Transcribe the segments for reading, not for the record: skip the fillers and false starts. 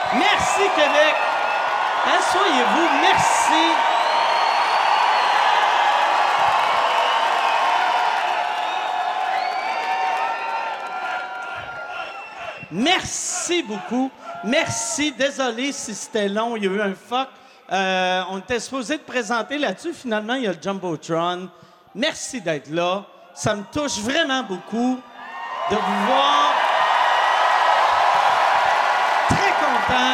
Merci, Québec. Asseyez-vous. Merci. Merci beaucoup. Merci. Désolé si c'était long. Il y a eu un fuck. On était supposé te présenter là-dessus. Finalement, il y a le Jumbotron. Merci d'être là. Ça me touche vraiment beaucoup de vous voir. Très content.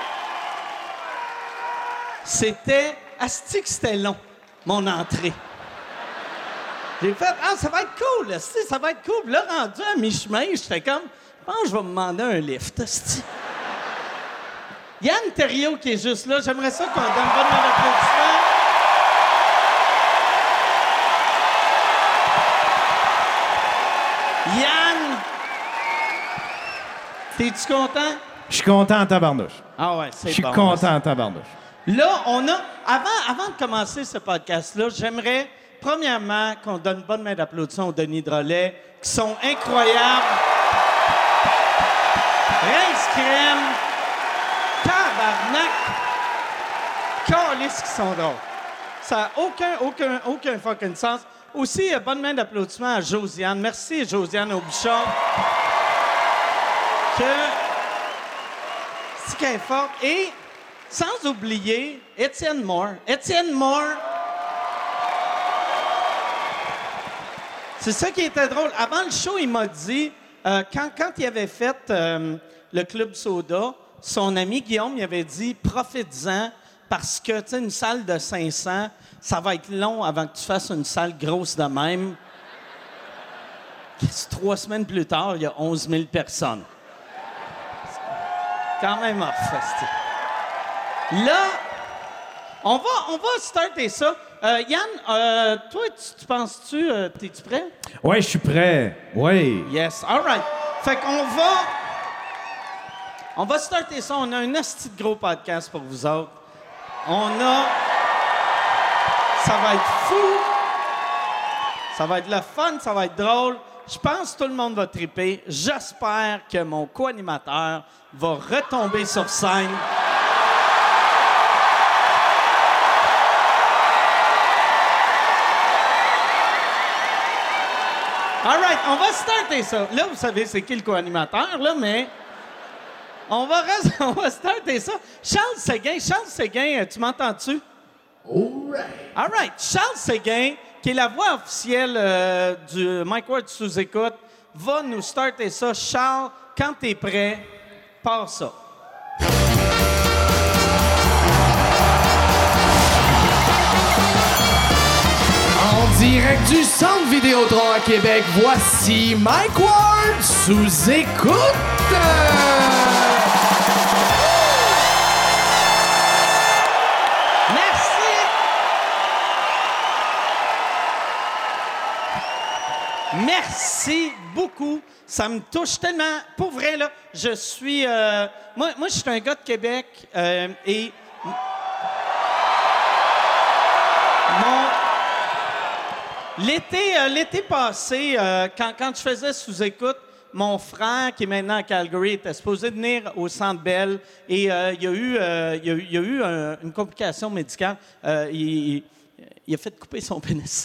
C'était... Asti que c'était long, mon entrée. J'ai fait « Ah, ça va être cool, asti, ça va être cool. » Puis là, rendu à mi-chemin, j'étais comme « Je pense que je vais me demander un lift, asti. » Yann Terriot qui est juste là, j'aimerais ça qu'on donne une bonne main d'applaudissement. Yann! T'es-tu content? Je suis content en tabarnouche. Ah ouais, c'est bon. Je suis content en tabarnouche. Là, on a... Avant de commencer ce podcast-là, j'aimerais, premièrement, qu'on donne une bonne main d'applaudissement aux Denis Drolet, qui sont incroyables. Rince crème. Tabarnak. Câlisse qui sont drôles. Ça n'a aucun fucking sens. Aussi, bonne main d'applaudissement à Josiane. Merci, Josiane Aubuchon. C'est qu'elle est forte. Et... sans oublier Étienne Moore. Étienne Moore, c'est ça qui était drôle. Avant le show, il m'a dit, quand il avait fait le Club Soda, son ami Guillaume, il avait dit « Profites-en, parce que, tu sais, une salle de 500, ça va être long avant que tu fasses une salle grosse de même. » 3 semaines plus tard, il y a 11 000 personnes. C'est quand même off, asti. Là, on va starter ça. Yann, toi, tu penses-tu... t'es-tu prêt? Ouais, je suis prêt. Oui. Yes, all right. Fait qu'on va starter ça. On a un asti de gros podcast pour vous autres. Ça va être fou. Ça va être le fun, ça va être drôle. Je pense que tout le monde va triper. J'espère que mon co-animateur va retomber sur scène. All right, on va starter ça. Là, vous savez c'est qui le co-animateur, là, mais on va starter ça. Charles Séguin, tu m'entends-tu? All right. Charles Séguin, qui est la voix officielle du Mike Ward sous-écoute, va nous starter ça. Charles, quand t'es prêt, pars ça. En direct du Centre Vidéotron à Québec, voici Mike Ward sous écoute. Merci. Merci beaucoup. Ça me touche tellement. Pour vrai, là, je suis... moi, je suis un gars de Québec et... L'été passé, quand je faisais sous-écoute, mon frère, qui est maintenant à Calgary, était supposé venir au Centre Bell et il y a eu une complication médicale. Il a fait couper son pénis.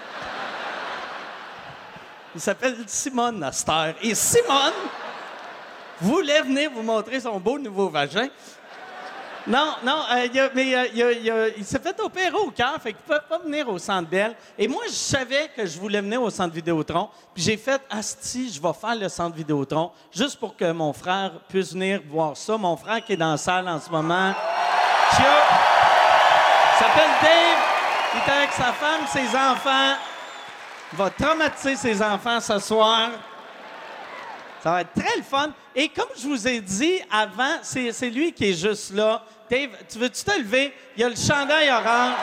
Il s'appelle Simone à cette heure. Et Simone voulait venir vous montrer son beau nouveau vagin. Non, il s'est fait opérer au cœur, fait qu'il ne peut pas venir au Centre Bell. Et moi, je savais que je voulais venir au Centre Vidéotron. Puis j'ai fait, asti, je vais faire le Centre Vidéotron, juste pour que mon frère puisse venir voir ça. Mon frère qui est dans la salle en ce moment, il s'appelle Dave, il est avec sa femme, ses enfants. Il va traumatiser ses enfants ce soir. Ça va être très le fun. Et comme je vous ai dit avant, c'est lui qui est juste là. Dave, tu veux-tu te lever? Il y a le chandail orange.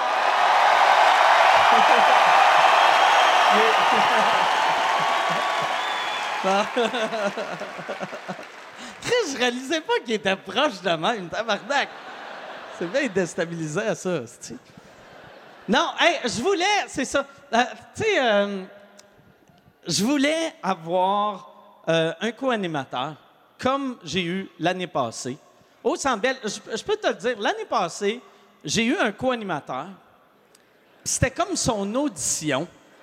Chris, je réalisais pas qu'il était proche de même, tabarnak. C'est bien déstabilisant, ça, c'ti. Non, hey, je voulais... C'est ça. Tu sais, je voulais avoir un co-animateur, comme j'ai eu l'année passée. au Centre Bell, je peux te le dire, l'année passée, j'ai eu un co-animateur. Puis c'était comme son audition.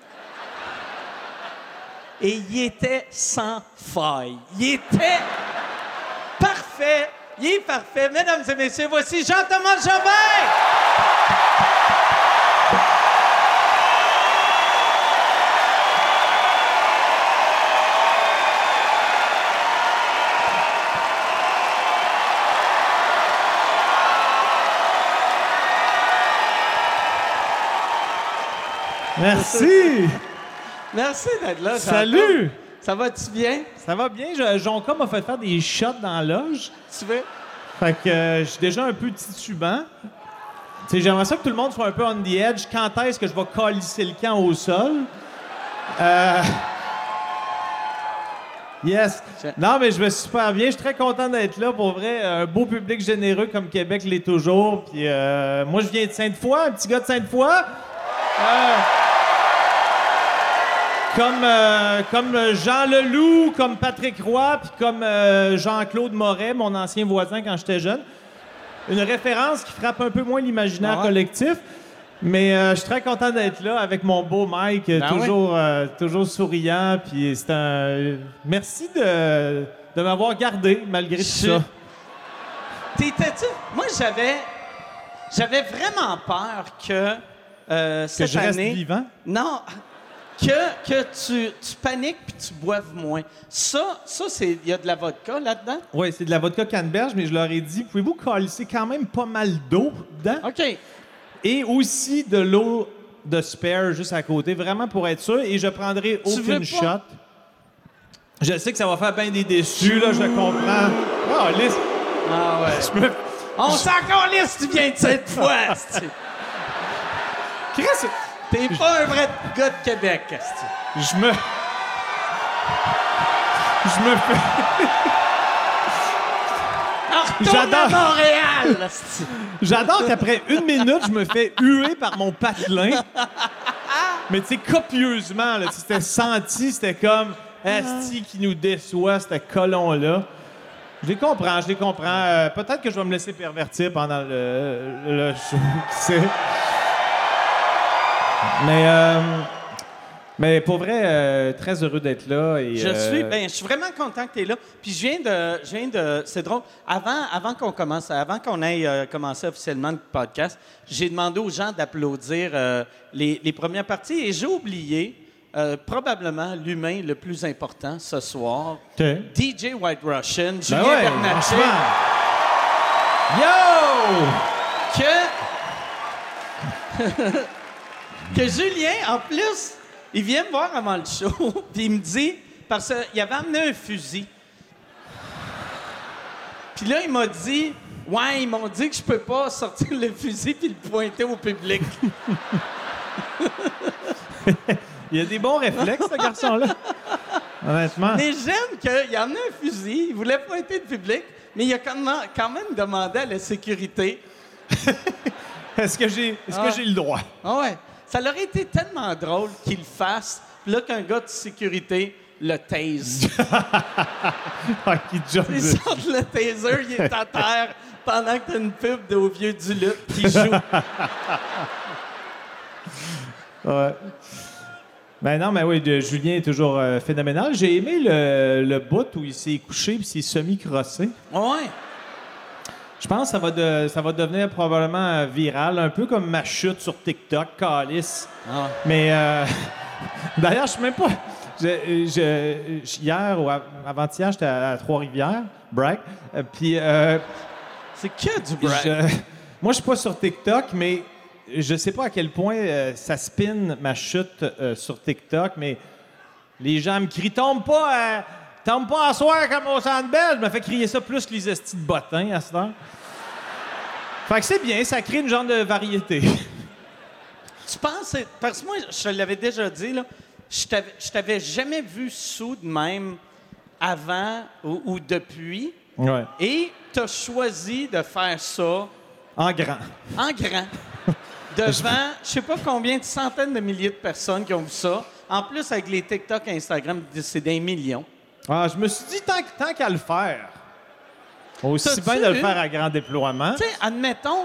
Et il était sans faille. Il était parfait. Il est parfait. Mesdames et messieurs, voici Jean-Thomas Jobin! Merci! Merci d'être là. Salut! Ça va-tu bien? Ça va bien? Jonca m'a fait faire des shots dans la loge. Tu veux? Fait que je suis déjà un peu titubant. Tu sais, j'aimerais ça que tout le monde soit un peu on the edge. Quand est-ce que je vais calisser le camp au sol? Yes. Non, mais je vais super bien. Je suis très content d'être là. Pour vrai, un beau public généreux comme Québec l'est toujours. Puis moi, je viens de Sainte-Foy, un petit gars de Sainte-Foy. Comme Jean Leloup, comme Patrick Roy, puis comme Jean-Claude Moret, mon ancien voisin quand j'étais jeune. Une référence qui frappe un peu moins l'imaginaire collectif. Mais je suis très content d'être là avec mon beau Mike, toujours souriant. Puis c'est un... Merci de m'avoir gardé malgré tout ça. T'étais-tu... Moi, j'avais vraiment peur que cette je reste année... vivant? Non, que tu paniques puis tu boives moins. Ça c'est... Il y a de la vodka là-dedans? Oui, c'est de la vodka canneberge, mais je leur ai dit, pouvez-vous calisser quand même pas mal d'eau dedans? OK. Et aussi de l'eau de spare juste à côté, vraiment pour être sûr. Et je prendrai aucune shot. Je sais que ça va faire bien des déçus, là, je le comprends. Oh, lisse. Ah ouais. On s'en calisse, tu viens de cette fois, asti. Chris, T'es pas un vrai gars de Québec, asti. je me fais... Retourne à Montréal, asti. J'adore qu'après 1 minute, je me fais huer par mon patelin. Mais tu sais, copieusement, là, c'était senti, c'était comme asti qui nous déçoit, ce colon-là. Je les comprends. Peut-être que je vais me laisser pervertir pendant le show, qui sait. Mais pour vrai, très heureux d'être là. Et, je suis vraiment content que tu es là. Puis je viens de c'est drôle, avant qu'on aille commencer officiellement le podcast, j'ai demandé aux gens d'applaudir les premières parties et j'ai oublié probablement l'humain le plus important ce soir. Okay. DJ White Russian, Ben Julien ouais, Bernatchez. Yo! Que Julien, en plus, il vient me voir avant le show, puis il me dit, parce qu'il avait amené un fusil. Puis là, il m'a dit, ouais, ils m'ont dit que je peux pas sortir le fusil puis le pointer au public. Il a des bons réflexes, ce garçon-là. Honnêtement. Mais j'aime qu'il a amené un fusil, il voulait pointer le public, mais il a quand même demandé à la sécurité. Est-ce que j'ai le droit? Ah ouais. Ça aurait été tellement drôle qu'il le fasse, puis là qu'un gars de sécurité le tase. Qui jump Il sort le taser, il est à terre pendant que t'as une pub d'au vieux du lutte qui joue. Ouais. Ben non, mais oui, Julien est toujours phénoménal. J'ai aimé le bout où il s'est couché puis s'est semi-crossé. Ouais. Je pense que ça va devenir probablement viral, un peu comme ma chute sur TikTok, calice. Ah. Mais d'ailleurs, je suis même pas... hier ou avant-hier, j'étais à Trois-Rivières, brag. Puis... c'est que du brag. Moi, je suis pas sur TikTok, mais je sais pas à quel point ça spin ma chute sur TikTok, mais les gens me crient « Tombe pas à soir comme au Centre Bell! » Je me fais crier ça plus que les estis de bottins à cette heure. Fait que c'est bien, ça crée une genre de variété. Tu penses... Parce que moi, je te l'avais déjà dit, là, je t'avais jamais vu sous de même avant ou depuis. Ouais. Et t'as choisi de faire ça... En grand. En grand. Devant, je sais pas combien de centaines de milliers de personnes qui ont vu ça. En plus, avec les TikTok et Instagram, c'est des millions. Ah, je me suis dit, tant qu'à le faire, Aussi bien de le faire à grand déploiement. Tu sais, admettons...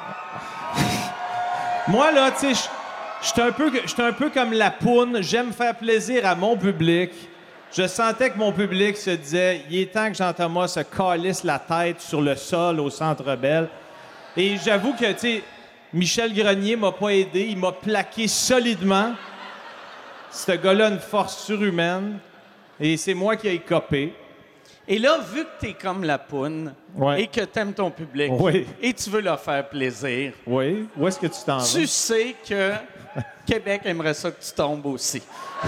Moi, là, tu sais, je suis un peu comme la poune. J'aime faire plaisir à mon public. Je sentais que mon public se disait « Il est temps que Jean-Thomas se calisse la tête sur le sol au Centre Bell. » Et j'avoue que, tu sais, Michel Grenier m'a pas aidé. Il m'a plaqué solidement. Ce gars-là a une force surhumaine. Et c'est moi qui ai copé. Et là, vu que t'es comme la poune et que t'aimes ton public et tu veux leur faire plaisir, où est-ce que tu t'en vas? Tu sais que Québec aimerait ça que tu tombes aussi.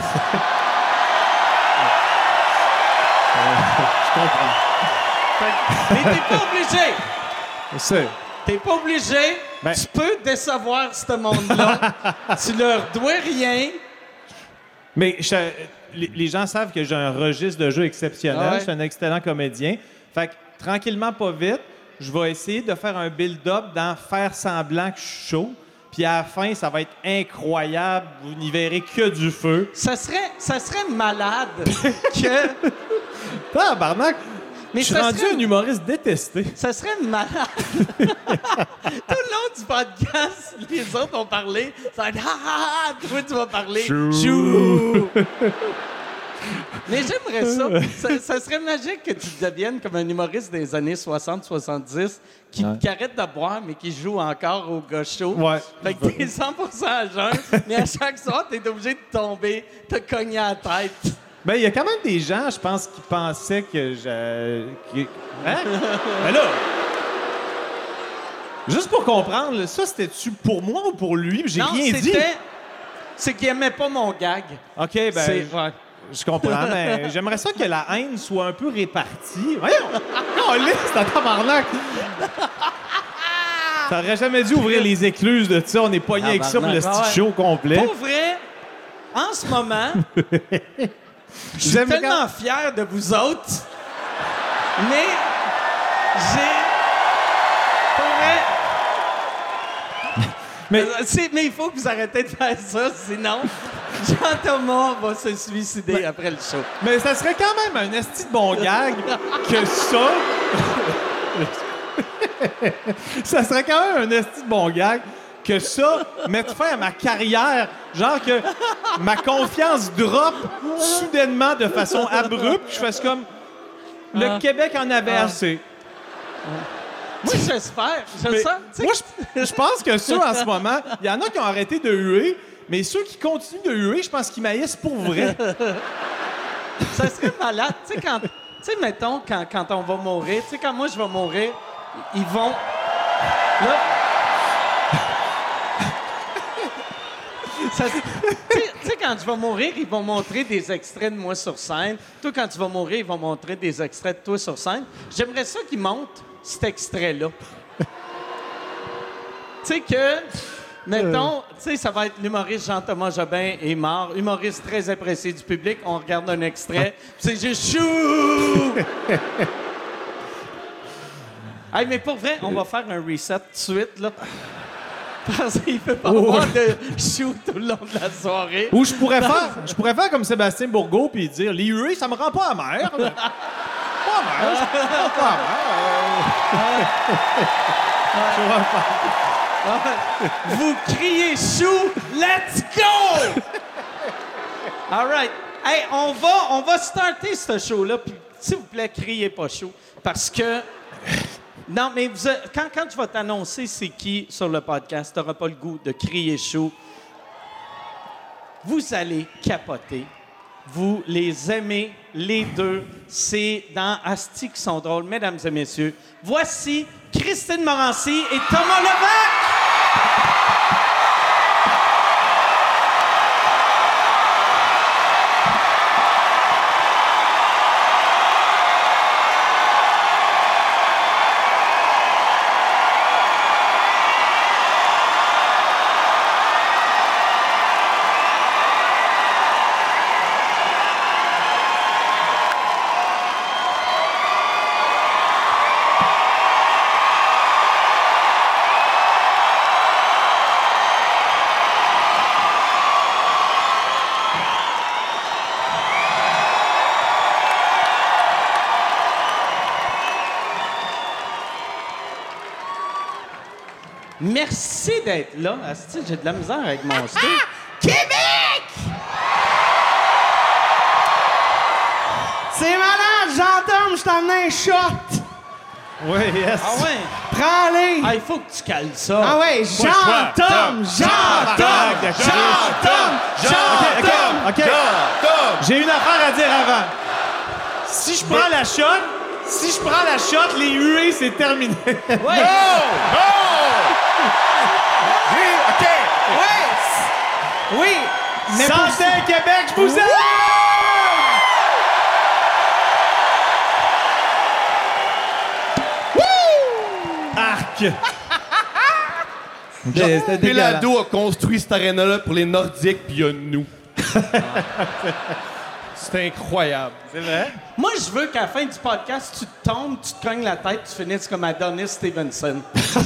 Je comprends. Mais t'es pas obligé. C'est... T'es pas obligé. Ben... Tu peux décevoir ce monde-là. Tu leur dois rien. Mais les gens savent que j'ai un registre de jeu exceptionnel. Je suis un excellent comédien. Fait que, tranquillement, pas vite, je vais essayer de faire un build-up dans faire semblant que je suis chaud. Puis à la fin, ça va être incroyable. Vous n'y verrez que du feu. Ça serait malade que... Tabarnak! Mais je suis rendu un humoriste détesté. Ça serait malade. Tout le long du podcast, les autres ont parlé. Ça va être « Ha, ha, ha! » Toi, tu vas parler « Chou! » Mais j'aimerais ça. Ça serait magique que tu deviennes comme un humoriste des années 60-70 qui arrête de boire, mais qui joue encore au gars chaud. Fait que t'es 100% à jeun, mais à chaque soir, t'es obligé de tomber, te cogner à la tête. Ben, il y a quand même des gens, je pense, qui pensaient que Hein? Ben là... Juste pour comprendre, ça, c'était-tu pour moi ou pour lui? J'ai rien dit. C'est qu'il aimait pas mon gag. OK, ben... Je comprends, mais j'aimerais ça que la haine soit un peu répartie. Voyons! Oh, liste, à tabarnak! T'aurais jamais dû ouvrir les écluses de ça. On est pogné avec ça pour le style show complet. Pour vrai, en ce moment... Je suis tellement fier de vous autres, mais mais il faut que vous arrêtez de faire ça, sinon Jean-Thomas va se suicider après le show. Mais ça serait quand même un esti de bon gag que ça... Ça serait quand même un esti de bon gag que ça mette fin à ma carrière. Genre que ma confiance drop soudainement de façon abrupte. Je fasse comme... Le Québec en avait assez. Moi, j'espère. Moi, je pense que ceux, en ce moment, il y en a qui ont arrêté de huer, mais ceux qui continuent de huer, je pense qu'ils maïssent pour vrai. Ça serait malade. Tu sais, mettons, quand on va mourir, tu sais, quand moi, je vais mourir, ils vont... Là... Tu sais, quand tu vas mourir, ils vont montrer des extraits de moi sur scène. Toi, quand tu vas mourir, ils vont montrer des extraits de toi sur scène. J'aimerais ça qu'ils montrent cet extrait-là. Tu sais que, mettons, tu sais, ça va être l'humoriste Jean-Thomas Jobin est mort, humoriste très apprécié du public. On regarde un extrait, c'est juste chou! Hey, mais pour vrai, on va faire un reset tout de suite, là. Parce qu'il peut pas avoir de chou tout le long de la soirée. Ou je pourrais faire comme Sébastien Bourgault puis dire les huées, ça me rend pas amer. Pas amer. Pas amer. Vous criez chou, let's go! All right. Hey, on va starter ce show-là. Puis, s'il vous plaît, criez pas chou. Parce que... Non, mais quand tu vas t'annoncer c'est qui sur le podcast, tu n'auras pas le goût de crier chaud. Vous allez capoter. Vous les aimez, les deux. C'est dans Asti qui sont drôles. Mesdames et messieurs, voici Christine Morancy et Thomas Levac! Merci d'être là. Asti, j'ai de la misère avec mon style. Québec! C'est malade, Jean-Tom, je t'ai amené un shot. Oui, yes. Ah ouais? Prends-les. Ah, il faut que tu cales ça. Ah ouais, Jean-Tom, Jean-Tom. OK. J'ai une affaire à dire avant. Si je prends la shot, les huées, c'est terminé. Ouais. Oui, mais Santé, Québec, je vous aime! Arc! C'était dégueulasse. Pelado a construit cette aréna-là pour les Nordiques, puis il y a nous. C'est incroyable. C'est vrai? Moi, je veux qu'à la fin du podcast, tu te tombes, tu te cognes la tête, tu finisses comme Adonis Stevenson.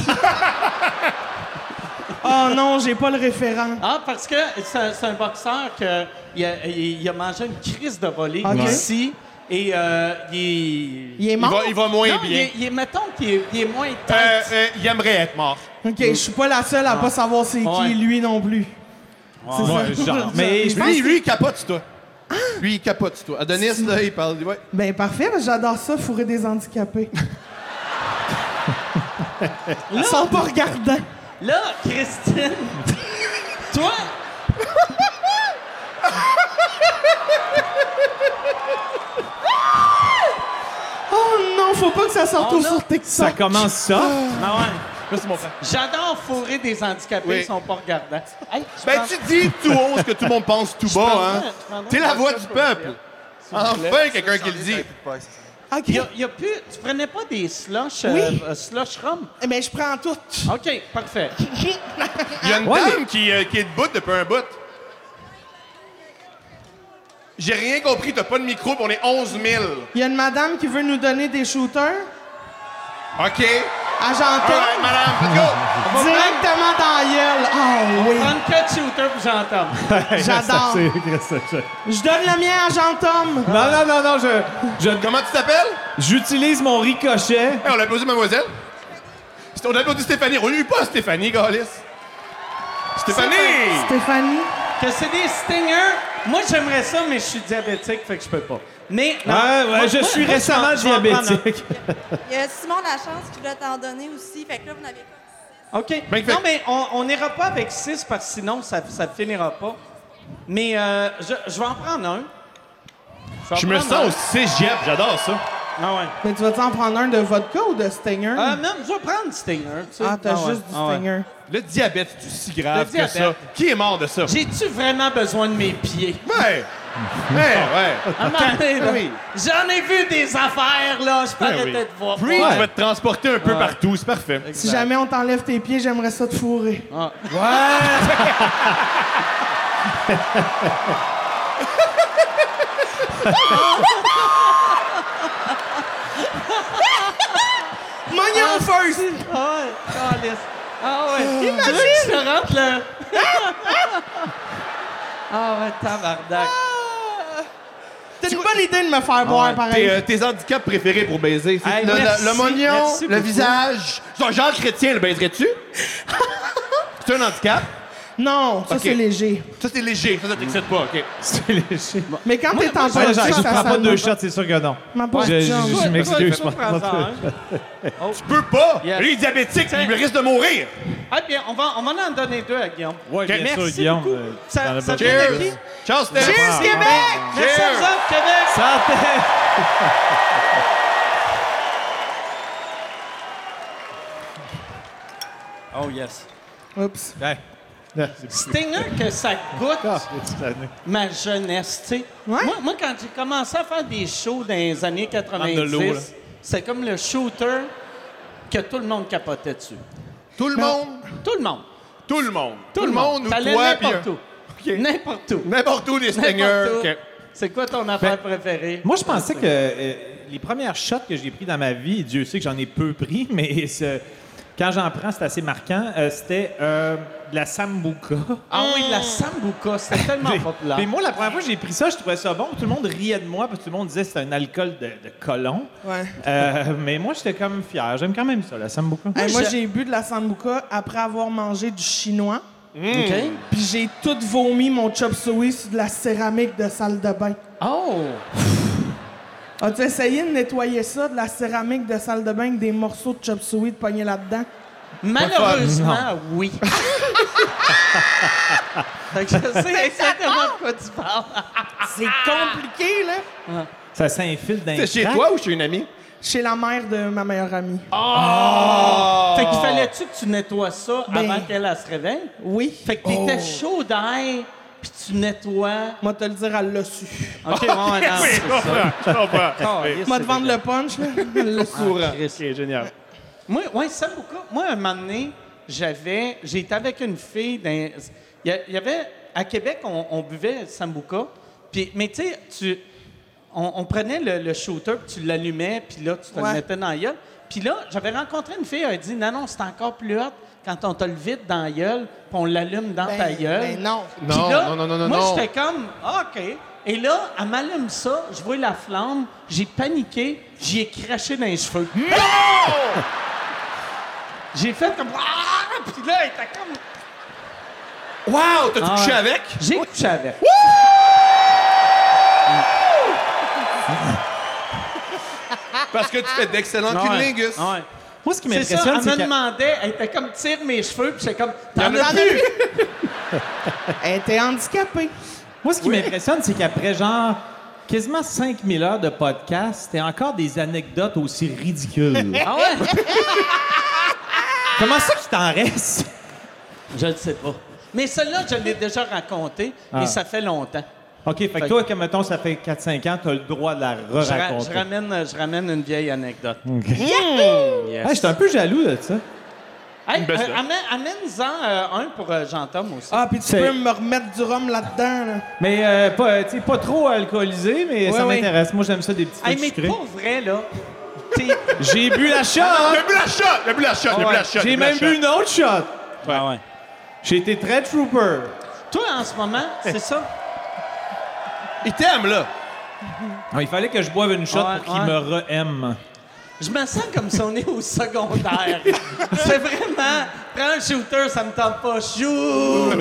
Oh non, j'ai pas le référent. Ah, parce que c'est un boxeur il a mangé une crise de volée Ok. ici et Il est mort? Il va moins non, bien. mettons qu'il est moins tête. Il aimerait être mort. OK, je suis pas la seule à pas savoir c'est Ouais. qui, lui non plus. C'est ça. genre. Mais je pense Lui, il capote sur toi. Lui, il capote sur toi. Adonis, là, il parle... Ouais. Ben parfait, parce que j'adore ça, fourrer des handicapés. Ils sont pas regardants. Là, Christine, toi... Oh non, faut pas que ça sorte On tout a- sur TikTok. ça commence ça. Ah ouais. Ça, c'est mon frère. J'adore fourrer des handicapés, Oui. ils sont pas regardants. Hey, je Ben, pense- tu dis tout haut ce que tout le monde pense tout bas, hein. T'es la voix du peuple. Enfin, quelqu'un qui le dit. OK. Il y a plus... Tu prenais pas des slush, Oui. slush rum? Eh ben, je prends tout. OK, parfait. Il y a une dame qui est debout depuis un bout. J'ai rien compris, t'as pas de micro, pis on est 11 000. Il y a une madame qui veut nous donner des shooters. OK. Argentin. Alright, madame, let's go. Directement dans la gueule. Ah oui. Prends le cut shooter puis j'entends. J'adore. Je donne le mien à Jean-Tom. Non, Comment tu t'appelles? j'utilise mon ricochet. Hey, on a applaudi mademoiselle. On a applaudi Stéphanie. On lui pas Stéphanie, Galis. Stéphanie! Stéphanie. Que c'est des stingers. Moi, j'aimerais ça, mais je suis diabétique, fait que je peux pas. Mais, non, Ouais, je suis récemment je vais en prendre un. diabétique. Il y a Simon Lachance qui voulait t'en donner aussi. Fait que là, vous n'avez pas. OK. Ben, fait- Non, mais on n'ira pas avec 6 parce que sinon, ça finira pas. Mais je vais en prendre un. vais en Je me prendre sens un. au cégep, j'adore ça. Ah ouais. Mais tu vas-tu en prendre un de vodka ou de Stinger? Même, je vais prendre Stinger. Tu sais. Ah, t'as ouais. juste du Ah ouais. Stinger. Le diabète, c'est si grave Le que ça. diabète. Qui est mort de ça? J'ai-tu vraiment besoin de mes pieds? Ouais. Ouais. À un moment donné, là, Oui. j'en ai vu des affaires, là. Je peux Ben arrêter oui. de voir. Free, Ouais. tu vas te transporter un peu partout, c'est parfait. Si jamais on t'enlève tes pieds, j'aimerais ça te fourrer. Mognon first! Ah ouais, calice. Ah ouais. Tu veux que je te rentre là? Ah ouais, tabarnak. T'as une bonne idée de me faire boire, pareil. Tes handicaps préférés pour baiser, c'est Hey, le merci, mognon, merci le beaucoup. visage. Jean Chrétien, le baiserais-tu? C'est un handicap? Non, ça, Ok. c'est léger. Ça, c'est léger. Ça t'excite pas, OK. C'est léger. Mais quand t'es en Ouais, politique, je ça prends pas sonne deux shots, c'est sûr que non. Ma pauvre Je chum. Toi, m'excuse, toi, je prends pense ça, pas. hein? Tu peux pas! Yes. Lui, il est diabétique, Tiens. il risque de mourir. Ah bien, on va en donner 2 à Guillaume. Ouais, bien Merci sûr, Guillaume. beaucoup. T'en as Ça pas vient Cheers! de qui? Ciao, Steph! Cheers, Québec! Merci à vous autres, Québec! Santé! Oh yes. Oups. Stinger, que ça goûte Ah, ma jeunesse, tu sais. Ouais? Moi, quand j'ai commencé à faire des shows dans les années Prendre de l'eau, là. 90, c'est comme le shooter que tout le monde capotait dessus. Tout le monde? Tout le monde. Tout le monde. Tout le monde. ou T'allais toi, puis... n'importe où. OK. N'importe où. N'importe où, des stingers. N'importe où. OK. C'est quoi ton affaire préférée? Moi, je pensais que les premières shots que j'ai pris dans ma vie, Dieu sait que j'en ai peu pris, mais quand j'en prends, c'est assez marquant. C'était de la sambuca. Ah oui, de la sambuca, c'était tellement populaire. Puis moi, la première fois que j'ai pris ça, je trouvais ça bon. Tout le monde riait de moi parce que tout le monde disait que c'était un alcool de colon. Ouais. Mais moi, j'étais comme fier. J'aime quand même ça, la sambuca. Moi, j'ai bu de la sambuca après avoir mangé du chinois. OK. Puis j'ai tout vomi mon chop suey sur de la céramique de salle de bain. Oh! As-tu essayé de nettoyer ça, de la céramique de salle de bain avec des morceaux de chop suey de pogner là-dedans? Malheureusement, oui. Fait que je sais exactement de quoi tu parles. C'est compliqué, là. Ça s'infile dans C'est les chez cracks. toi ou chez une amie? Chez la mère de ma meilleure amie. Fait qu'il fallait-tu que tu nettoies ça Ben- avant qu'elle elle se réveille? Oui. Fait que t'étais chaud d'air, puis tu nettoies. Moi, te le dire, elle l'a su. OK, ouais, non, c'est ça. Je comprends. Moi, te vendre le punch, là. Elle l'a su. C'est génial. Moi, ouais, sambuca. Moi, un moment donné, j'étais avec une fille. Il y avait... À Québec, on buvait sambuca. Puis, mais tu sais, on prenait le shooter, puis tu l'allumais, puis là, tu te le Ouais. mettais dans la gueule. Puis là, j'avais rencontré une fille, elle a dit, non, c'est encore plus hot quand on te le vide dans la gueule, puis on l'allume dans ta gueule. Ben non. Puis là, Non. moi, j'étais comme, OK. Et là, elle m'allume ça, je vois la flamme, j'ai paniqué, j'y ai craché dans les cheveux. Non! J'ai fait comme, ah! Puis là, elle était comme, Wow! T'as-tu couché ouais. avec? J'ai couché avec. Parce que tu fais d'excellents Ouais. cunnilingus. Ouais. Moi, ce qui C'est ça, m'impressionne, elle c'est me que... demandait, elle était comme, tire mes cheveux, puis j'étais comme, Y en t'en a as plus! Elle était handicapée. Moi, ce qui m'impressionne, c'est qu'après, genre, quasiment 5000 heures de podcast, t'as encore des anecdotes aussi ridicules. Ah ouais? Comment ça qu'il t'en reste? Je ne sais pas. Mais celle-là, je l'ai déjà racontée, et ça fait longtemps. OK, fait que toi, comme mettons, ça fait 4-5 ans, t'as le droit de la re-raconter. Je ramène une vieille anecdote. OK. Yes. Hey, j'étais un peu jaloux de ça. Hey, baisse, là. amène-en un pour Jean-Tom aussi. Ah, puis tu C'est- peux me remettre du rhum là-dedans, là. Mais pas, tu sais, pas trop alcoolisé, mais ça ouais. m'intéresse. Moi, j'aime ça des petits Hey, trucs mais sucrés. pour vrai, là, t'es... J'ai bu la shot! Le bu la shot! J'ai même bu une autre shot! Ah ouais. J'ai été très trooper. Toi, en ce moment, c'est ça? Il t'aime, là. Ah, il fallait que je boive une shot Ouais, pour qu'il ouais. me re-aime. Je me sens comme si on est au secondaire. C'est vraiment... Prends un shooter, ça me tente pas. Chou!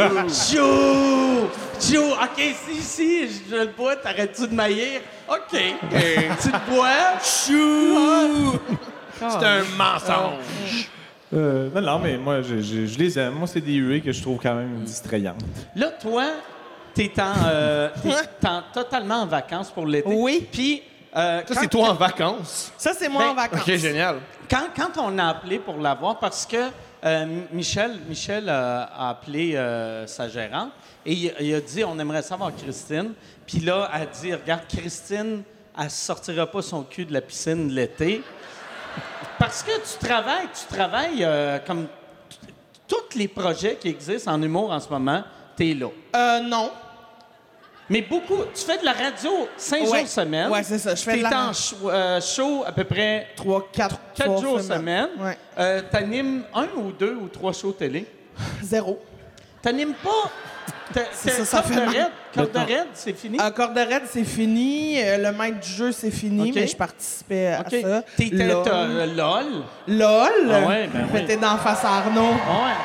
OK, si, je le bois, t'arrêtes-tu de maillir? OK. Tu le bois? Chou! C'est un mensonge. Non, mais moi, je les aime. Moi, c'est des huées que je trouve quand même distrayantes. Là, toi, t'es totalement en vacances pour l'été. Oui. Puis... Ça, c'est toi en vacances. Ça, c'est moi Ben, en vacances. OK, génial. Quand on a appelé pour l'avoir, parce que Michel a appelé sa gérante et il a dit on aimerait savoir Christine. Puis là, elle a dit regarde, Christine, elle sortira pas son cul de la piscine l'été. Parce que tu travailles comme tous les projets qui existent en humour en ce moment, t'es là. Non. Mais beaucoup. Tu fais de la radio 5 jours semaine. Ouais, c'est ça. Je fais de T'es la... en show à peu près 4 jours semaine. Ouais. T'animes 1 ou 2 ou 3 shows télé. 0. T'animes pas. ça fait mal. Corde raide, c'est fini. Corde raide, c'est fini. Le maître du jeu, c'est fini. OK. Mais je participais à OK. ça. T'étais LOL. LOL. LOL. Ah ouais, ben oui. T'es d'en face à Arnaud. Ah ouais.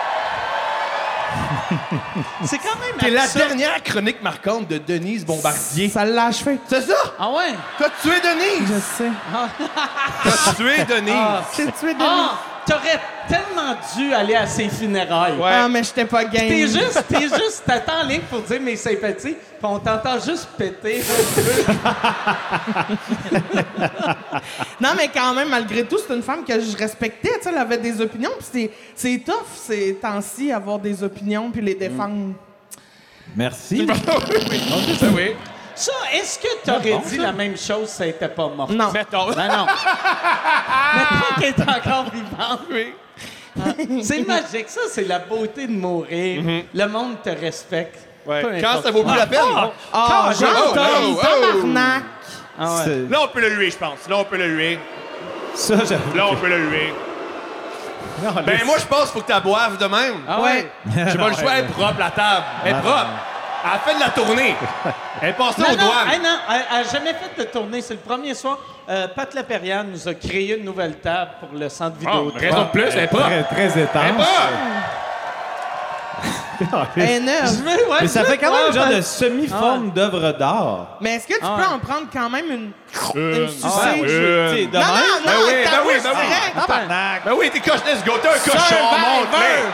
C'est quand même T'es la absurde. dernière chronique marquante de Denise Bombardier. Ça l'a achevé. C'est ça? Ah ouais. T'as tué Denise! Je sais. T'as tué Denise! J'ai tué Denis. Ah, t'aurais tellement dû aller à ses funérailles. Ouais. Ah, mais j'étais pas game. T'attends en ligne pour dire mes sympathies, puis on t'entend juste péter. Non, mais quand même, malgré tout, c'est une femme que je respectais. Tu sais, elle avait des opinions. Puis c'est tough, ces temps-ci, avoir des opinions puis les défendre. Merci. Oui. Ça, est-ce que t'aurais dit la même chose si elle était pas morte? Non. Mettons. Ben non. Maintenant qu'elle est encore vivante. Oui. C'est magique. Ça, c'est la beauté de mourir. Le monde te respecte. Ouais. Peu Quand importe. ça vaut plus la peine. Ah, oh, Jean-Tom, oh. tabarnak! Ah ouais. C'est- Là, on peut le huer, je pense. Là, on peut le huer. Ça, j'avoue. Là, on peut le huer. Ben, moi, je pense qu'il faut que tu boives de même. Ah ouais? J'ai pas le choix, elle est propre, la table. Elle est propre. Elle a fait de la tournée. Elle est passée aux douanes. Non, elle n'a jamais fait de tournée. C'est le premier soir. Pat Lapériane nous a créé une nouvelle table pour le centre vidéo. Raison de plus, elle est propre. Très étanche. Elle est propre. Elle est neuve. Mais ça fait quand même un genre de semi-forme d'œuvre d'art. Mais est-ce que tu peux en prendre quand même une sucée? De Non, non, non, oui, ta ben oui, bouche, ben oui. direct. Tabarnak. Ben oui, t'es coche, let's go. T'es un cochon, monte-le.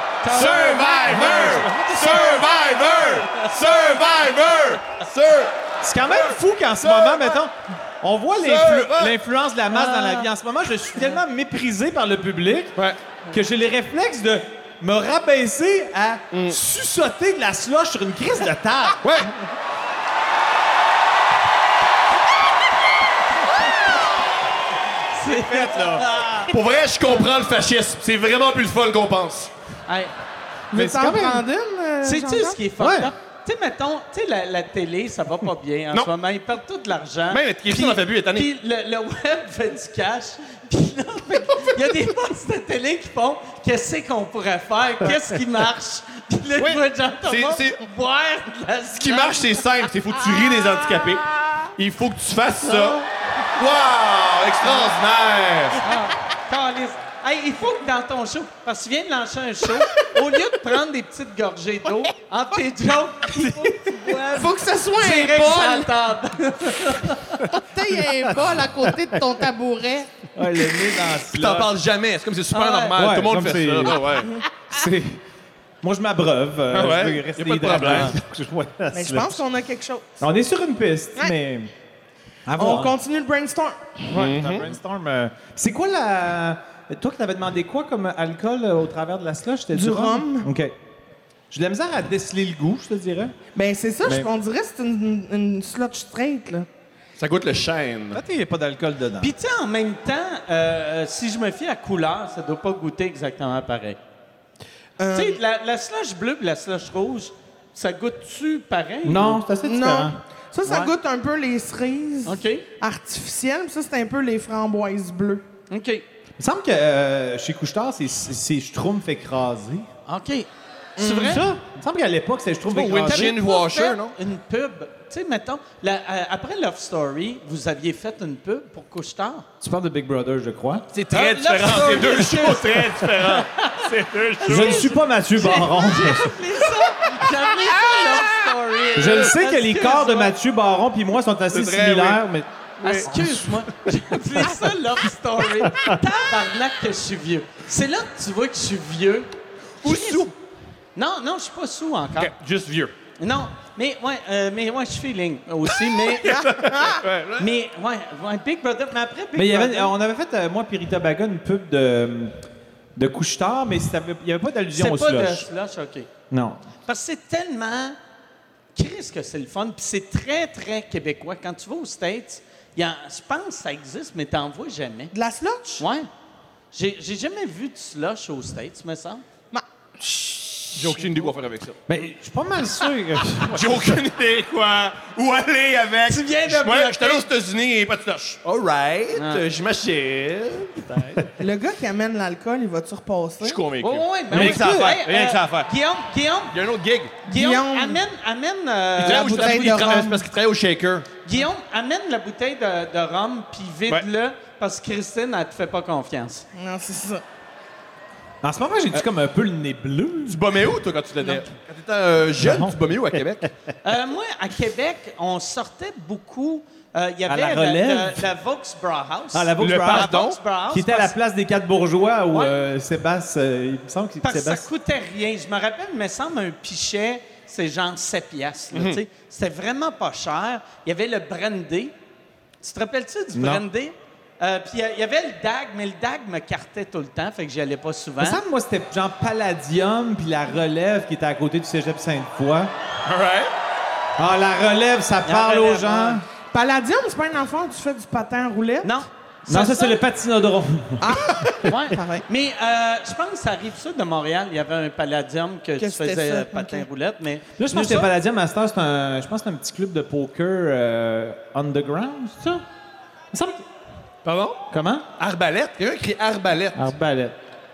Survivor. C'est quand même fou qu'en ce moment, mettons, on voit l'influence de la masse dans la vie. En ce moment, je suis tellement méprisé par le public que j'ai les réflexes de me rabaisser à suçoter de la slush sur une crise de table. Ouais. C'est fait, là. Pour vrai, je comprends le fascisme. C'est vraiment plus le fun qu'on pense. Hey, Mais c'est t'en quand même- prendre une, sais-tu Jean-Jacques? ce qui est fort? Ouais. Tu sais, mettons, tu sais, la télé, ça va pas bien en Non. ce moment. Ils perdent tout de l'argent. Même Christine en fait plus, elle est tannée. Puis le web fait du cash. Puis là, il y a des postes de télé qui font qu'est-ce qu'on pourrait faire, qu'est-ce qui marche. Puis là, Oui. je vois Jean-Thomas C'est- boire de la Ce qui marche, c'est simple. C'est faut que tu ris des handicapés. Il faut que tu fasses ça. Wow! Extraordinaire! Calisse. Hey, il faut que dans ton show, parce que tu viens de lancer un show, au lieu de prendre des petites gorgées d'eau entre tes jokes, il faut que tu boives Faut que ce soit un direct sur la bol. table. Il y a un bol à côté de ton tabouret. Ouais, le nez dans Puis t'en parles jamais. C'est comme c'est super Ah ouais. normal. Ouais, Tout le monde comme fait c'est- ça. Ah ouais. C'est... Moi, je m'abreuve. Ah ouais? Je veux rester Y a pas de hydratant. problème. Je vois la Mais je slush. pense qu'on a quelque chose. On est sur une piste, Ouais. mais... À On voir. continue le brainstorm. Ouais, dans brainstorm. C'est quoi la... Toi qui t'avais demandé quoi comme alcool au travers de la slush? C'était Du rhum. OK. J'ai de la misère à déceler le goût, je te dirais. Ben c'est ça, Mais- on dirait que c'est une slot straight, là. Ça goûte le chêne. Là, il n'y a pas d'alcool dedans. Puis, tu sais, en même temps, si je me fie à couleur, ça doit pas goûter exactement pareil. Tu sais, la slush bleue et la slush rouge, ça goûte-tu pareil? Non, c'est assez différent. Non. Ça Ouais. goûte un peu les cerises OK. artificielles. puis ça, c'est un peu les framboises bleues. OK. Il me semble que chez Couche-Tard, c'est Schtroumpf écrasé. OK. C'est vrai? Ça? Il me semble qu'à l'époque, c'est Schtroumpf pas écrasé. Winchell. T'avais Chin pas Washer, fait non? une pub. Tu sais, mettons, après Love Story, vous aviez fait une pub pour Couche-Tard. Tu parles de Big Brother, je crois. C'est très différent. C'est deux shows très différents. C'est deux shows. Je ne suis pas Mathieu Baron. J'avais fait Love Story. Je le sais que les corps de Mathieu Baron puis moi sont assez C'est vrai, similaires, mais... Excuse-moi, j'ai appelé ça Love Story. Tabarnak que je suis vieux. C'est là que tu vois que je suis vieux. Ou Chris. sous. Non, non, je suis pas sous encore. Ok, juste vieux. Non, mais ouais, je suis feeling aussi, mais ouais, Big Brother, mais après Big Mais il y avait, Brother, on avait fait, moi puis Rita Baga, une pub de couche-tard, mais il n'y avait pas d'allusion c'est au pas de slush. slush, OK. Non. Parce que c'est tellement... Qu'est-ce que c'est le fun, puis c'est très, très québécois. Quand tu vas aux States, je pense que ça existe, mais t'en vois jamais. De la slotch? Ouais. J'ai jamais vu de slush aux States, me semble. J'ai aucune idée quoi faire avec ça. Mais je suis pas mal sûr que... J'ai aucune idée quoi. Où aller avec. Tu viens de Ouais, bloquer. j'étais allé aux États-Unis et pas de slush. All right. J'imagine. Le gars qui amène l'alcool, il va-tu repasser? Je suis convaincu. Oh, ouais, mais Rien oui. que ça à faire. Hey, Rien que ça à faire. Guillaume, Il y a un autre gig. Guillaume, Guillaume. amène La bouteille de rhum. Parce qu'il travaille au shaker. Guillaume, amène la bouteille de rhum, puis vide-le, parce que Christine, elle te fait pas confiance. Non, c'est ça. En ce moment, j'ai-tu comme un peu le nez bleu? Tu bombais où, toi, quand tu l'étais? Quand t'étais jeune, tu bombais où à Québec? Moi, à Québec, on sortait beaucoup. Il y avait la relève? la Vaux Brauhaus. Ah, la Vaux Le Brauhaus. pardon? Vaux Brauhaus, Qui était à la place des quatre bourgeois où Ouais. Sébastien... il me semble que Parce que ça Sébastien... coûtait rien. Je me rappelle, il me semble, un pichet, c'est genre 7 piastres. là, tu sais. C'était vraiment pas cher. Il y avait le brandy. Tu te rappelles-tu du Non. brandy? Puis il y avait le DAG, mais le DAG me cartait tout le temps, fait que j'y allais pas souvent. Il me semble, moi, c'était genre Palladium puis la relève qui était à côté du cégep Sainte-Foy. All right. Ah, la relève, ça parle relève, aux gens. ouais. Palladium, c'est pas un enfant où tu fais du patin à roulette? Non. Non, ça, c'est le patinodrome. Ouais. Pareil. Mais je pense que ça arrive ça de Montréal. Il y avait un Palladium que tu c'était faisais ça, patin-roulette, mais... Là, je pense que c'était Palladium Master, c'est un... Je pense que c'est un petit club de poker underground, c'est ça? Il me semble que... Pardon? Comment? Arbalète. Quelqu'un crie arbalète. Arbalète.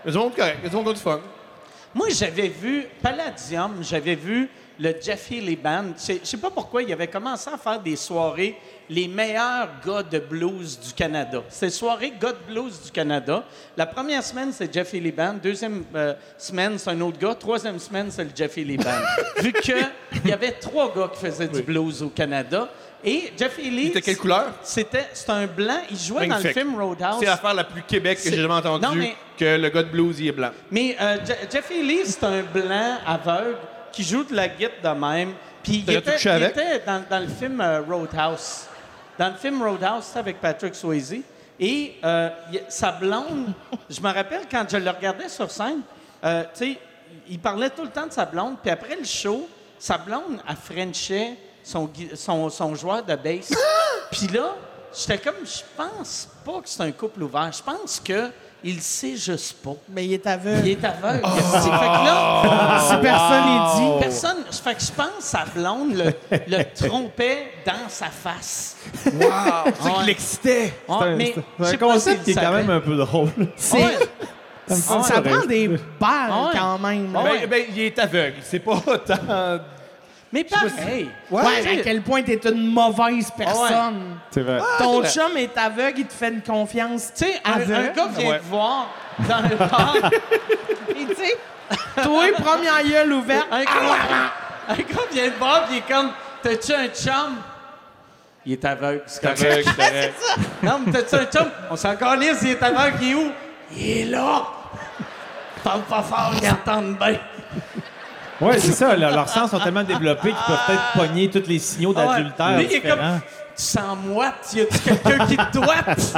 Il y a du monde correct, il y a du monde qui a du fun. Moi, j'avais vu Palladium, j'avais vu le Jeff Healey Band. Je sais pas pourquoi, il avait commencé à faire des soirées les meilleurs gars de blues du Canada. C'est soirée gars de blues du Canada. La première semaine, c'est Jeff Healey Band. Deuxième semaine, c'est un autre gars. Troisième semaine, c'est le Jeff Healey Band. Vu qu'il y avait 3 gars qui faisaient du blues au Canada. Et Jeff Healey... Il était quelle couleur? C'était un blanc. Il jouait dans le Magnifique. film Roadhouse. C'est l'affaire la plus Québec que j'ai jamais entendue, Non, mais- que le gars de blues, il est blanc. Mais Jeff Healey, c'est un blanc aveugle qui joue de la guitare de même. Puis il T'as était, touché avec? dans le film Roadhouse. Dans le film Roadhouse, c'était avec Patrick Swayze. Et sa blonde, je me rappelle quand je le regardais sur scène, tu sais, il parlait tout le temps de sa blonde. Puis après le show, sa blonde a frenché son joueur de bass. Puis là, j'étais comme, je pense pas que c'est un couple ouvert. Je pense que il sait juste pas. Mais il est aveugle. Il est aveugle. Fait que là, Si personne n'est dit. personne. Fait que je pense que sa blonde le trompait dans sa face. C'est ça qui l'excitait. Ouais, mais je C'est sais un pas concept s'il qui est quand savait. même un peu drôle. C'est- Ouais. Ça prend des balles Ah ouais. quand même. Ah ouais. Ben, il est aveugle. C'est pas autant... Mais pareil. Ouais, à quel point t'es une mauvaise personne. C'est vrai. Ton c'est chum est aveugle, il te fait une confiance. Tu sais, un aveugle. gars vient Ouais. te voir dans le bar. Et tu sais, toi, première gueule ouverte. Un gars vient te voir et il est comme, t'as-tu un chum? Il est aveugle. C'est correct. Aveugle, c'est correct. Non, mais t'as-tu un chum? On s'en calisse, il est aveugle, il est où? Il est là! Parle pas fort, il entend bien. Ouais, c'est ça. Leurs sens sont tellement développés qu'ils peuvent peut-être pogner tous les signaux d'adultère Lui, il est différents. comme, tu sens moite, y a-tu quelqu'un qui te doite?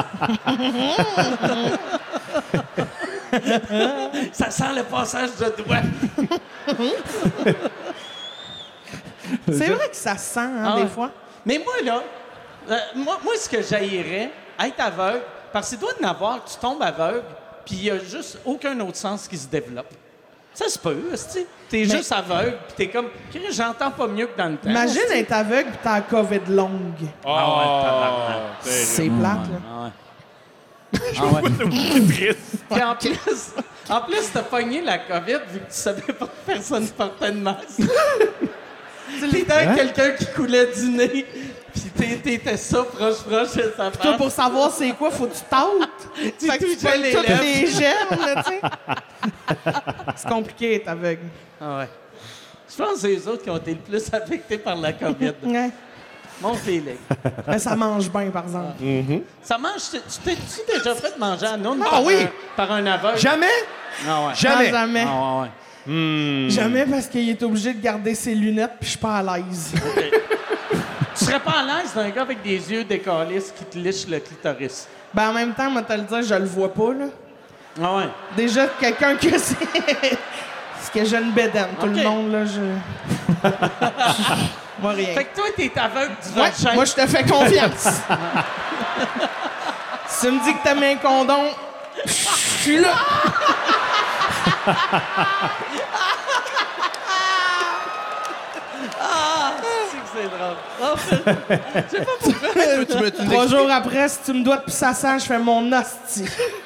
Ça sent le passage de doigt. C'est vrai que ça sent, hein, Ah des ouais. fois. Mais moi, là, moi, ce que j'haïrais, être aveugle, parce que c'est toi de n'avoir, tu tombes aveugle, puis il n'y a juste aucun autre sens qui se développe. Ça se peut, tu t'es juste aveugle, puis t'es comme, j'entends pas mieux que dans le temps. Imagine esti. être aveugle pis t'as la COVID longue. C'est plate, là. Ah ouais. Ah ouais. Puis en plus, t'as pogné la COVID vu que tu savais pas que personne portait de masque. T'étais avec quelqu'un qui coulait du nez, puis t'étais ça proche de sa Toi, face. pour savoir c'est quoi, faut que tu tentes. Tu Fait que tu touchais pognes les toutes lèvres. les germes, là, tu sais. C'est compliqué être aveugle. Ah ouais. Je pense que c'est les autres qui ont été le plus affectés par la COVID. Ouais. Mon feeling. Mais ça mange bien, par exemple. Ça mange... Tu t'es déjà fait manger à noun Ah oui! par un aveugle? Jamais? Ah ouais. Jamais. Non, jamais. Ah ouais. Jamais parce qu'il est obligé de garder ses lunettes puis je suis pas à l'aise. Tu serais pas à l'aise d'un gars avec des yeux décalisses qui te lichent le clitoris. Ben, en même temps, moi, te le dire, je le vois pas, là. Ah ouais. Déjà, quelqu'un que c'est... C'est que j'ai une bédaine. Tout Ok. le monde, là, je... Moi, rien. Fait que toi, t'es aveugle du Ouais, vagin. moi, je te fais confiance. Si tu me dis que t'as mis un condom, je suis là. C'est que c'est drôle. En fait, je sais pas pourquoi. Tu 3 jours après, si tu me dois de ça sent, je fais mon hostie.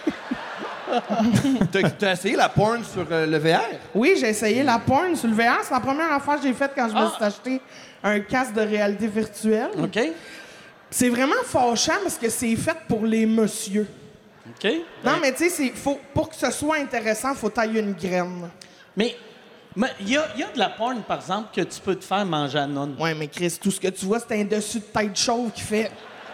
T'as essayé la porn sur le VR? Oui, j'ai essayé la porn sur le VR. C'est la première affaire que j'ai faite quand je me suis acheté un casque de réalité virtuelle. OK. C'est vraiment fâchant parce que c'est fait pour les messieurs. OK. Non, mais tu sais, pour que ce soit intéressant, faut tailler une graine. Mais il y a de la porn, par exemple, que tu peux te faire manger à noun. Ouais, mais Chris, tout ce que tu vois, c'est un dessus de tête chauve qui fait...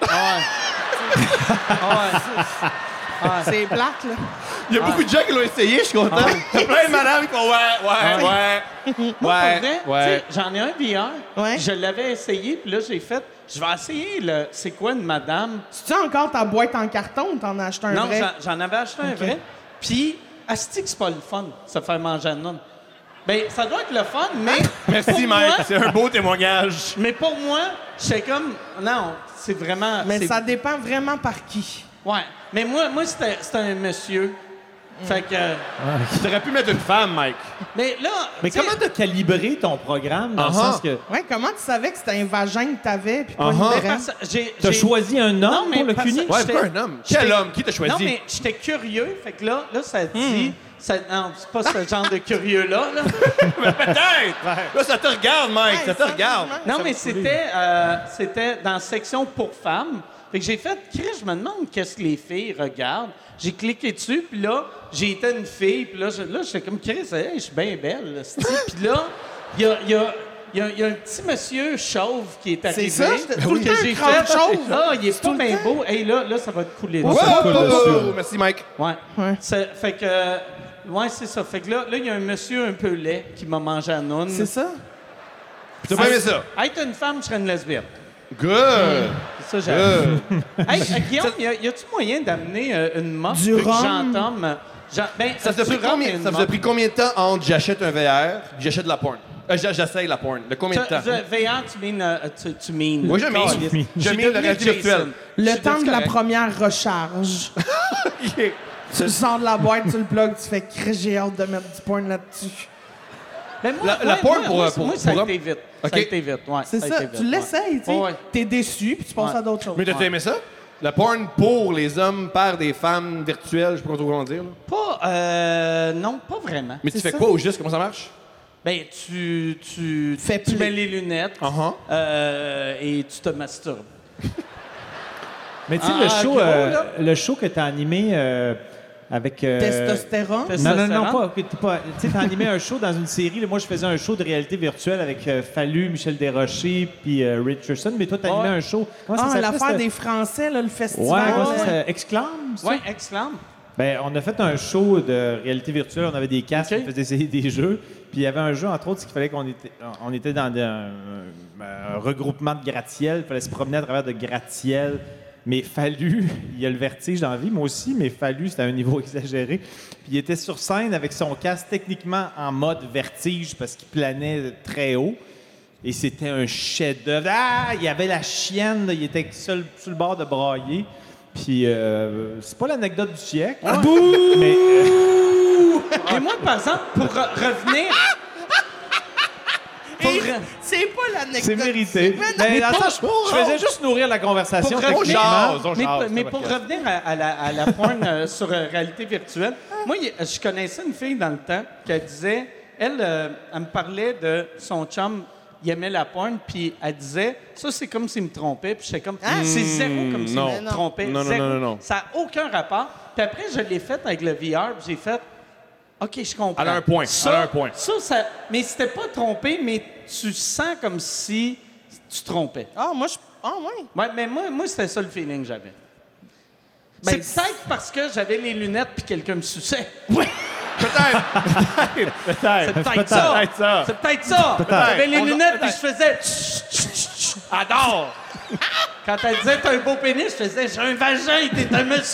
C'est plate, là. Il y a beaucoup de gens qui l'ont essayé, je suis content. T'as plein de madames qui font ouais. Pour vrai, tu sais, j'en ai un VR. Ouais. Je l'avais essayé, puis là, j'ai fait... Je vais essayer le... C'est quoi une madame? Tu as encore ta boîte en carton ou t'en as acheté un Non, vrai? j'en avais acheté un vrai. Puis, asti que c'est pas le fun, se faire manger à noun. Ben, ça doit être le fun, mais... Merci, pour Mike. moi- C'est un beau témoignage. Mais pour moi, j'étais comme... Non, c'est vraiment... Mais c'est- ça dépend vraiment par qui. Ouais. Mais moi c'était un monsieur. Fait que... Tu aurais pu mettre une femme, Mike. Mais là... Mais tu sais, comment t'as calibré ton programme dans le sens que Ouais, comment tu savais que c'était un vagin que t'avais puis pas une parce graine? que t'as choisi un Non, homme mais pour le parce que cuni? Ouais, j'étais- pas un homme. j'étais- Quel homme? Qui t'a choisi? Non, mais j'étais curieux. Fait que là ça dit Non, c'est pas ce genre de curieux-là. Là. Peut-être! Là, ça te regarde, Mike, ça te regarde. Non, mais c'était dans la section pour femmes. Fait que j'ai fait, Chris, je me demande qu'est-ce que les filles regardent. J'ai cliqué dessus, puis là, j'ai été une fille, puis là, j'étais comme, Chris, hey, je suis bien belle. Là, puis là, il y a un petit monsieur chauve qui est arrivé. C'est ça? Tout le temps que j'ai un crâne fait. chauve. Ah, il est pas bien beau. Hey, là, ça va te couler. Wow! dessus. Merci, Mike. Ouais. Ouais. Fait que... Ouais, c'est ça. Fait que là, il y a un monsieur un peu laid qui m'a mangé à noune. C'est ça? T'as pas aimé ça? Être une femme, je serais une lesbienne. Good! C'est ça, j'aime. Hey, Guillaume, y a-tu moyen d'amener une mop Du que rhum? j'entame? Ça vous a pris combien de temps entre j'achète un VR et j'achète de la porn? J'essaye la porn. De combien de temps? VR, tu mean. Moi, je mine. Je mine la réalité virtuelle. Le C'est temps de la correct. première recharge. Tu le sors de la boîte, tu le plugues, tu fais Chris, j'ai hâte de mettre du porn là-dessus. Mais moi, La porn moi, pour- ça a pour- été vite. OK. Ça a été vite, ouais. C'est a ça, été vite, tu l'essayes, tu sais. Ouais. T'es déçu, puis tu passes Ouais. à d'autres choses. Mais t'as aimé ça? La porn pour les hommes, par des femmes virtuelles, je sais pas trop comment dire. Là. Non, pas vraiment. Mais tu C'est fais ça. quoi au juste? Comment ça marche? Ben, tu Fais tu plus. mets les lunettes et tu te masturbes. Mais tu sais, gros, là. le show que tu as animé avec. Testostérone. Non, pas. Tu sais, as animé un show dans une série. Là, moi, je faisais un show de réalité virtuelle avec Fallu, Michel Desrochers puis Richardson. Mais toi, tu as animé un show. Comment ça Ah, s'appelait? l'affaire c'était? des Français, là, le festival. Ouais, comment là. ça Exclame, ça? Oui, exclame. Ben, on a fait un show de réalité virtuelle. On avait des casques, OK. on faisait des jeux. Puis il y avait un jeu, entre autres, c'est qu'il fallait on était dans un regroupement de gratte-ciel. Il fallait se promener à travers de gratte-ciel. Mais Fallu, il y a le vertige dans la vie, moi aussi, mais Fallu, c'était à un niveau exagéré. Puis il était sur scène avec son casque techniquement en mode vertige parce qu'il planait très haut. Et c'était un chef-d'œuvre. Ah! Il y avait la chienne, là, il était seul sur le bord de brailler. Puis c'est pas l'anecdote du siècle. Mais Mais moi, par exemple, pour revenir... Pour Et re- c'est pas l'anecdote. c'est mérité. Mais dans le sens, je faisais juste nourrir la conversation. Pour revenir- techniquement. mais pour revenir à la porn sur réalité virtuelle, moi, je connaissais une fille dans le temps qui disait, elle me parlait de son chum, il aimait la porn, puis elle disait, ça, c'est comme s'il me trompait, puis j'étais comme, c'est zéro comme s'il non. me trompait. Non, non, zéro. non, non, non. Ça n'a aucun rapport. Puis après, je l'ai fait avec le VR, puis j'ai fait, OK, je comprends. Elle a un point, Ça, elle a un point. mais c'était pas trompé, mais tu sens comme si tu trompais. Ah, moi, je. Ah, ouais. Ouais, mais moi c'était ça le feeling que j'avais. Ben, C'est peut-être parce que j'avais les lunettes puis quelqu'un me suçait. Peut-être! C'est peut-être ça. Peut-être ça. C'est peut-être ça. J'avais les On- lunettes puis je faisais... Adore! Quand elle disait « T'as un beau pénis », je faisais « J'ai un vagin, t'es un monsieur! »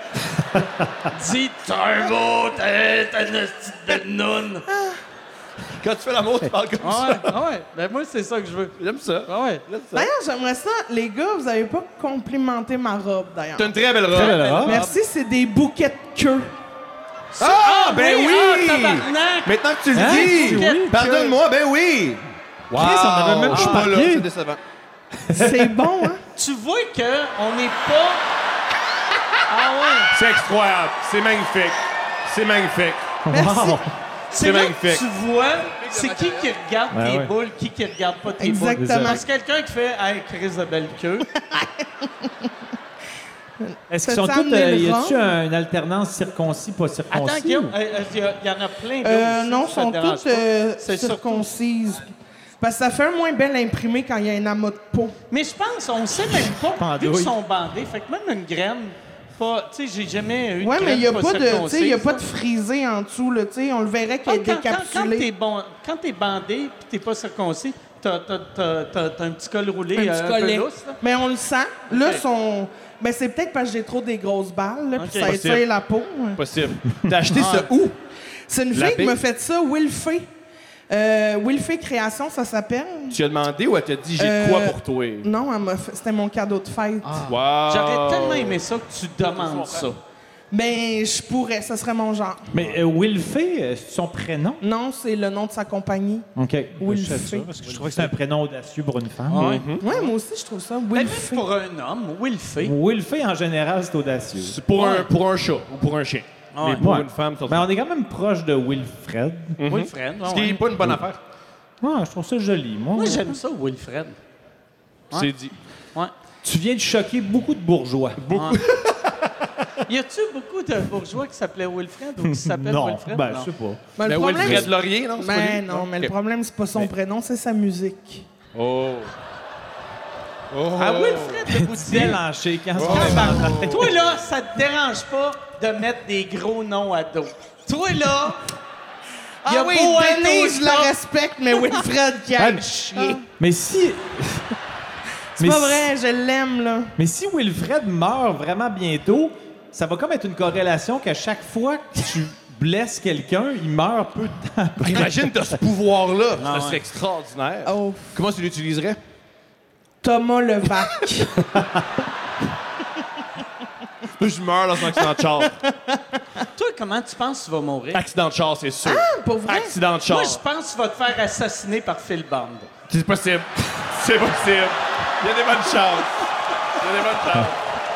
Dis « T'as un beau, t'as une petite de noune. Quand tu fais l'amour, tu parles comme ça. Ah ouais. Ben moi, c'est ça que je veux. J'aime ça. Ah ouais. J'aime ça. D'ailleurs, j'aimerais ça. Les gars, vous avez pas complimenté ma robe, d'ailleurs. T'as une très belle robe. Très belle robe. Merci, c'est des bouquets de queue. Ah, ben oui! Ah, tabarnak! Maintenant que tu le Hein? dis, Oui. pardonne-moi, ben oui! Wow! Chris, on avait même Je suis pas pas là, marqué. c'est décevant. C'est bon, hein? Tu vois qu'on n'est pas... Ah ouais. C'est incroyable, c'est magnifique. C'est magnifique. Wow. C'est là que magnifique. tu vois, c'est qui regarde Ouais, tes ouais. boules, qui regarde pas tes boules. Exactement. Parce que quelqu'un qui fait « Hey, Chris de belle queue Est-ce qu'ils sont T'as-tu tous. amené le Y a-tu rhum? une alternance circoncis, pas » circoncis? Attends, Guillaume, il y en a plein d'autres. aussi, Non, ça sont te dérange toutes pas. C'est surtout- circoncises. Parce que ça fait un moins belle imprimé quand il y a un amas de peau. Mais je pense, on sait même pas, vu Pendouille. qu'ils sont bandés. Fait que même une graine, pas... Tu sais, j'ai jamais eu de Ouais, graine mais il n'y a pas pas de, tu sais, circoncise, il y a pas là. de frisé en dessous, là, tu sais. On le verrait qu'elle est Quand décapsulée. quand t'es bandé puis t'es pas circoncis, t'as un petit col roulé Un petit un collet. peu lousse, là. Mais on le sent. Là, Ok. son... Ben, c'est peut-être parce que j'ai trop des grosses balles, là, puis Ok. ça Possible. étire la peau. Possible. T'as acheté ça Ouais. où? C'est une La fille qui baie? m'a fait ça, Wilfay. Wilfay Création, ça s'appelle. Tu as demandé ou elle t'a dit j'ai de quoi pour toi? Non, c'était mon cadeau de fête. Wow! J'aurais tellement aimé ça que tu demandes ça. Ben, je pourrais, ça serait mon genre. Mais Wilfay, c'est son prénom? Non, c'est le nom de sa compagnie. OK. Wilfay. Je sais ça, parce que je trouvais que c'était un prénom audacieux pour une femme. Ouais. Ouais, moi aussi, je trouve ça. Ben, même Wilfay. pour un homme, Wilfay. Wilfay, en général, c'est audacieux. C'est pour un chat ou pour un chien. Ouais. Mais pour Ouais. une femme, c'est Ben, on est quand même proche de Wilfred. Wilfred. Ce qui n'est pas une bonne affaire. Ouais, je trouve ça joli. Moi, j'aime ça, Wilfred. C'est dit. Ouais. Tu viens de choquer beaucoup de bourgeois. Y a-tu beaucoup de bourgeois qui s'appelaient Wilfred ou qui s'appellent Non, Wilfred? ben, Non. je sais pas. Mais Mais le problème, Wilfred Laurier, non? C'est pas ben lui? non, mais Ok. le problème, c'est pas son prénom, c'est sa musique. Oh. Oh. Ah, Wilfred de Boutier. Délanché quand Tabarnak. Toi, là, ça te dérange pas de mettre des gros noms à dos. Toi, là, il a Ah oui, beau être Denise, au je la top. respecte, mais Wilfred qui a chier. Mais si. C'est pas vrai, je l'aime, là. Mais si Wilfred meurt vraiment bientôt, ça va comme être une corrélation qu'à chaque fois que tu blesses quelqu'un, il meurt peu de temps après. Imagine, t'as ce pouvoir-là. Ah, Ça ouais. serait extraordinaire. Oh, Comment tu l'utiliserais? Thomas Levac. Je meurs dans un accident de char. Toi, comment tu penses que tu vas mourir? Accident de char, c'est sûr. Pour vrai? Accident de char. Moi, je pense que tu vas te faire assassiner par Phil Bond. C'est possible. C'est possible. Il y a des bonnes chances. Il y a des bonnes chances.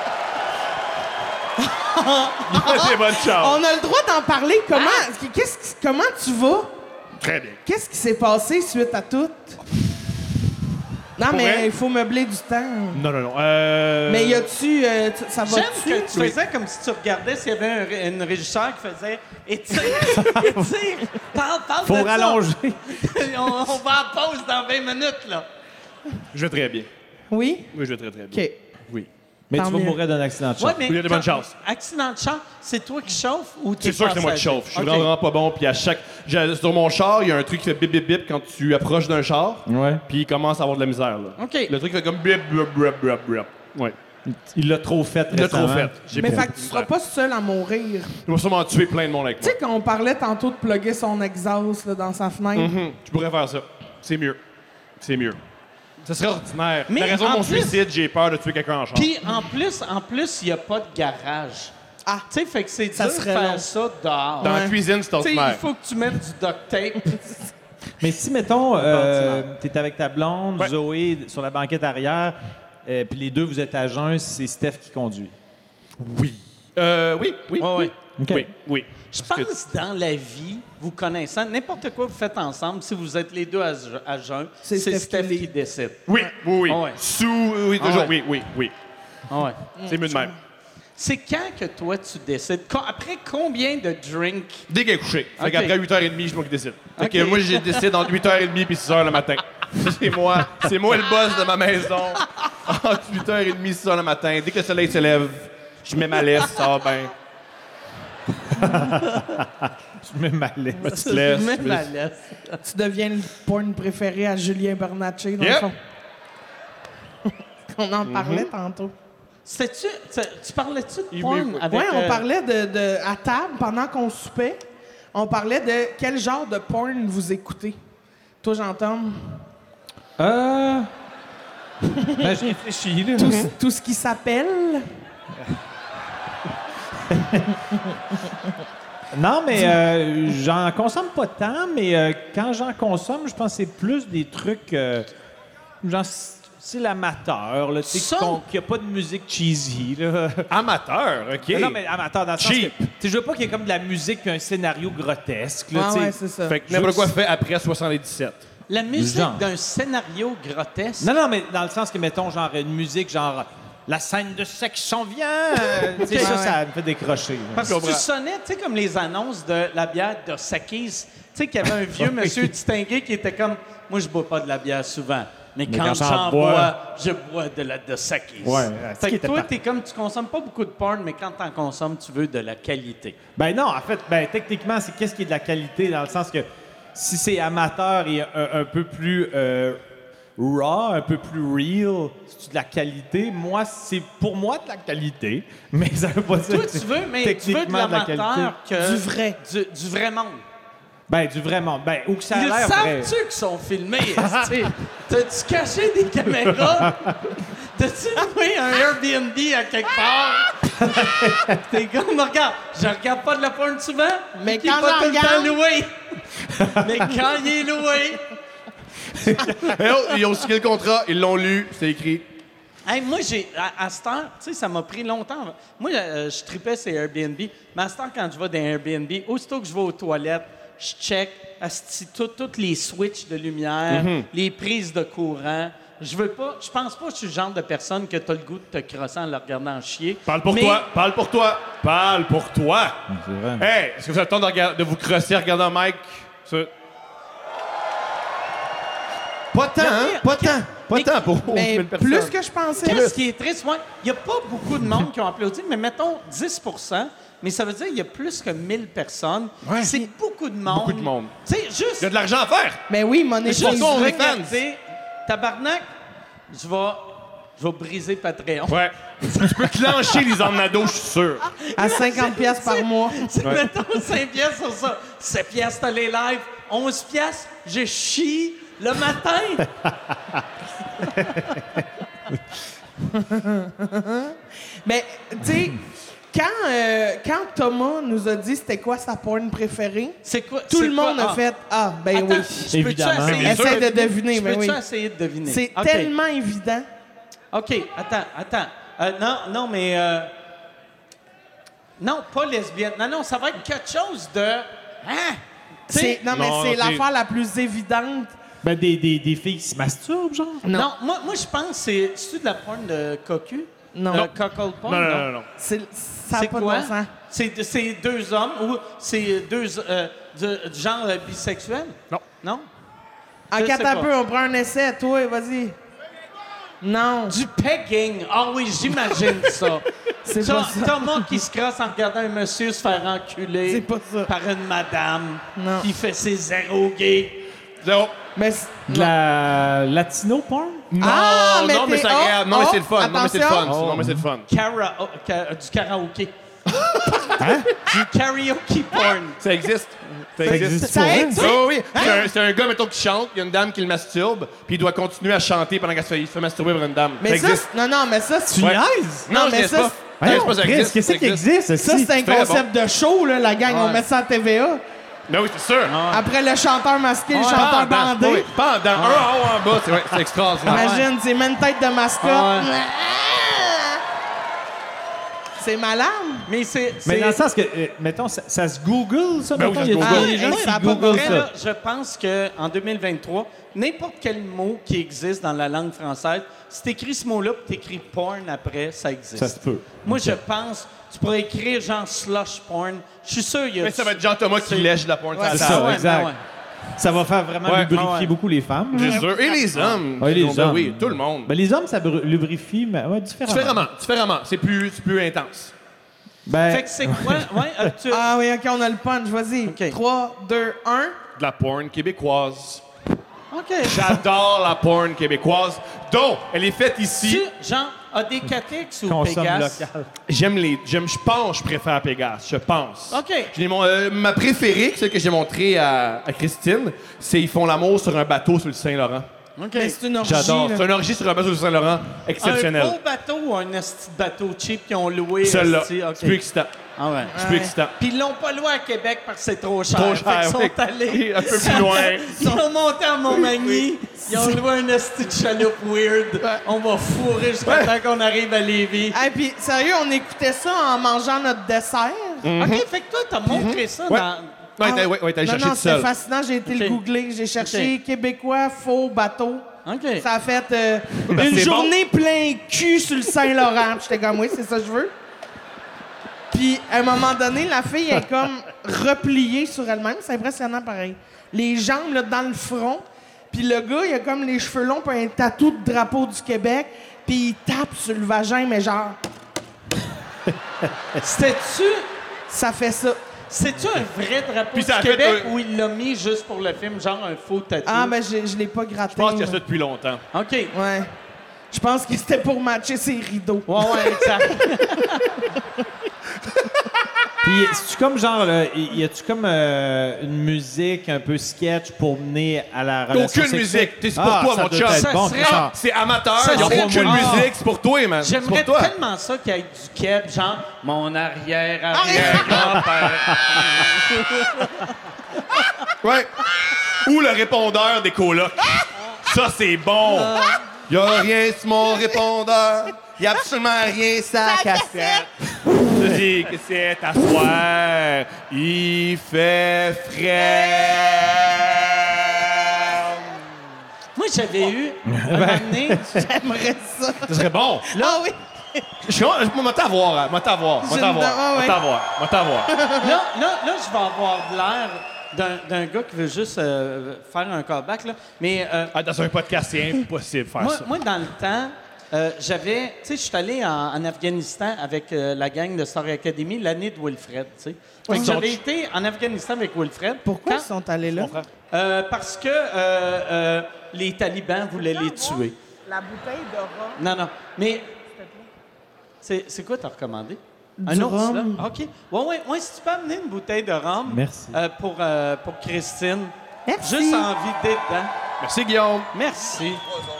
Il y a des bonnes chances. On a le droit d'en parler. Comment tu vas? Très bien. Qu'est-ce qui s'est passé suite à tout? Non, Pour mais vrai? il faut meubler du temps. Non, non, non. Mais y a-tu... ça J'aime va-tu? que tu faisais comme si tu regardais s'il y avait une régisseur qui faisait « Étire, étire, parle Faut de ça. rallonger. on va en pause dans 20 minutes, là. Je vais très bien. Oui? Oui, je vais très, très bien. OK. Oui. Mais Tant tu vas mieux. mourir d'un accident de char. Ouais, mais Il y a des bonnes chances. Accident de char, c'est toi qui chauffe ou tu C'est sûr que c'est moi qui chauffe. Je suis OK. vraiment pas bon. Puis à chaque... Sur mon char, il y a un truc qui fait bip, bip, bip quand tu approches d'un char. Ouais. Puis il commence à avoir de la misère, là. OK. Le truc fait comme bip, bip, bip, bip, bip. Ouais. Il l'a trop fait Il l'a trop récemment. fait. J'ai Mais pas- fait que tu seras pas seul à mourir. Il va sûrement tuer plein de monde avec Tu moi. sais, quand on parlait tantôt de plugger son exhaust là, dans sa fenêtre, Tu pourrais faire ça. C'est mieux. C'est mieux. Ça serait ordinaire. Mais La raison de en mon plus- suicide, j'ai peur de tuer quelqu'un en char. Puis en plus, il n'y a pas de garage. Ah. Tu sais, fait que c'est Ça dur de serait faire long. ça dehors. Dans la Ouais. cuisine, c'est Tu sais, il ordinaire. faut que tu mettes du duct tape. Mais si, mettons, t'es avec ta blonde, Ouais. Zoé, sur la banquette arrière, puis les deux, vous êtes à jeun, c'est Steph qui conduit. Oui. Oui, oui. Ouais, ouais. OK. Oui, oui. Je pense dans la vie, vous connaissant, n'importe quoi vous faites ensemble, si vous êtes les deux à jeun, C'est c'est Steph Steph qui qui décide. Oui, oui, oui. Ah ouais. Oui, toujours. Ah ouais. Oui, oui, oui. Ah ouais. C'est mieux de même. C'est quand que toi, tu décides? Après combien de drinks? Dès qu'elle est couchée. Fait OK. qu'après 8h30, c'est moi qui décide. Fait que OK. moi, je décide entre 8h30 et 6h le matin. C'est moi. C'est moi le boss de ma maison. Entre 8h30 et 6h le matin. Dès que le soleil se lève, je mets ma laisse, ça va bien. Je me malais. Ma petite laisse. Même la laisse. tu deviens le porn préféré à Julien Bernatchez, dans Yep. le fond. On en parlait tantôt. Tu parlais-tu de porn avec... Oui, on parlait à table, pendant qu'on soupait, on parlait de quel genre de porn vous écoutez. Toi, j'entends Ben, j'ai réfléchi, là. tout ce qui s'appelle. Non, mais j'en consomme pas tant, mais quand j'en consomme, je pense que c'est plus des trucs... genre, c'est l'amateur, là, tu sais, Ça? qu'il n'y a pas de musique cheesy, là. Amateur, OK. Non, mais amateur, dans le sens que... Cheap. Tu sais, je veux pas qu'il y ait comme de la musique puis un scénario grotesque, là, Ah tu sais. ouais, c'est ça. Fait que n'importe quoi fait après 77. La musique Genre. d'un scénario grotesque. Non, mais dans le sens que, mettons, genre, une musique, genre... La scène de sexe s'en vient! Tu sais, ça, Ouais. ça me fait décrocher. là. Parce que tu sonnais, tu sais, comme les annonces de la bière de Sakis. Tu sais, qu'il y avait un vieux monsieur distingué qui était comme « Moi, je bois pas de la bière souvent, mais quand quand j'en j'en bois, je bois de la de Sakis. Ouais, ce qui Fait que était toi, parfait. t'es comme, tu consommes pas beaucoup de porn, mais quand t'en consommes, tu veux de la qualité. Ben non, en fait, ben techniquement, c'est qu'est-ce qui est de la qualité, dans le sens que si c'est amateur et un peu plus raw, un peu plus real, c'est de la qualité. Moi, c'est pour moi de la qualité, mais ça veut pas dire Toi, que tu c'est veux, mais tu veux de techniquement l'amateur que... Du vrai. Du vrai monde. Ben, du vrai monde. Ben, ou que ça a Ils l'air vrai. savent-tu qu'ils sont filmés? esti? T'as-tu caché des caméras? T'as-tu loué un Airbnb à quelque part? T'es comme, regarde, je regarde pas de la porn souvent, Mais qui est quand pas j'en tout le temps regarde- loué. Mais quand il est loué, Et oh, ils ont signé le contrat, ils l'ont lu, c'est écrit. Hey, moi, à cette heure, tu sais, ça m'a pris longtemps. Moi, je tripais ces Airbnb. Mais à cette heure, quand je vais dans Airbnb, aussitôt que je vais aux toilettes, je check toutes les switches de lumière, les prises de courant. Je pense pas que je suis le genre de personne que t'as le goût de te crosser en le regardant chier. Parle pour toi. Parle pour toi. Parle pour toi. C'est vrai. Hey, est-ce que vous avez le temps de vous crosser en regardant Mike? Pas tant, hein? Pas tant. Pas tant pour 11 Mais 000 personnes. plus que je pensais. Qu'est-ce qui est triste? Il n'y a pas beaucoup de monde qui ont applaudi, mais mettons 10 mais ça veut dire qu'il y a plus que 1000 personnes. Ouais. C'est beaucoup de monde. Beaucoup de monde. Tu sais, juste... Il y a de l'argent à faire. Mais oui, monétiser. Juste pour toi, on est fans. regarder, tabarnak, je vais briser Patreon. Ouais. Tu peux clencher les emnados, je suis sûr. À 50 pièces par mois. C'est mettons 5 piastres sur ça. 7 piastres, t'as les lives. 11 piastres, je chie le matin. Mais, tu sais, quand Thomas nous a dit c'était quoi sa porn préférée, C'est quoi? tout c'est le monde quoi? a fait « Ah, ben Attends, oui. je peux-tu Évidemment. essayer? Bien sûr. Essaye de deviner, Je mais peux-tu oui. essayer de deviner? C'est OK. tellement évident. OK, attends. Non, mais... non, pas lesbienne. Non, ça va être quelque chose de... Hein? Tu sais, Non, mais Non, c'est c'est- l'affaire la plus évidente. Ben, des filles qui se masturbent, genre? non, moi je pense que c'est de la porn de cocu? Non. Cockle porn? Non. Ça n'a C'est pas de quoi? bon sens. C'est deux hommes ou c'est deux du genre bisexuel? Non. Non? En Je 4 sais un pas. peu, on prend un essai, toi, vas-y. Non. Du pegging. Ah oui, j'imagine ça. C'est pas ça. Thomas qui se crosse en regardant un monsieur se faire enculer C'est pas ça. par une madame Non. qui fait ses zéro gays. Zéro. Mais De la latino porn? Non, Ah, mais non, mais t'es- c'est agréable. Non, mais c'est le fun. Non, mais c'est le fun. attention. Non, mais c'est le fun. Du karaoké. Du karaoke porn. Ça existe. Ça existe Ça pour vrai? existe? Oh, oui. C'est un gars, mettons, qui chante, il y a une dame qui le masturbe, puis il doit continuer à chanter pendant qu'elle se fait masturber par une dame. Mais ça, existe. non, mais ça, Tu c'est Ouais. niaises? Non, je mais laisse ça, pas. Je laisse pas, ça Chris, existe. qu'est-ce qui existe? ça, c'est un Très concept de show, là, la gang. On Ouais. met ça à TVA. Ben oui, c'est sûr. Après le chanteur masqué, le chanteur bandé. Oui, pendant. Un en haut, en bas. C'est extraordinaire. Imagine, c'est même tête de mascotte. Ah ouais. C'est malade. Mais c'est... Mais dans le sens que, mettons, ça se Google, ça? Ben oui, mettons? ça se Il y a Google. des gens Ah, qui ça a pas Google Vrai, ça. là, je pense qu'en 2023, n'importe quel mot qui existe dans la langue française, si t'écris ce mot-là puis t'écris porn après, ça existe. Ça se peut. Moi, je pense, tu pourrais écrire genre slush porn. Je suis sûr, il y a... Mais ça va être Jean-Thomas qui lèche de la pointe à C'est la ça, table. ouais, exact. ben ouais. Ça va faire vraiment Ouais, lubrifier ouais. beaucoup les femmes. C'est sûr. Et les hommes. Ouais, les Ben hommes. Oui, tout le monde. Ben, les hommes, ça lubrifie, mais ouais, Différemment. C'est plus intense. Ben, Fait que c'est quoi? Ouais, Ah oui, OK, on a le punch. Vas-y. OK. 3, 2, 1. De la porn québécoise. OK. J'adore la porn québécoise. Donc, elle est faite ici. Tu, genre, ADKTX ou consomme Pégase? local. Je préfère Pégase. Je pense. OK. Ma préférée, celle que j'ai montrée à Christine, c'est ils font l'amour sur un bateau sur le Saint-Laurent. OK. Mais c'est une orgie. J'adore. là. C'est un orgie sur un bateau sur le Saint-Laurent. Exceptionnel. Un beau bateau ou un esti de bateau cheap qu'ils ont loué? Celle-là. esti? OK. C'est plus excitant. Ah ouais. C'est plus excitant. Puis ils l'ont pas loué à Québec parce que c'est trop cher. Trop Fait cher, qu'ils sont oui. allés... Un peu plus loin. Ils ont monté à Montmagny. Ils ont loué un esti de chaloupe weird. On va fourrer jusqu'à temps qu'on arrive à Lévis. Hey, puis sérieux, on écoutait ça en mangeant notre dessert. OK, fait que toi, t'as montré ça Ouais. dans... Ouais, t'as Non, cherché non, tout c'était seul. fascinant. J'ai été OK. le googler. J'ai cherché OK. Québécois faux bateau. OK. Ça a fait une c'est journée plein cul sur le Saint-Laurent. Puis j'étais comme, oui, c'est ça que je veux. Puis, à un moment donné, la fille est comme repliée sur elle-même. C'est impressionnant, pareil. Les jambes, là, dans le front. Puis le gars, il a comme les cheveux longs puis un tatou de drapeau du Québec. Puis il tape sur le vagin, mais genre, C'était-tu... ça fait ça. C'est-tu un vrai drapeau Puis du ça a fait Québec un- ou il l'a mis juste pour le film, genre un faux tatou? Ah, mais je l'ai pas gratté. Je pense qu'il y a là. ça depuis longtemps. OK. Ouais. Je pense que c'était pour matcher ses rideaux. Ouais, exact. Puis, c'est-tu comme genre, y a-tu comme une musique un peu sketch pour mener à la relation Aucune sexuelle? musique. C'est pour toi, ça mon doit chum. être Ça bon, serait- ça. C'est amateur. Ça Il n'y a serait- aucune Ah. musique. C'est pour toi, man. C'est J'aimerais pour toi. tellement ça qu'il y ait du keb, genre mon arrière-grand-père. Ouais. Ou le répondeur des colocs. Ça, c'est bon. Y'a rien sur mon répondeur. Y'a absolument rien sur la cassette. Je dis que c'est à soir. Il fait frais. Moi, j'avais eu un moment donné... J'aimerais ça. Ce serait bon. Ah oui. Je vais t'avoir. Là, Là, je vais avoir de l'air d'un gars qui veut juste faire un callback, là. Mais Dans un podcast, c'est impossible de faire ça. moi, dans le temps, j'avais... Tu sais, je suis allé en Afghanistan avec la gang de Star Academy l'année de Wilfred, tu sais. Fait que j'avais été en Afghanistan avec Wilfred. Pourquoi ils sont allés là? Parce que les talibans voulaient les tuer. La bouteille de rhum. Non. Mais... C'est quoi t'as recommandé? Du rhum. Là? OK. Ouais, si tu peux amener une bouteille de rhum. Merci. Pour Christine. Merci. Juste en vider dedans. Merci, Guillaume. Merci.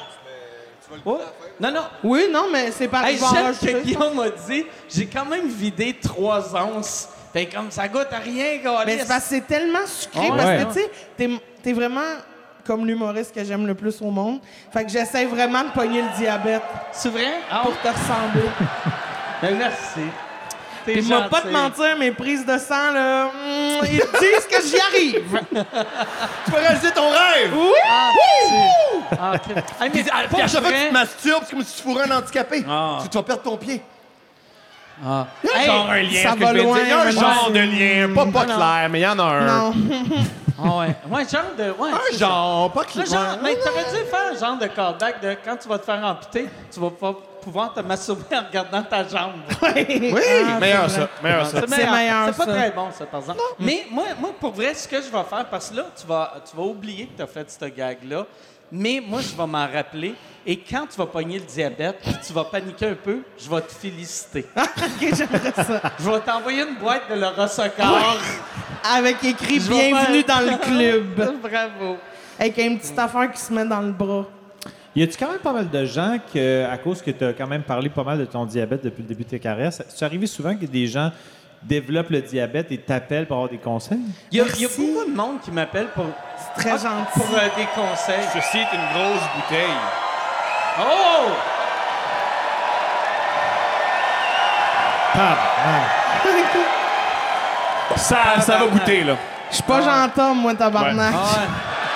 Oh. Non. Oui, non, mais c'est pas... Hey, je vais j'aime enregistrer. que Guillaume m'a dit, j'ai quand même vidé 3 onces. Fait comme ça goûte à rien, gars. Mais c'est parce que c'est tellement sucré. Ah ouais. Parce que, tu sais, t'es vraiment comme l'humoriste que j'aime le plus au monde. Fait que j'essaie vraiment de pogner le diabète C'est vrai? Ah, pour te ressembler. ben, merci. T'es Puis, je vais pas te gentil. mentir, mes prises de sang, là, ils disent que j'y arrive. Tu peux réaliser ton rêve. Oui! Ah, OK. Hey, mais Puis à pour chaque fois que vrai- tu te masturbes, c'est comme si tu fourrais un handicapé. Ah. Tu vas perdre ton pied. Ah. Il y a Hey, genre un lien. ça ce que va je viens de loin, dire. Il y a un maintenant. genre de lien. Pas non. clair, mais il y en a un. Non. Ah ouais. Ouais, genre de... Ouais, Un c'est genre, pas ça. clair. Genre, mais t'aurais dû faire un genre de callback de quand tu vas te faire amputer, tu vas pas pouvoir te masturber en regardant ta jambe. Oui, Ah, meilleur c'est ça. vrai. Meilleur ça. C'est meilleur, C'est pas ça. très bon, ça, par exemple. Mais moi, pour vrai, ce que je vais faire, parce que là, tu vas oublier que tu as fait ce gag-là, mais moi, je vais m'en rappeler. Et quand tu vas pogner le diabète, puis tu vas paniquer un peu, je vais te féliciter. OK, j'aimerais ça. Je vais t'envoyer une boîte de Laura Socor. Avec écrit « Je vais Bienvenue faire- dans le club Bravo. ». Avec une petite affaire qui se met dans le bras. Y a-tu quand même pas mal de gens que, à cause que tu as quand même parlé pas mal de ton diabète depuis le début de ta carrière, c'est arrivé souvent que des gens développent le diabète et t'appellent pour avoir des conseils? Il y a Merci. beaucoup de monde qui m'appelle pour Très gentil. pour des conseils. Ceci est une grosse bouteille. Oh! Ça va goûter, là. Je suis pas gentil, moi, tabarnak. Ah ouais.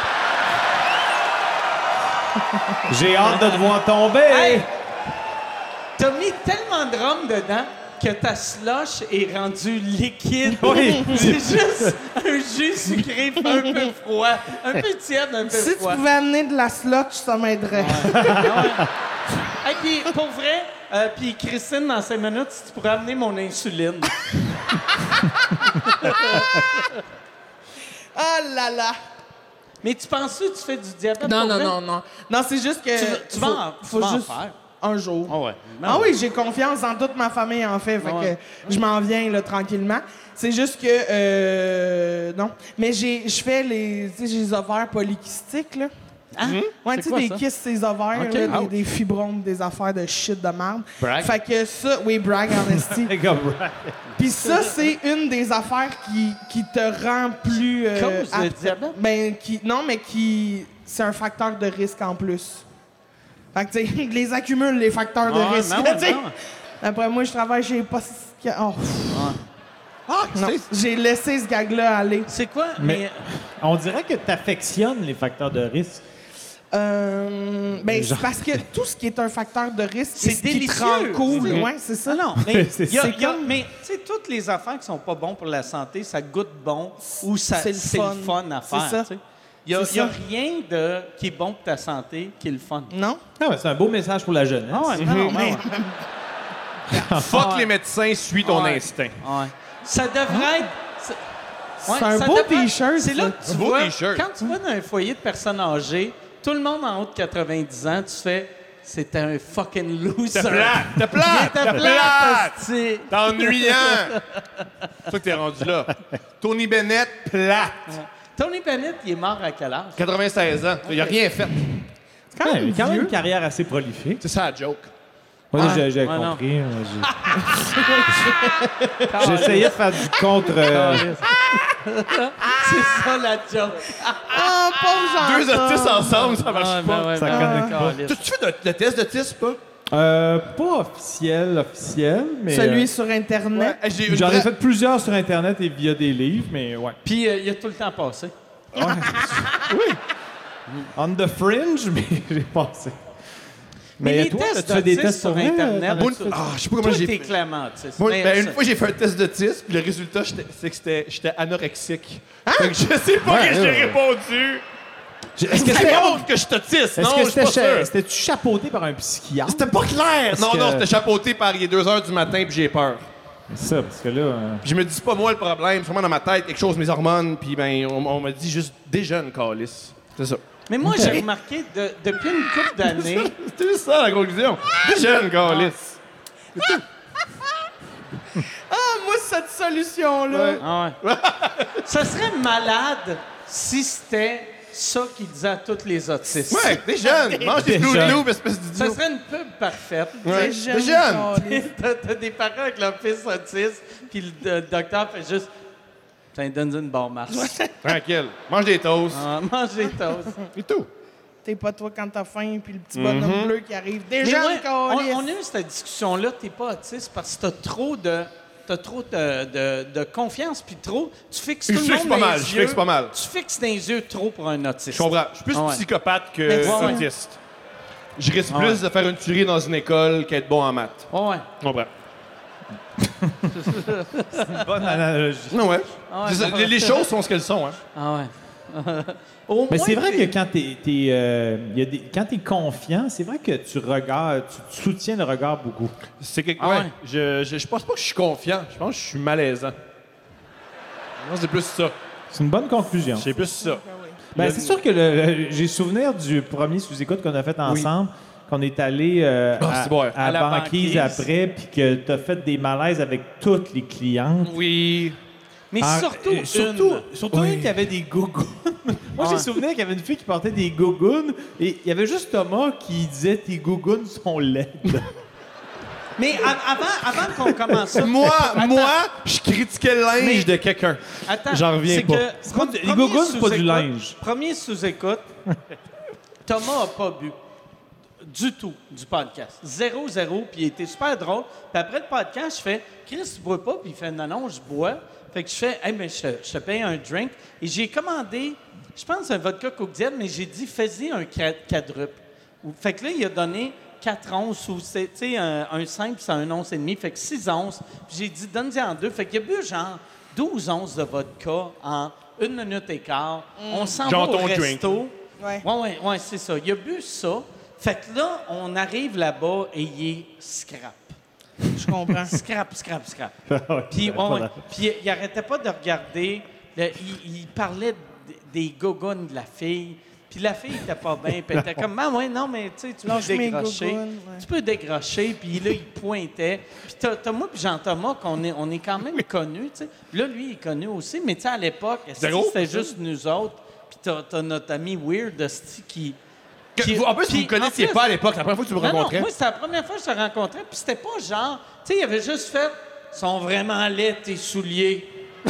J'ai hâte de te voir tomber! Hey! T'as mis tellement de rhum dedans que ta slush est rendue liquide. Oui. C'est juste un jus sucré un peu froid. Un peu tiède, un peu Si tu froid. pouvais amener de la slotch, ça m'aiderait. Hey, puis pour vrai, puis Christine, dans 5 minutes, si tu pourrais amener mon insuline. Oh là là! Mais tu penses que tu fais du diabète Non, pour non, vrai? non, non. Non, c'est juste que... Tu vas en faut juste faire. un jour. Ah ouais. Ah oui, j'ai confiance en toute ma famille, en fait. Fait Ouais. que je m'en viens, là, tranquillement. C'est juste que... non. Mais je fais les... Tu sais, j'ai les ovaires polykystiques, là. Hein? Ouais, C'est tu sais, quoi, des ça? kystes, ces ovaires, Ok. là, Ouch. des fibromes, des affaires de shit de merde. Brag. Fait que ça... Oui, brag, en esti. Les gars, right. Puis ça, c'est une des affaires qui te rend plus... Cause de apte. diabète? Ben, non, mais qui... C'est un facteur de risque en plus. Fait que, tu sais, ils les accumulent, les facteurs de Ah, risque. non, tu sais. non. Après, moi, je travaille chez Post... Oh, Ah, non, j'ai laissé ce gag-là aller. C'est quoi? Mais on dirait que tu affectionnes les facteurs de risque. Ben, c'est parce que tout ce qui est un facteur de risque, C'est ce qui te délicieux. rend cool. C'est- Ouais, c'est ça. Non, mais C'est y a- ça. y a- mais tu sais, toutes les affaires qui sont pas bonnes pour la santé, ça goûte bon ou ça, C'est c'est le le fun. fun à C'est faire. ça. tu sais. Il C'est n'y a ça. rien qui est bon pour ta santé qui est le fun. Non? Ah ouais, c'est un beau message pour la jeunesse. Ah ouais, non, Mais- ouais. Fuck les médecins, suis ton Ouais. instinct. Ouais. Ça devrait être... C'est un beau T-shirt, C'est là ça. que tu Un beau vois, T-shirt. quand tu vas dans un foyer de personnes âgées, tout le monde en haut de 90 ans, tu fais... C'était un fucking loser. T'es plate, T'es plate, hostie. T'es ennuyant. C'est ça que t'es rendu là. Tony Bennett, plate. Tony Bennett, il est mort à quel âge? 96 ans. Il a rien fait. C'est quand même Ouais, il a quand même vieux. une carrière assez prolifique. C'est ça la joke. Moi, j'ai Ouais, non. compris. J'ai essayé de faire du contre... C'est ça la joke. Ah, pauvre Deux Jean-Tom. autistes ensemble, ça marche Ouais, pas. ben ouais, Ça ben connecte ouais, pas. câlisse. Tu fais le test d'autisme, pas? Pas officiel, mais... Celui sur Internet. Hey, j'ai une J'en ai vraie- fait plusieurs sur Internet et via des livres, mais ouais. Puis il a tout le temps passé. On the fringe, mais j'ai passé. Mais les toi, tests as-tu fait des d'autisme tests sur pour vrai? Internet, T'en Moi, as-tu fait? je sais pas comment Toi, j'ai t'es fait. clairement autiste. Moi, Mais ben, ça- une fois, j'ai fait un test d'autisme, puis le résultat, c'est que j'étais anorexique. Fait que je sais pas Ouais, que j'ai ouais. répondu. Est-ce que C'est autre que je suis autiste. Non, je suis pas sûr. c'était-tu chapeauté par un psychiatre? C'était pas clair. Parce Non, que- non, c'était chapeauté par il est 2 h du matin, puis j'ai peur. C'est ça, parce que là... Puis je me dis, c'est pas moi le problème, c'est vraiment dans ma tête, quelque chose, mes hormones, puis ben, on m'a dit juste déjeune, calice. C'est ça. Mais moi, j'ai remarqué, depuis une couple d'années, C'était juste ça la conclusion. Déjeune, calice. Ah, moi, cette solution-là. Ouais. ah ouais. Ça serait malade si c'était ça qu'il disait à tous les autistes. Ouais, déjeune. Mange des Déjeune. Fruit Loops, espèce Ça d'idiot. serait une pub parfaite. Ouais. Déjeune, Déjeune. câlisse. T'as des parents avec leur fils autiste, puis le docteur fait juste... Tiens, donne une barre Mars. Tranquille. Mange des toasts. Ah, mange des toasts. Et tout. T'es pas toi quand t'as faim, puis le petit bonhomme bleu qui arrive. Mais Déjà, ouais, on câlisse. a eu cette discussion-là, t'es pas autiste parce que t'as trop de confiance, puis trop... Tu fixes tout Je le fixe monde pas dans mal, les je yeux. fixe pas mal. Tu fixes dans les yeux trop pour un autiste. Je comprends. Je suis plus Ah ouais. psychopathe que Mais ouais. autiste. Je risque Ah plus ouais. de faire une tuerie dans une école qu'être bon en maths. Ouais. Je comprends. Bonne analogie. Non, ouais. Ah ouais, C'est ça, ça les choses sont ce qu'elles sont, hein. Ah ouais. Au Mais moins, c'est vrai t'es- que quand t'es confiant, c'est vrai que tu soutiens le regard beaucoup. C'est que, Ah ouais. ouais. Je pense pas que je suis confiant. Je pense que je suis malaisant. Non, c'est plus ça. C'est une bonne conclusion. C'est plus ça. Ben, c'est sûr que j'ai souvenir du premier sous-écoute qu'on a fait ensemble, qu'on est allé c'est bon, ouais. à À la la banquise banquise. après, puis que t'as fait des malaises avec toutes les clientes. Oui. Mais surtout, surtout une qui avait des gougounes. Moi, j'ai Ouais. souvenir qu'il y avait une fille qui portait des gougounes et il y avait juste Thomas qui disait « Tes gougounes sont laides. Mais avant qu'on commence ça... Moi, Attends. je critiquais le linge Mais- de quelqu'un. Attends, J'en reviens c'est pas. que C'est pas du- les premier gougounes, c'est pas du sous-écoute- linge. Premier sous-écoute, Thomas a pas bu du tout du podcast. 0, puis il était super drôle. Puis après le podcast, je fais « Chris, tu bois pas? » Puis il fait « Non, non, je bois. » Fait que je fais « Hey, ben, je te paye un drink. » Et j'ai commandé, je pense, un vodka Coke Diet, mais j'ai dit « Fais-y un quadruple. » Fait que là, il a donné 4 onces ou, tu sais, un 5, puis c'est un once et demi. Fait que 6 onces. Puis j'ai dit « Donne-y en deux. » Fait qu'il a bu genre 12 onces de vodka en 1 minute et quart. On s'en va Genre au ton drink. resto. Ouais. Ouais, c'est ça. Il a bu ça. Fait que là, on arrive là-bas et il est scrap. Je comprends. Scrap. Puis, Puis il arrêtait pas de regarder. Il parlait des gogones de la fille. Puis la fille était pas bien. Puis elle était comme, ah ouais, non, mais tu sais, tu peux Lâche mes décrocher. gogones, ouais. Tu peux décrocher. Puis là, il pointait. Puis t'as moi puis Jean-Thomas, on est quand même connus, tu sais. Là, lui, il est connu aussi. Mais tu sais, à l'époque, Zéro. c'était juste nous autres. Puis t'as notre ami Weird esti, qui... En plus, vous Puis, me connaissiez en plus- pas à l'époque. La première fois que tu me non, rencontrais. moi, c'était la première fois que je te rencontrais, puis c'était pas genre... Tu sais, il avait juste fait « sont vraiment laids, tes souliers.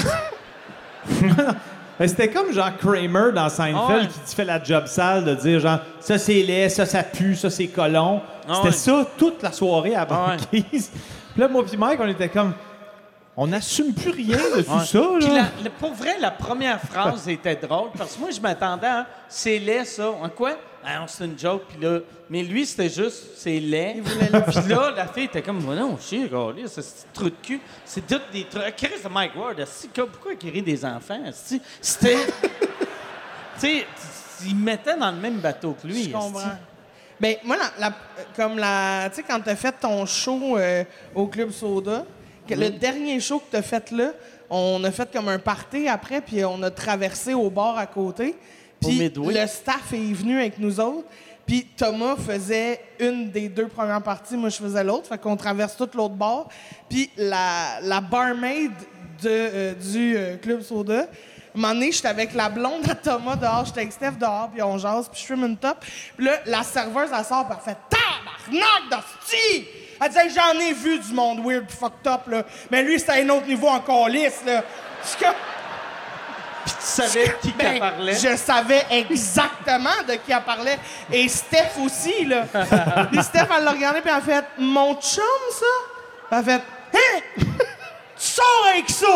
Ben, c'était comme genre Kramer dans Seinfeld Ouais. qui te fait la job sale de dire genre ça c'est laid, ça pue, ça c'est colon. Ah C'était ouais. ça toute la soirée à la Ah ouais. banquise. Puis là, moi puis Mike, on était comme on n'assume plus rien de tout Ouais. ça. Puis Là. pour vrai, la première phrase était drôle, parce que moi, je m'attendais à « c'est laid, ça. » En quoi? Ah, non, c'est une joke, puis là... Mais lui, c'était juste « c'est laid. » Puis là, la fille était comme « non, chier, regardez, c'est ce trou de cul. » C'est toutes des trucs... Chris de Mike Ward, esti, pourquoi il rit des enfants? Esti? C'était... tu sais, il me mettait dans le même bateau que lui. Je comprends. esti. Ben moi, tu sais, quand t'as fait ton show au Club Soda, le dernier show que t'as fait là, on a fait comme un party après, puis on a traversé au bar à côté. Puis Midway. le staff est venu avec nous autres. Puis Thomas faisait une des 2 premières parties, moi je faisais l'autre. Fait qu'on traverse tout l'autre bar. Puis la barmaid du Club Soda, un moment donné, j'étais avec la blonde à Thomas dehors, j'étais avec Steph dehors, puis on jase, puis je fume une top. Puis là, la serveuse, elle sort, puis elle fait « Tabarnak d'hostie! » Elle disait, j'en ai vu du monde weird pis fucked up, là. Mais lui, c'était à un autre niveau encore lisse, là. Je suis comme... Puis tu savais de qui qu'elle parlait. Je savais exactement de qui elle parlait. Et Steph aussi, là. Puis Steph, elle l'a regardé puis elle a fait « Mon chum, ça? » Elle a fait « Hein? Tu sors avec ça? »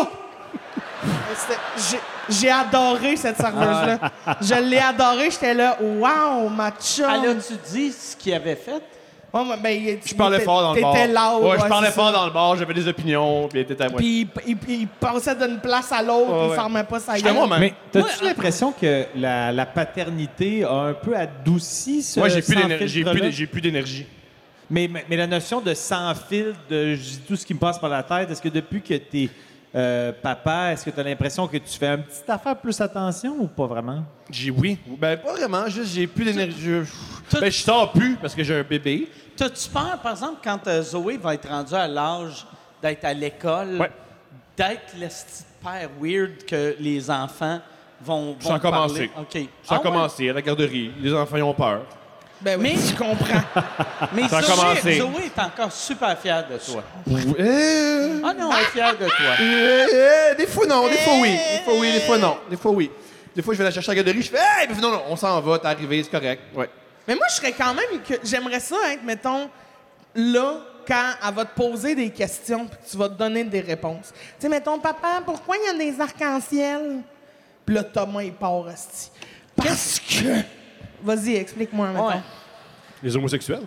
J'ai adoré cette serveuse-là. Je l'ai adorée. J'étais là « Wow, ma chum! » Elle a-tu dit ce qu'il avait fait? Oh, ben, Je parlais fort dans le bar. T'étais loud. Ouais, je parlais c'est fort ça. dans le bar, j'avais des opinions, puis il était à moi. Puis il passait d'une place à l'autre, Ouais, il ouais. fermait pas sa J'étais gueule. moi-même. Mais t'as-tu l'impression que la paternité a un peu adouci ce Moi, j'ai plus sans d'énergie. filtre-là? J'ai plus d'énergie. Mais la notion de sans filtre, de je dis tout ce qui me passe par la tête, est-ce que depuis que t'es papa, est-ce que tu as l'impression que tu fais une petite affaire plus attention ou pas vraiment? Oui. Ben, pas vraiment. Juste, j'ai plus d'énergie. Ben, je sors plus parce que j'ai un bébé. T'as-tu peur, par exemple, quand Zoé va être rendue à l'âge d'être à l'école, Ouais. d'être le petit père weird que les enfants vont Ça a commencé. parler? OK. Ça a Ah ouais? commencé à la garderie. Les enfants ils ont peur. Ben oui, Mais- je comprends. Mais Ça a Zoé, commencé. Zoé est encore super fière de toi. Euh, Ah non, elle est fière de toi. Des fois non, des fois oui. Des fois oui, des fois non. Des fois oui. Des fois, je vais la chercher à la garderie, je fais « Hey! » Puis non, on s'en va, t'es arrivé, c'est correct. Ouais. Mais moi, je serais quand même que j'aimerais ça être, mettons, là, quand elle va te poser des questions puis que tu vas te donner des réponses. Tu sais, mettons, papa, pourquoi il y a des arcs-en-ciel? Puis là, Thomas, il part, asti. Parce que... Vas-y, explique-moi, mettons. Ouais. Les homosexuels?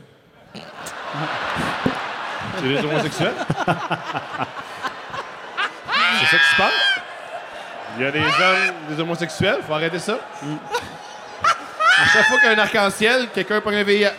C'est les homosexuels? C'est ça qui se passe? Il y a des hommes, des homosexuels, faut arrêter ça. À chaque fois qu'il y a un arc-en-ciel, quelqu'un prend un VIH.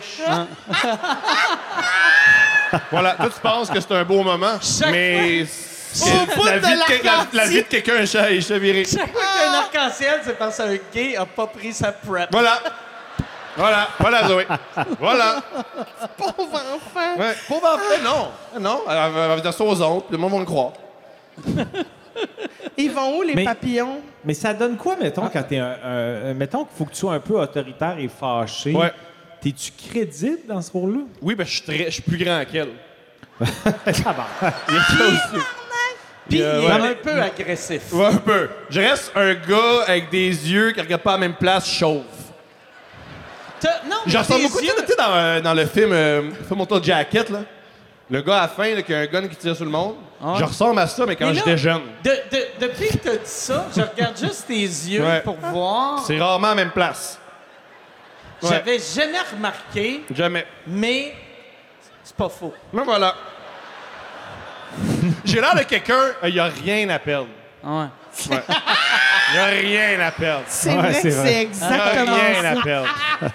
Voilà, toi tu penses que c'est un beau moment, Chaque mais Au bout la, de vie de, l'arc-en-ciel. la vie de quelqu'un est chavirée. Chaque fois qu'il y a un arc-en-ciel, c'est parce qu'un gay a pas pris sa prep. Voilà. Voilà Zoé. Voilà. Pauvre enfant! Ouais. Pauvre enfant, non. Non, elle va dire ça aux autres, puis le monde va le croire. Ils vont où, les Mais- papillons? Mais ça donne quoi, mettons, quand t'es mettons qu'il faut que tu sois un peu autoritaire et fâché. Ouais. T'es-tu crédible dans ce rôle-là? Oui, ben je suis plus grand qu'elle. Ah bon. Il y a ça aussi. Puis il est ouais. un peu agressif. Ouais, un peu. Je reste un gars avec des yeux qui regardent pas à la même place, chauve. Non, J'en mais ressens tes beaucoup, tu yeux- sais, dans le film Auto Jacket, là. Le gars à la fin, là, qui a un gun qui tire sur le monde. Ah. Je ressemble à ça, mais quand Mais là, j'étais jeune. Depuis que t'as dit ça, je regarde juste tes yeux Ouais. pour voir. C'est rarement à la même place. Ouais. J'avais jamais remarqué, Jamais. mais c'est pas faux. Mais voilà. J'ai l'air de quelqu'un, il n'y a rien à perdre. Ouais. Il n'y a rien à perdre. C'est Ouais, vrai c'est que vrai. c'est Il n'y a exactement rien ça. à perdre.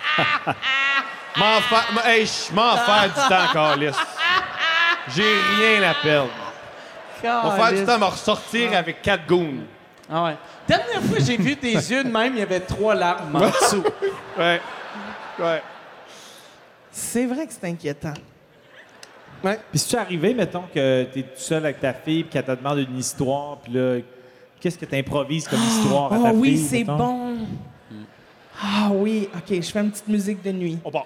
Je m'en faire du temps, Carlis. J'ai rien à perdre. On va faire du temps à me ressortir avec 4 goons. Ah ouais. Dernière fois que j'ai vu tes yeux de même, il y avait 3 larmes en dessous. Ouais. Ouais. C'est vrai que c'est inquiétant. Puis si tu es arrivé, mettons, que t'es tout seul avec ta fille puis qu'elle te demande une histoire, puis là, qu'est-ce que tu improvises comme histoire à ta Oh fille? oui, c'est mettons? bon. Ah oui, OK, je fais une petite musique de nuit. On part.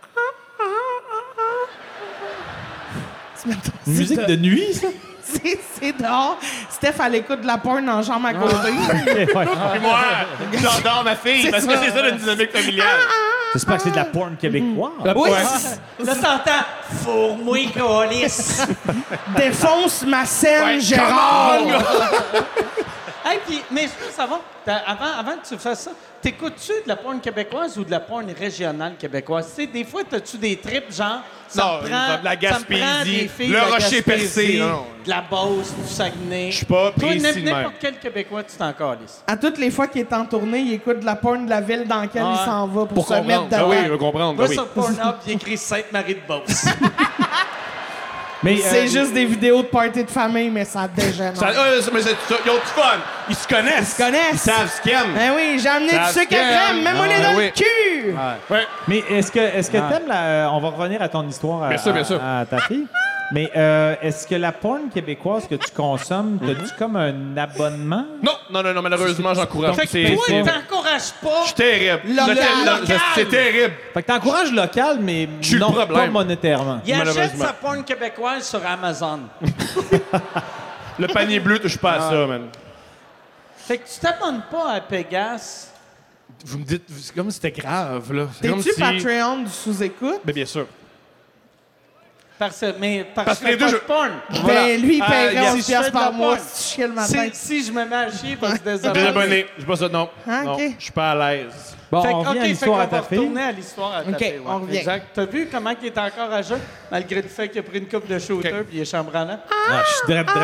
Une musique de nuit, ça? C'est dehors. Steph, elle écoute de la porn en chambre à côté. Ok, ouais. Et moi, j'adore ma fille, C'est parce que ça. c'est ça, une dynamique familiale. J'espère que c'est de la porn québécoise. Oui, Là, t'entends « Fourre-moi, calice! défonce ma scène, Ouais, Gérard! Hey, puis, mais je veux savoir, avant que tu fasses ça, t'écoutes-tu de la porn québécoise ou de la porn régionale québécoise? Tu sais, des fois, t'as-tu des trips genre... Non, me prend- de la ça me Gaspésie, prend des filles le de la Rocher Gaspésie, Percé, non. de la Beauce, du Saguenay. Je suis pas Toi, précis de même. n'importe quel Québécois, tu t'en calisses. À toutes les fois qu'il est en tournée, il écoute de la porn de la ville dans laquelle il Ouais. s'en va pour se Comprendre. mettre dedans. Ah oui, il va comprendre. Va Ah oui. sur Pornhub, il écrit Sainte-Marie-de-Beauce. Mais, C'est juste des vidéos de party de famille, mais ça dégénère. Mais c'est ça. Ils ont du fun. Ils se connaissent. Ils se connaissent. Ils savent ce qu'ils aiment. Ben oui, j'ai amené Ça du sucre à se crème, calme. mets-moi les Ah, dans oui. le cul! Ouais. mais est-ce que t'aimes la... On va revenir à ton histoire Bien sûr, bien sûr. à ta fille. Mais est-ce que la porn québécoise que tu consommes, t'as-tu comme un abonnement? Non, malheureusement, j'encourage. Fait que toi, t'encourages pas. Je suis terrible. Local. C'est terrible. Fait que t'encourages local, mais suis non le problème. pas monétairement. Il achète Malheureusement. sa porn québécoise sur Amazon. Le panier bleu touche pas à ça, man. Fait que tu t'abonnes pas à Pégase. Vous me dites, c'est comme si c'était grave, là. C'est comme T'es-tu si... Patreon du sous-écoute? Ben, bien sûr. Parce que que les deux, pas je- de porn. Ben, lui, il paierait si 11 je piastres fais de la par mois porn. si tu chies le matin. Si je me mets à chier, il va se désabonner. Désabonné. Je pas ça, non. Ah, Non, ok. je suis pas à l'aise. Bon, Fait que, on revient à fait l'histoire qu'on à ta va fille. retourner à l'histoire à ta OK, fille. on revient. Exact. T'as vu comment il est encore à jeun, malgré le fait qu'il a pris une coupe de shooter OK. puis il est chambranlant? Ah, je suis drette.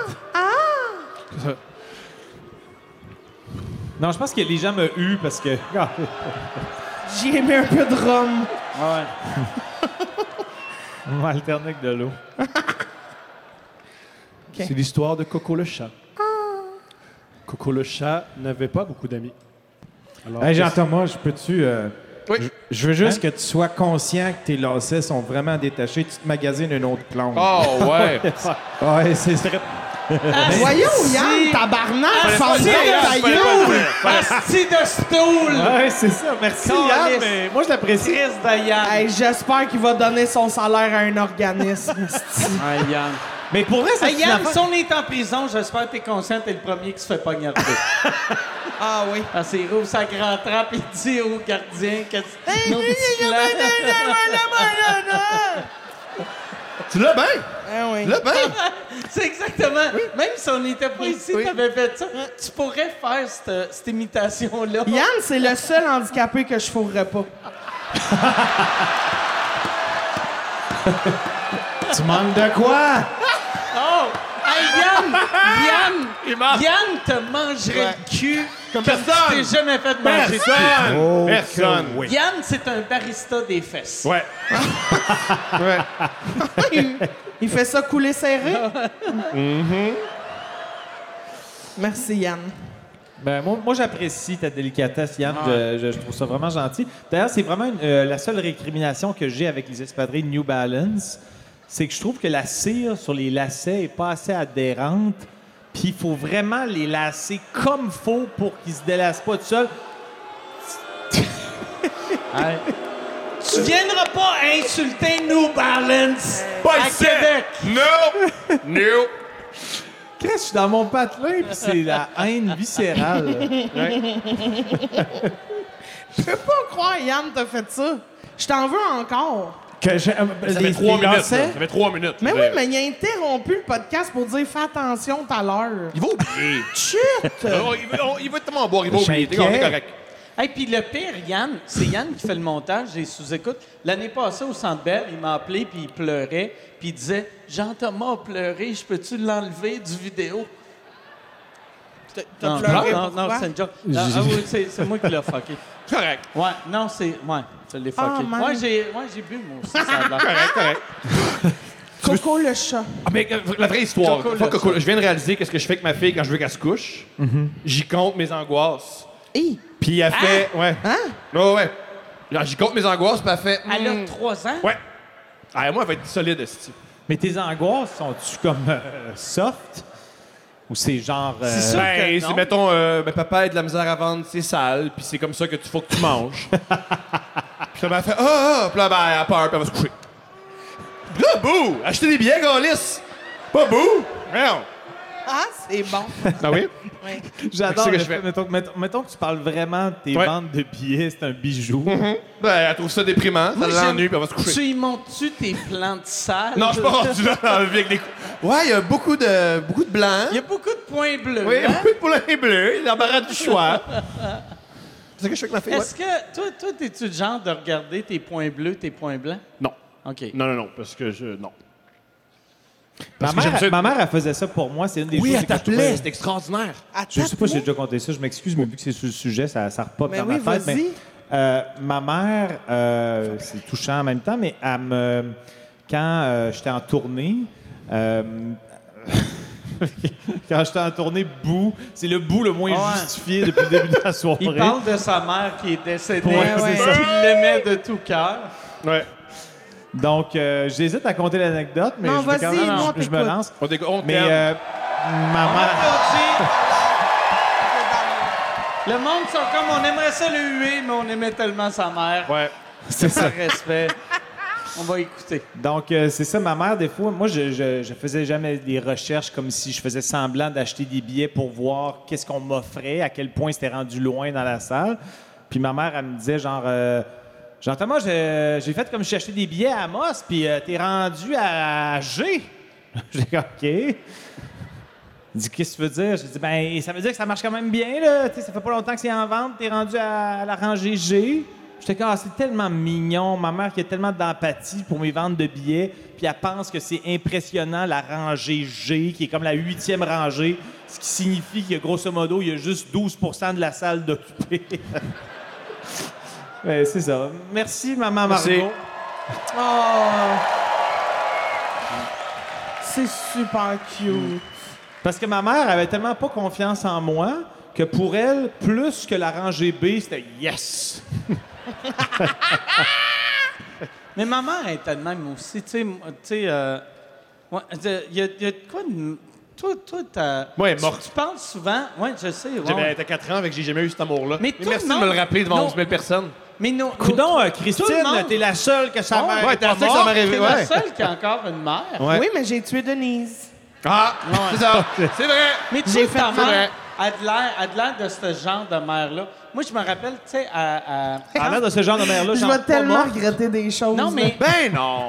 Non, je pense que les gens m'ont eu parce que... J'ai mis un peu de rhum. Ouais. On va alterner avec de l'eau. C'est l'histoire de Coco le chat. Coco le chat n'avait pas beaucoup d'amis. Alors, Hey, Jean-Thomas, je peux-tu... Oui. Je veux juste que tu sois conscient que tes lacets sont vraiment détachés. Tu te magasines une autre clone. Oh, ouais. Ouais, c'est ça. Voyons, Yann, tabarnak, Asti ta gueule! Asti de stool! Ouais, c'est ça. Merci, Calisse. Yann, mais moi, je l'apprécie. Triste de Yann. Hey, j'espère qu'il va donner son salaire à un organisme. esti. Ah, Yann. Mais pour vrai, ça Hey, Yann, si on est en prison, j'espère que t'es conscient que t'es le premier qui se fait poignarder. Ah oui. Parce qu'il rouvre sa grande trappe et il dit au gardien que nos petits clans... Tu l'as bien. Ah oui. Tu l'as bien. C'est exactement. Même si on n'était pas ici, t'avais fait ça. Tu pourrais faire cette imitation-là. Yann, c'est le seul handicapé que je fourrerais pas. Tu manques de quoi? Oh! Hey, Yann te mangerait le cul comme personne. tu t'es jamais fait manger le cul. Personne. Oh, Personne. que oui. Yann, c'est un barista des fesses. Ouais. Ouais. Il fait ça couler serré. Merci, Yann. Ben, moi j'apprécie ta délicatesse, Yann. Je trouve ça vraiment gentil. D'ailleurs, c'est vraiment la seule récrimination que j'ai avec les espadrilles New Balance, c'est que je trouve que la cire sur les lacets est pas assez adhérente. Puis il faut vraiment les lacer comme faut pour qu'ils se délacent pas tout seuls. Hey. Tu viendras pas insulter New Balance Pas à ici. Québec. No. No. Chris, je suis dans mon patelin, puis c'est la haine viscérale. Je peux pas croire, Yann, t'as fait ça. Je t'en veux encore. Que je, Ça fait 3 minutes. là. Ça fait 3 minutes. Mais oui, mais il a interrompu le podcast pour dire fais attention tout à l'heure. Il va oublier. Chut! Il va tellement boire, il va Je suis oublier. T'es inquiet. correct. Hey, puis le pire, Yann, c'est Yann qui fait le montage des sous-écoutes. L'année passée, au Centre Bell, il m'a appelé, puis il pleurait, puis il disait « Jean-Thomas a pleuré, je peux-tu l'enlever du vidéo? » T'as Non, pleuré, non, pourquoi? non, c'est une joke. Ah oui, c'est moi qui l'ai fucké. Correct. Ouais, non, c'est... Ouais, je l'ai fucké. Ah, man. Moi, j'ai bu, moi aussi, ça a l'air. Correct. Coco le chat. Ah, mais la vraie histoire. Coco, Faut le Coco, je viens de réaliser qu'est-ce que je fais avec ma fille quand je veux qu'elle se couche. J'y compte mes angoisses. Hey! Puis elle fait... Ouais. Hein? Ouais. Genre, j'y compte mes angoisses, puis elle fait... Elle a 3 ans. Ouais. Ah, moi, elle va être solide, esti. Mais tes angoisses sont-tu comme soft? Ou c'est genre... C'est sûr. Ben, que c'est, non. mettons, papa a de la misère à vendre ses salles, puis c'est comme ça que tu faut que tu manges. Puis là, ben, elle fait puis là, ben, elle a peur, puis elle va se coucher. Puis là, bouh! Acheter des billets, Gaulis! Pas bouh! Non! Ah, c'est bon. Ah oui? J'adore C'est le que je fait. fais. Mettons que tu parles vraiment de tes Ouais. ventes de billets, c'est un bijou. Ben, elle trouve ça déprimant, Moi, ça l'ennuie, puis elle va se coucher. Tu y montes-tu tes plans de salle? Non, je suis pas rendu là dans la vie avec des... Ouais, il y a beaucoup de blancs. Il y a beaucoup de points bleus. Oui, il y a hein? beaucoup de poulains bleus, l'embarras du choix. C'est ça que je fais avec ma fille, ouais. Est-ce que toi, t'es-tu le genre de regarder tes points bleus, tes points blancs? Non. OK. Non, parce que je... Non. Ma Parce que j'aime ça- mère, elle faisait ça pour moi. C'est une des Oui, choses elle que je trouvais- t'appelait, c'était extraordinaire. Je sais pas si j'ai déjà compté ça, je m'excuse, mais vu que c'est sur le sujet, ça repop Mais dans oui, ma tête. vas-y. Ma mère, c'est touchant en même temps, mais quand j'étais en tournée, quand j'étais en tournée, bout, c'est le bout le moins Ouais. justifié depuis le début de la soirée. Il parle de sa mère qui est décédée, Ouais, c'est qu'il ça. l'aimait de tout cœur. Ouais. Donc, j'hésite à compter l'anecdote, mais Non, je vais quand vas-y, même, nous, on je me t'écoute. lance. On Mais t'aime. ma mère... Le monde sont comme, on aimerait ça le huer, mais on aimait tellement sa mère. Ouais. C'est ça. Par respect. On va écouter. Donc, c'est ça, ma mère, des fois, moi, je faisais jamais des recherches comme si je faisais semblant d'acheter des billets pour voir qu'est-ce qu'on m'offrait, à quel point c'était rendu loin dans la salle. Puis ma mère, elle me disait genre Thomas, j'ai fait comme si j'achetais des billets à Amos, puis t'es rendu à G. J'ai dit, OK. Elle dit, qu'est-ce que tu veux dire? J'ai dit, ben, ça veut dire que ça marche quand même bien, là. Tu sais, ça fait pas longtemps que c'est en vente, t'es rendu à la rangée G. J'étais comme, c'est tellement mignon. Ma mère qui a tellement d'empathie pour mes ventes de billets, puis elle pense que c'est impressionnant la rangée G, qui est comme la 8e rangée, ce qui signifie que, grosso modo, il y a juste 12 % de la salle d'occupée. Ouais, c'est ça. Merci, maman Merci. Margot. Oh. C'est super cute. Parce que ma mère avait tellement pas confiance en moi que pour elle, plus que la rangée B, c'était « yes ». Mais ma mère était de même aussi. Tu sais, il y a de quoi de... Toi, t'as... Moi, elle est morte. Tu parles souvent... Oui, je sais. ouais. J'avais 4 ans, avec j'ai jamais eu cet amour-là. Mais tout merci le de me monde- le rappeler devant Non. 11 000 personnes. Mais non... Coudon, tout le Christine, monde- t'es la seule que sa mère ouais, est t'es la pas seule que ça morte. m'est arrivé. T'es la Ouais. seule qui a encore une mère. Ouais. Oui, mais j'ai tué Denise. Ah, c'est ça. C'est vrai. Mais tu J'ai sais, fait ta mal. mère a de l'air de ce genre de mère-là. Moi, je me rappelle, tu sais, à... À l'air de ce genre de mère-là, Je j'en vais suis pas tellement morte. regretter des choses. Non, mais... Ben non.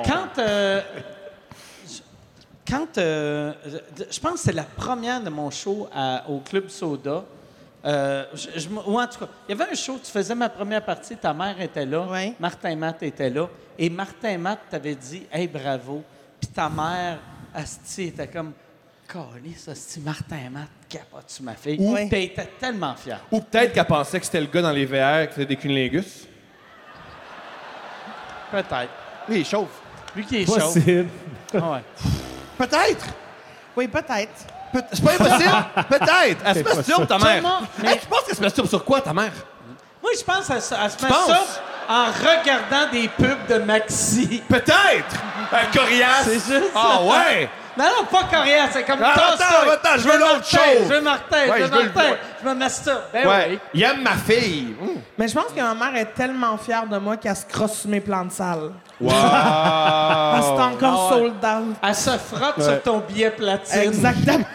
Je pense que c'est la première de mon show au Club Soda. Ou en tout cas, il y avait un show, tu faisais ma première partie, ta mère était là, Ouais. Martin Matt était là, et Martin Matt t'avait dit « Hey, bravo », puis ta mère, Asti, était comme « Calisse, Asti, Martin Matt, capote sur ma fille », Oui. puis elle était tellement fière. Ou peut-être qu'elle pensait que c'était le gars dans les VR qui faisait des cunnilingus. Peut-être. Oui, il chauffe. Lui qui est chaud. Possible. Ah ouais. Peut-être. Oui, peut-être. C'est pas impossible. Peut-être. Elle se masturbe, ta mère. Tout le monde- Hey, tu penses qu'elle se masturbe sur quoi, ta mère? Moi, je pense qu'elle se penses? masturbe en regardant des pubs de Maxi. Peut-être. Coriace. C'est juste Ah ça. ouais. Non, non, pas coréen, c'est comme Ah, attends, je veux l'autre Martin, chose. Je veux Martin, Ouais, je je veux veux le Martin. voir. Je me masturbe. Ben Ouais. oui. Il aime ma fille. Mais je pense que ma mère est tellement fière de moi qu'elle se crosse sur mes plans de salle. Wow. Ah, c'est encore Ah ouais. sold out. Elle se frotte sur ton billet platine. Exactement.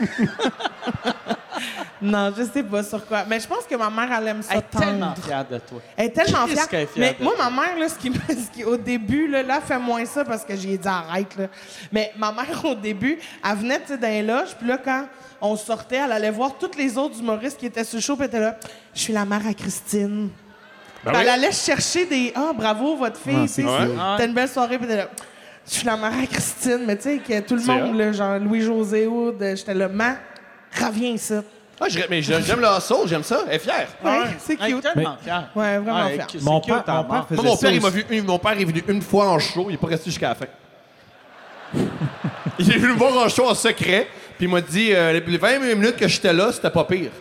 Non, je sais pas sur quoi. Mais je pense que ma mère, elle aime ça Elle est tellement tendre. fière de toi. Elle est tellement Qu'est-ce fière. qu'elle est fière Mais de moi, toi? ma mère, là, au début, là, elle fait moins ça parce que j'ai dit arrête. Là. Mais ma mère, au début, elle venait tu sais, dans les loges, puis là, quand on sortait, elle allait voir tous les autres humoristes qui étaient sur le show, puis elle était là, je suis la mère à Christine. Ben Puis oui. elle allait chercher des ah, bravo, votre fille, tu sais, Ouais. c'était une belle soirée, puis elle était là, je suis la mère à Christine. Mais tu sais, que tout le C'est monde, là, genre Louis-José Houd, j'étais là, ma, reviens ici. Ah, mais j'aime le hustle, j'aime ça. Elle est fière. Ouais, c'est Elle est cute. tellement fière. Ouais, vraiment Ouais, fière. c'est Mon cute, père, ta mon père mère. faisait Moi, mon ça père, aussi. mon père est venu une fois en show, il est pas resté jusqu'à la fin. Il est venu me voir en show en secret, puis il m'a dit les 20 minutes que j'étais là, c'était pas pire.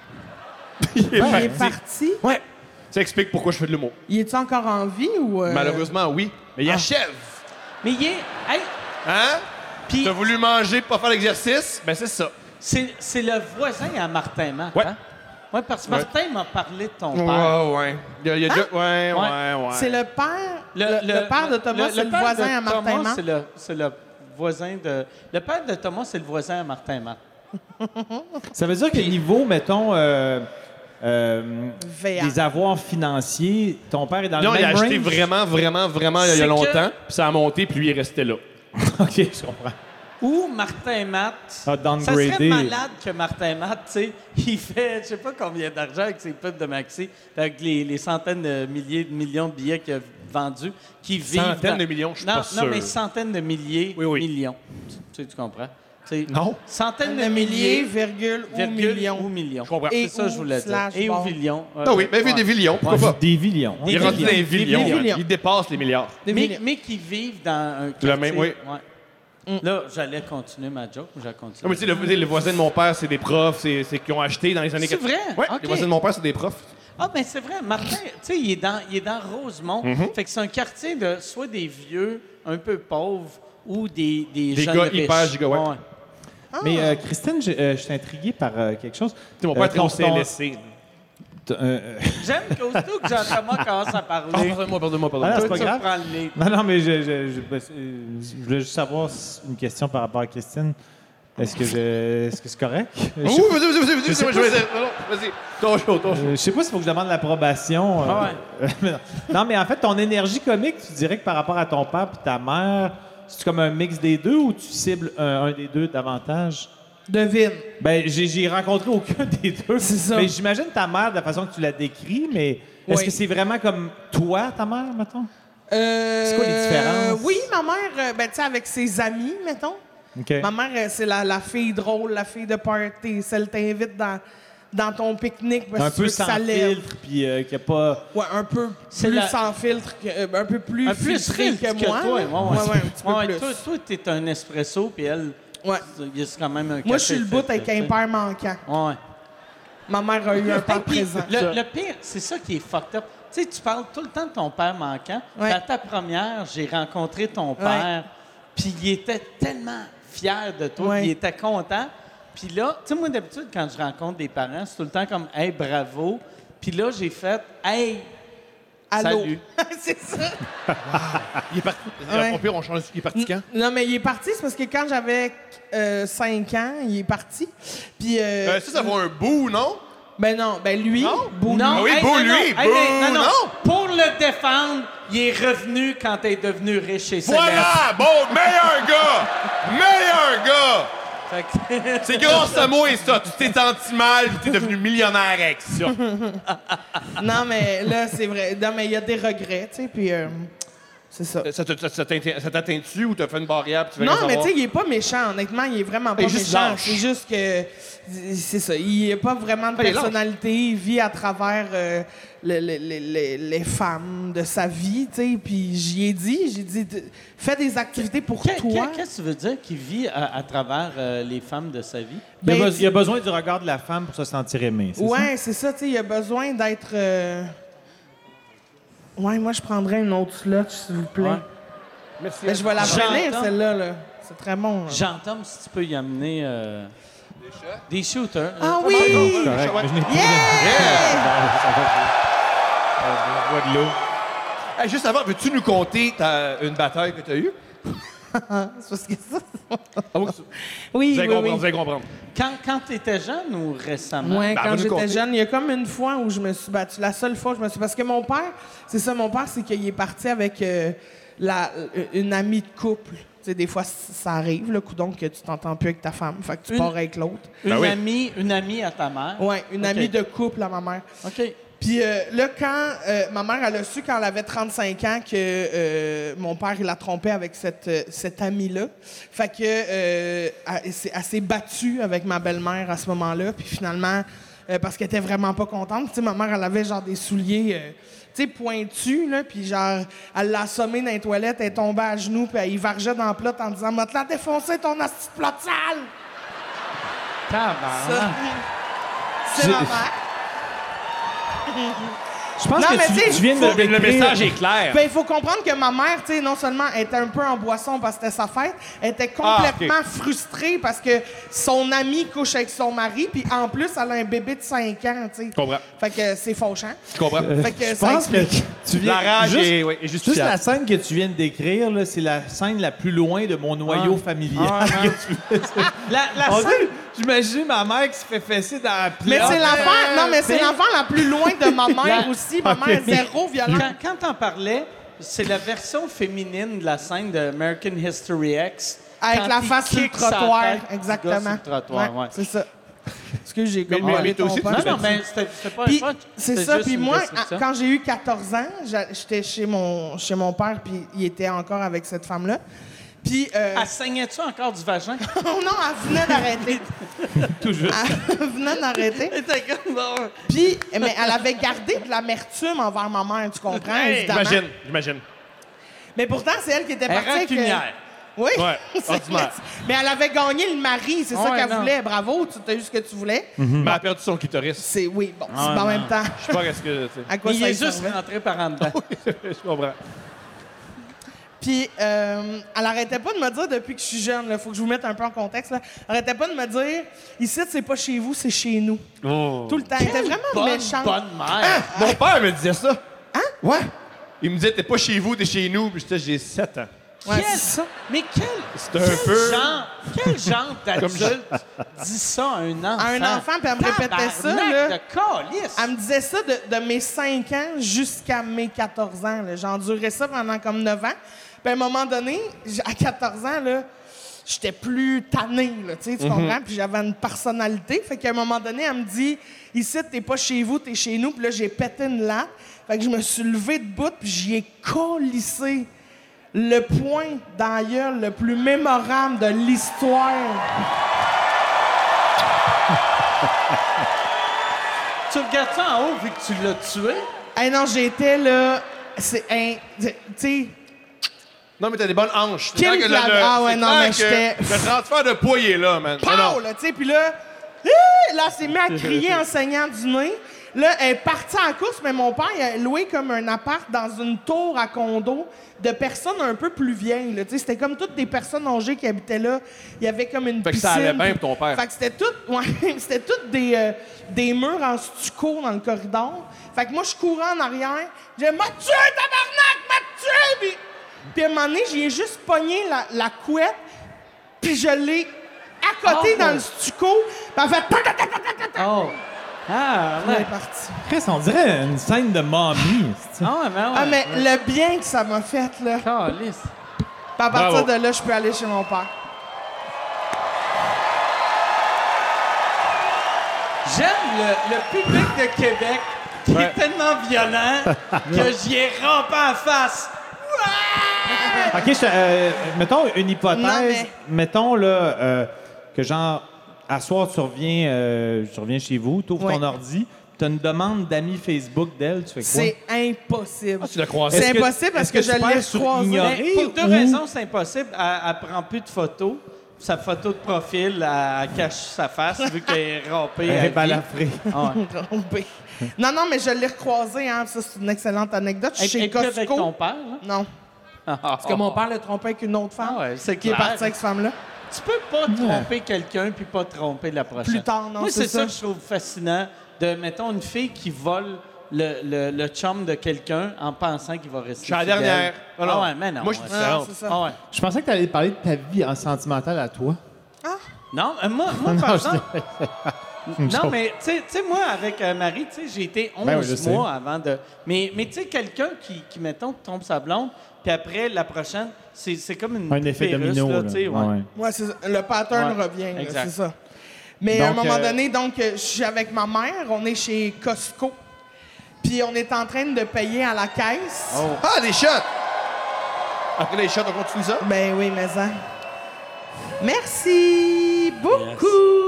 Il est Il est parti. parti. Ouais. Ça explique pourquoi je fais de l'humour. Il est-tu encore en vie ou. Malheureusement, oui. Mais il achève. Mais il est... Hey, Hein? puis T'as voulu manger pour pas faire l'exercice? Ben, c'est ça. c'est le voisin à Martin Matt, Ouais. hein? Oui, parce que Martin m'a parlé de ton père. Ouais, ouais. Il y a deux... Ouais. C'est le père. Le père de Thomas, c'est le père voisin de à Martin Thomas, Matt. c'est le voisin de... Le père de Thomas, c'est le voisin à Martin Matt. Ça veut dire que niveau, mettons, VA. des avoirs financiers, ton père est dans Non, le il a même acheté range? vraiment il y C'est a que- longtemps, puis ça a monté, puis lui, il est resté là. OK, je comprends. Ou Martin Matt. Ah, Ça serait downgradé. malade que Martin Matt, tu sais, il fait je sais pas combien d'argent avec ses pubs de Maxi, avec les centaines de milliers de millions de billets qu'il a vendus, qui vivent... Centaines de millions, je suis non, pas Non, sûr. mais centaines de milliers, Oui. millions. Tu comprends? Tu sais, Non. Centaines de De milliers, milliers, virgule ou virgule, millions. ou millions. Je comprends. C'est ça que je ou voulais dire. slash Et ou bord. millions. Ah oui, mais il fait des millions, pourquoi pas? Des millions. Il est rendu dans les millions. millions. Il dépasse les milliards. Mais qui vivent dans un quartier. la même- oui. Ouais. Là, j'allais continuer ma joke, mais j'ai continué. Non, mais tu sais, le voisin de mon père, c'est des profs, c'est qui ont acheté dans les années C'est 80. vrai? Ouais, Ok. les voisins de mon père, c'est des profs. Ah, ben c'est vrai, Martin, tu sais, il est dans Rosemont. Fait que c'est un quartier de soit des vieux, un peu pauvres, ou des jeunes gars riches. hyper giga, ouais. Mais Christine, je suis intrigué par quelque chose. Mon père était au ton- CLSC. J'aime qu'aussitôt que Jean-Thomas commence à parler, Pardonnez-moi. Ah, c'est toi, pas tu grave. prends le lead. Non, mais je voulais juste savoir une question par rapport à Christine. Est-ce que c'est correct? Je sais- Vas-y. Vas-y. Ton show. je sais pas s'il faut que je demande l'approbation. Non, mais en fait, ton énergie comique, tu dirais que par rapport à ton père et ta mère, c'est comme un mix des deux ou tu cibles un des deux davantage? Devine. Ben, j'ai rencontré aucun des deux. C'est ça. Mais j'imagine ta mère de la façon que tu la décris, mais est-ce Oui. que c'est vraiment comme toi, ta mère, mettons? C'est quoi les différences? Oui, ma mère, ben, tu sais, avec ses amis, mettons. OK. Ma mère, c'est la fille drôle, la fille de party. Celle t'invite dans ton pique-nique parce Un que tu peu veux que sans ça lève. filtre, puis qu'il n'y a pas... Ouais, un peu C'est plus la- sans filtre, un peu plus Un plus filtré filtre que moi. toi. là. Ouais, un petit peu plus. Toi, t'es un espresso, puis elle, Ouais. c'est quand même un café. Moi, je suis le bout fait, avec un père manquant. Ouais. Ma mère a eu un père Puis, présent. le pire, c'est ça qui est fucked up. Tu sais, tu parles tout le temps de ton père manquant. Ouais. Puis à ta première, j'ai rencontré ton père, puis il était tellement fier de toi, Ouais. il était content. Puis là, tu sais, moi, d'habitude, quand je rencontre des parents, c'est tout le temps comme « Hey, bravo ». Puis là, j'ai fait « Hey, Allô? salut ». C'est ça. Il est parti. Ouais. Au pire, on change. Il est parti quand? Non, mais il est parti, c'est parce que quand j'avais 5 ans, il est parti. Puis. Ça va un bout, non? Ben non, ben lui. Bou- Non, Ah oui, hey, beau, non, lui, non, hey, beau, hey, non. non. Pour le défendre, il est revenu quand t'es devenu riche et célèbre. Voilà! Bon, meilleur gars! Meilleur gars! Fait que- C'est grâce à moi, ça. Tu t'es senti mal, puis t'es devenu millionnaire avec ça. Non, mais là, c'est vrai. Non, mais il y a des regrets, tu sais, puis. C'est ça. Ça t'atteint-tu ou t'as fait une barrière puis tu veux Non, rien mais tu savoir? sais, il est pas méchant. Honnêtement, il est vraiment pas Il est juste méchant. lâche. C'est juste que. C'est ça. Il n'a pas vraiment de Il est lâche. personnalité. Il vit à travers les femmes de sa vie, tu sais. Puis j'ai dit, fais des activités pour toi. Qu'est-ce que tu veux dire qu'il vit à travers les femmes de sa vie? Ben, il a besoin du regard de la femme pour se sentir aimé, c'est ça? Ouais, c'est ça, tu sais, il a besoin d'être. Ouais, moi, je prendrais une autre slot, s'il vous plaît. Ouais. Merci. Mais je vais la J'entends. finir, celle-là, là. C'est très bon. là. Jean-Tom, si tu peux y amener des shooters. Ah oui! C'est correct, mais je n'ai Voix de l'eau. Hey, juste avant, veux-tu nous conter une bataille que t'as eue? C'est parce que ça. Ah oui, Oui, vous allez oui, comprendre, oui. vous allez comprendre. Quand tu étais jeune ou récemment? Ouais, Ben, quand va nous j'étais conter. jeune, il y a comme une fois où je me suis battue. La seule fois où je me suis... Parce que mon père, c'est ça, mon père, c'est qu'il est parti avec une amie de couple. Tu sais, des fois, ça arrive, le coup donc que tu t'entends plus avec ta femme. Fait que tu Une- pars avec l'autre. Une, oui. une amie à ta mère? Ouais, une Ok. amie de couple à ma mère. OK. Puis là, quand ma mère, elle a su quand elle avait 35 ans que mon père, il l'a trompé avec cette amie-là. Fait que elle s'est battue avec ma belle-mère à ce moment-là. Puis finalement, parce qu'elle était vraiment pas contente. Tu sais, ma mère, elle avait genre des souliers, tu sais, pointus, là. Puis genre, elle l'a assommé dans les toilettes, elle est tombée à genoux, puis elle y vargeait dans le plat en disant « M'a te la défoncé ton asti de plat de sale! » Tabarnak. C'est ma mère. Je pense Non, mais que tu sais, tu viens de faut- le Le décrire. message est clair. Ben, il faut comprendre que ma mère, tu sais, non seulement elle était un peu en boisson parce que c'était sa fête, elle était complètement frustrée parce que son ami couche avec son mari, puis en plus, elle a un bébé de 5 ans, tu sais. Je comprends. Fait que c'est fauchant. Je comprends. Fait que Je ça pense que explique. tu viens... La rage juste, est, oui, est juste justifiable. la scène que tu viens de décrire, là, c'est la scène la plus loin de mon noyau familial. La On scène- dit, j'imagine ma mère qui se fait fesser dans la Mais plaie. c'est l'enfant, non, mais c'est t'sais- l'enfant la plus loin de ma mère La- aussi. Ma mère est zéro violente. Quand t'en parlais, c'est la version féminine de la scène de American History X. Avec quand la il face sur le kick sa trottoir, tête du gars exactement. sur le trottoir, ouais. C'est ça. Excuse, j'ai Mais- comme mais volé toi ton aussi, punch. Non, non, ben, c'était pas Puis, un punch, c'est c'était ça. juste Puis une moi, description. quand j'ai eu 14 ans, j'étais chez mon père, puis il était encore avec cette femme-là. Puis, Elle saignait-tu encore du vagin? oh non, elle venait d'arrêter. Tout juste. Elle venait d'arrêter. C'était comme bon. Puis, mais elle avait gardé de l'amertume envers ma mère, tu comprends, évidemment. J'imagine. Mais pourtant, c'est elle qui était Elle est partie avec... rancunière. Oui. Ouais, ordinaire. Mais elle avait gagné le mari, c'est ça Ouais, qu'elle non. voulait. Bravo, tu as eu ce que tu voulais. Mais elle a perdu son clitoris. C'est oui, bon, c'est en même temps. Je sais pas qu'est-ce que... À quoi Il ça est lui juste servait? rentré par en dedans. Je comprends. Puis, elle arrêtait pas de me dire depuis que je suis jeune, il faut que je vous mette un peu en contexte, là, elle arrêtait pas de me dire ici, c'est pas chez vous, c'est chez nous. Tout le temps. Elle était vraiment méchante. Bonne mère. Mon père me disait ça. Hein? Ouais. Il me disait, t'es pas chez vous, t'es chez nous. Puis j'étais, j'ai 7 ans. Ouais, Quel- c'est ça. Mais C'était un peu... quel genre d'adulte dit ça à un enfant? À un enfant, puis elle me répétait ça, Tabarnak là. de calice. Elle me disait ça de mes 5 ans jusqu'à mes 14 ans. là. J'endurais ça pendant comme 9 ans. Puis à un moment donné, à 14 ans, là, j'étais plus tannée, là, tu comprends? Puis j'avais une personnalité. Fait qu'à un moment donné, elle me dit « Ici, t'es pas chez vous, t'es chez nous. » Puis là, j'ai pété une latte. Fait que je me suis levé debout, puis j'y ai collissé le point dans la gueule le plus mémorable de l'histoire. Tu regardes ça en haut vu que tu l'as tué? Hey non, j'étais là... C'est un... Tu sais... Non, mais t'as des bonnes hanches. Kim C'est clair que Clavel- Ah ouais, c'est non, clair mais que j'étais- Le transfert de poids, il est là, man. Mais non. Pow! Là, tu sais, puis là, là, elle s'est mis à crier en saignant du nez. Là, elle est partie en course, mais mon père, il a loué comme un appart dans une tour à condo de personnes un peu plus vieilles. Là. Tu sais, c'était comme toutes des personnes âgées qui habitaient là. Il y avait comme une Fait que piscine. ça allait bien pour ton père. Fait que c'était tout, ouais, c'était toutes des murs en stucco dans le corridor. Fait que moi, je courais en arrière. Je disais, m'a tué, tabarnak, m'a tué! Puis à un moment donné, j'y ai juste pogné la couette, puis je l'ai accoté dans le stucco, puis elle fait... Oh. Ah, Elle est ouais. partie. Chris, on dirait une scène de mamie. c'est-tu. Ah, ouais, Ah, mais le bien que ça m'a fait, là. Calice. Puis à partir Bravo. de là, je peux aller chez mon père. J'aime le public de Québec qui est tellement violent que j'y ai rampé en face. OK, mettons une hypothèse. Non, mais- Mettons là, que genre, à soir, tu reviens chez vous, tu ouvres ton Ouais. ordi, tu as une demande d'amis Facebook d'elle, tu fais quoi? C'est impossible. Tu l'as croisé. C'est Est-ce que- impossible parce est-ce que que je tu l'ai perds sur croisé. ignorer? Mais pour deux ou- raisons, c'est impossible. Elle prend plus de photos. Sa photo de profil, elle cache sa face vu qu'elle est rampée. Elle à est vie. balafrée. Ah ouais. Trompé. Non, non, mais je l'ai recroisé, hein. Ça, c'est une excellente anecdote. Je suis Elle chez est plus avec Costco. ton père, là? Non. Parce que mon père l'a trompé avec une autre femme. Ah ouais, c'est qui est clair. partie avec cette femme-là. Tu peux pas tromper quelqu'un puis pas tromper la prochaine. Plus tard, non, Moi, c'est c'est ça ça. que je trouve fascinant de, mettons, une fille qui vole le chum de quelqu'un en pensant qu'il va rester Je suis la fidèle. dernière. Non, non. Ah ouais, mais non. Moi, je suis ouais. Ah, différente. c'est ça. Ah ouais. Je pensais que tu allais parler de ta vie en sentimentale à toi. Non, moi par exemple... Non, mais tu sais, moi, avec Marie, tu sais, j'ai été 11 Ben oui, je sais. mois avant de... Mais tu sais, quelqu'un qui, mettons, trompe sa blonde, puis après, la prochaine, c'est comme une Un effet virus, domino. là, Là. tu sais, ouais. Ouais. Ouais, c'est ça. Le pattern Ouais, revient, là, exact. c'est ça. Mais à un Donc, moment donné, donc, je suis avec ma mère, on est chez Costco, puis on est en train de payer à la caisse. Ah, des shots! Après les shots, on continue ça? Ben oui, mais ça. Merci beaucoup.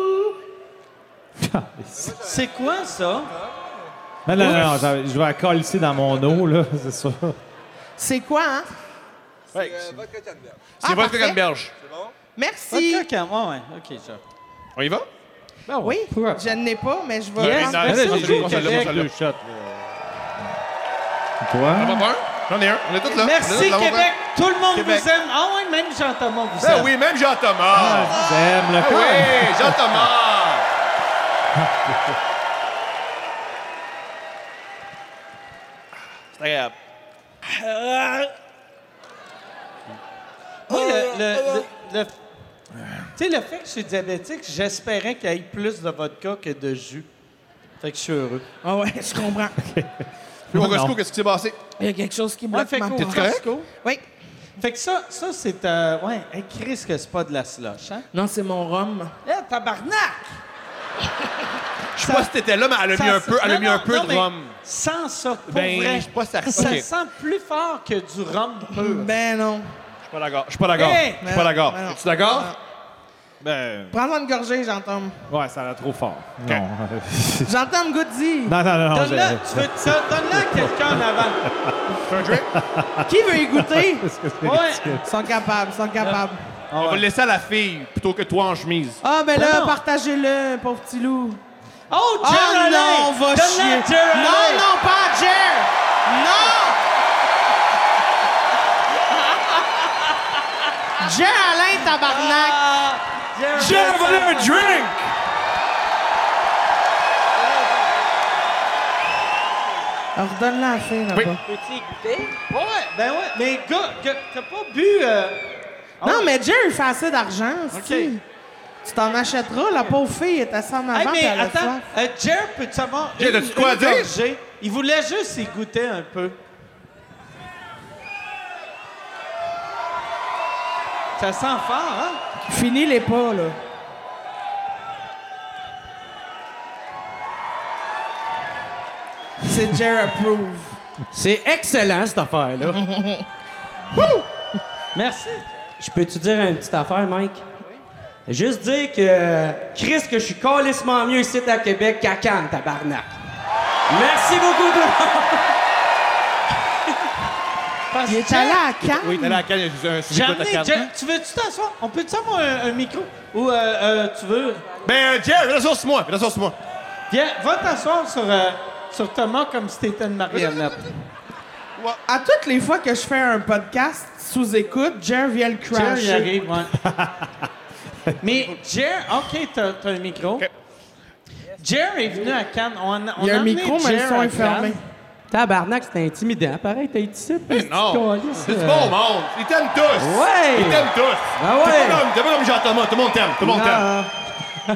C'est quoi, ça? Non, je vais la coller ici dans mon eau, là, c'est ça. C'est quoi, hein? Ouais. Ah, C'est votre parfait. canneberge. Merci. OK, ouais, OK, ça. On y va? Ben Oui, je ne l'ai pas, mais je vais... Yes, prendre- merci non, beaucoup, je l'ai, Québec. je l'ai. Deux shots. On Toi? va voir un? J'en ai un. On est tous là. On est Merci, tous là, on va Québec. Tout le monde Québec. vous aime. Ah oui, même Jean-Thomas vous faire. aime. Ben oui, même Jean-Thomas. Ah, j'aime le Ah corps. oui, Jean-Thomas. C'est agréable. Moi, tu sais, le fait que je suis diabétique, j'espérais qu'il y ait plus de vodka que de jus. Fait que je suis heureux. Ah ouais, je comprends. Puis au Costco, qu'est-ce qui s'est passé? Il y a quelque chose qui Ouais, bloque fait ma qu'au porte. Costco. Oui. Fait que ça c'est... ouais, hey, Chris, que c'est pas de la slush, hein? Non, c'est mon rhum. Eh, tabarnak! Je sais pas si t'étais là, mais elle a mis un peu, elle a mis un peu de mais rhum. Sans ça, pour Ben, vrai, je suis pas certain. ça Ok. sent plus fort que du rhum pur. Ben non. Je suis pas d'accord. Je suis pas d'accord. Hey! Je suis pas d'accord. Ben non. Es-tu d'accord? Ben, Prends-en une gorgée, j'entends. ouais, ça a l'air trop fort. Non. J'entends Goody. non. Donne-la, j'ai- donne-la à quelqu'un en avant. Qui veut y goûter? Ouais. Ils sont capables, ils sont capables. On va le laisser à la fille plutôt que toi en chemise. Ah, ben là, non. partagez-le, pauvre petit loup. Oh, Ah Jer Alain! non, on va Donne-la chier. à Jer Alain! Non, pas Jer! Non! Jer Alain, tabarnak! Jer un drink! Alors, donne-la à la fille, là-bas. Ouais, ben ouais. Mais gars, t'as pas bu... Non, mais Jer, il fait assez d'argent, c'est Tu t'en achèteras, la pauvre fille est assise en avant, Hey, puis mais elle a attends, soif. Jer, peux-tu savoir... Jer, as-tu quoi à dire? gorgée? Il voulait juste y goûter un peu. Ça sent fort, hein? Finis les pas, là. C'est Jer approve. C'est excellent, cette affaire-là. Merci. Je peux-tu dire une petite affaire, Mike? Juste dire que Chris, que je suis calissement mieux ici à Québec qu'à Cannes, tabarnak. Merci beaucoup, tout le monde. Parce Il est que allé à Cannes. Oui, t'es allé à Cannes, il y a un J'ai sujet de amené Cannes. Jer. Tu veux-tu t'asseoir? On peut-tu avoir un micro? Ou tu veux... Ben, Jer, viens t'asseoir sur moi. Viens t'asseoir sur moi. Viens, va t'asseoir sur Thomas comme si t'étais une marionnette. À toutes les fois que je fais un podcast sous écoute, Jer vient le Jer, il crasher. arrive, ouais. Mais Jer, OK, t'as un micro. OK. Jer est venu à Cannes. Il y a un micro, mais le son est fermé. fermé. Tabarnak, c'était intimidant. Pareil, t'as été ici. Non, c'est du bon monde. Ils t'aiment tous. Ouais. Ils t'aiment tous. Ah ouais. T'es pas comme Jean-Thomas. Tout le monde t'aime. Tout le monde t'aime.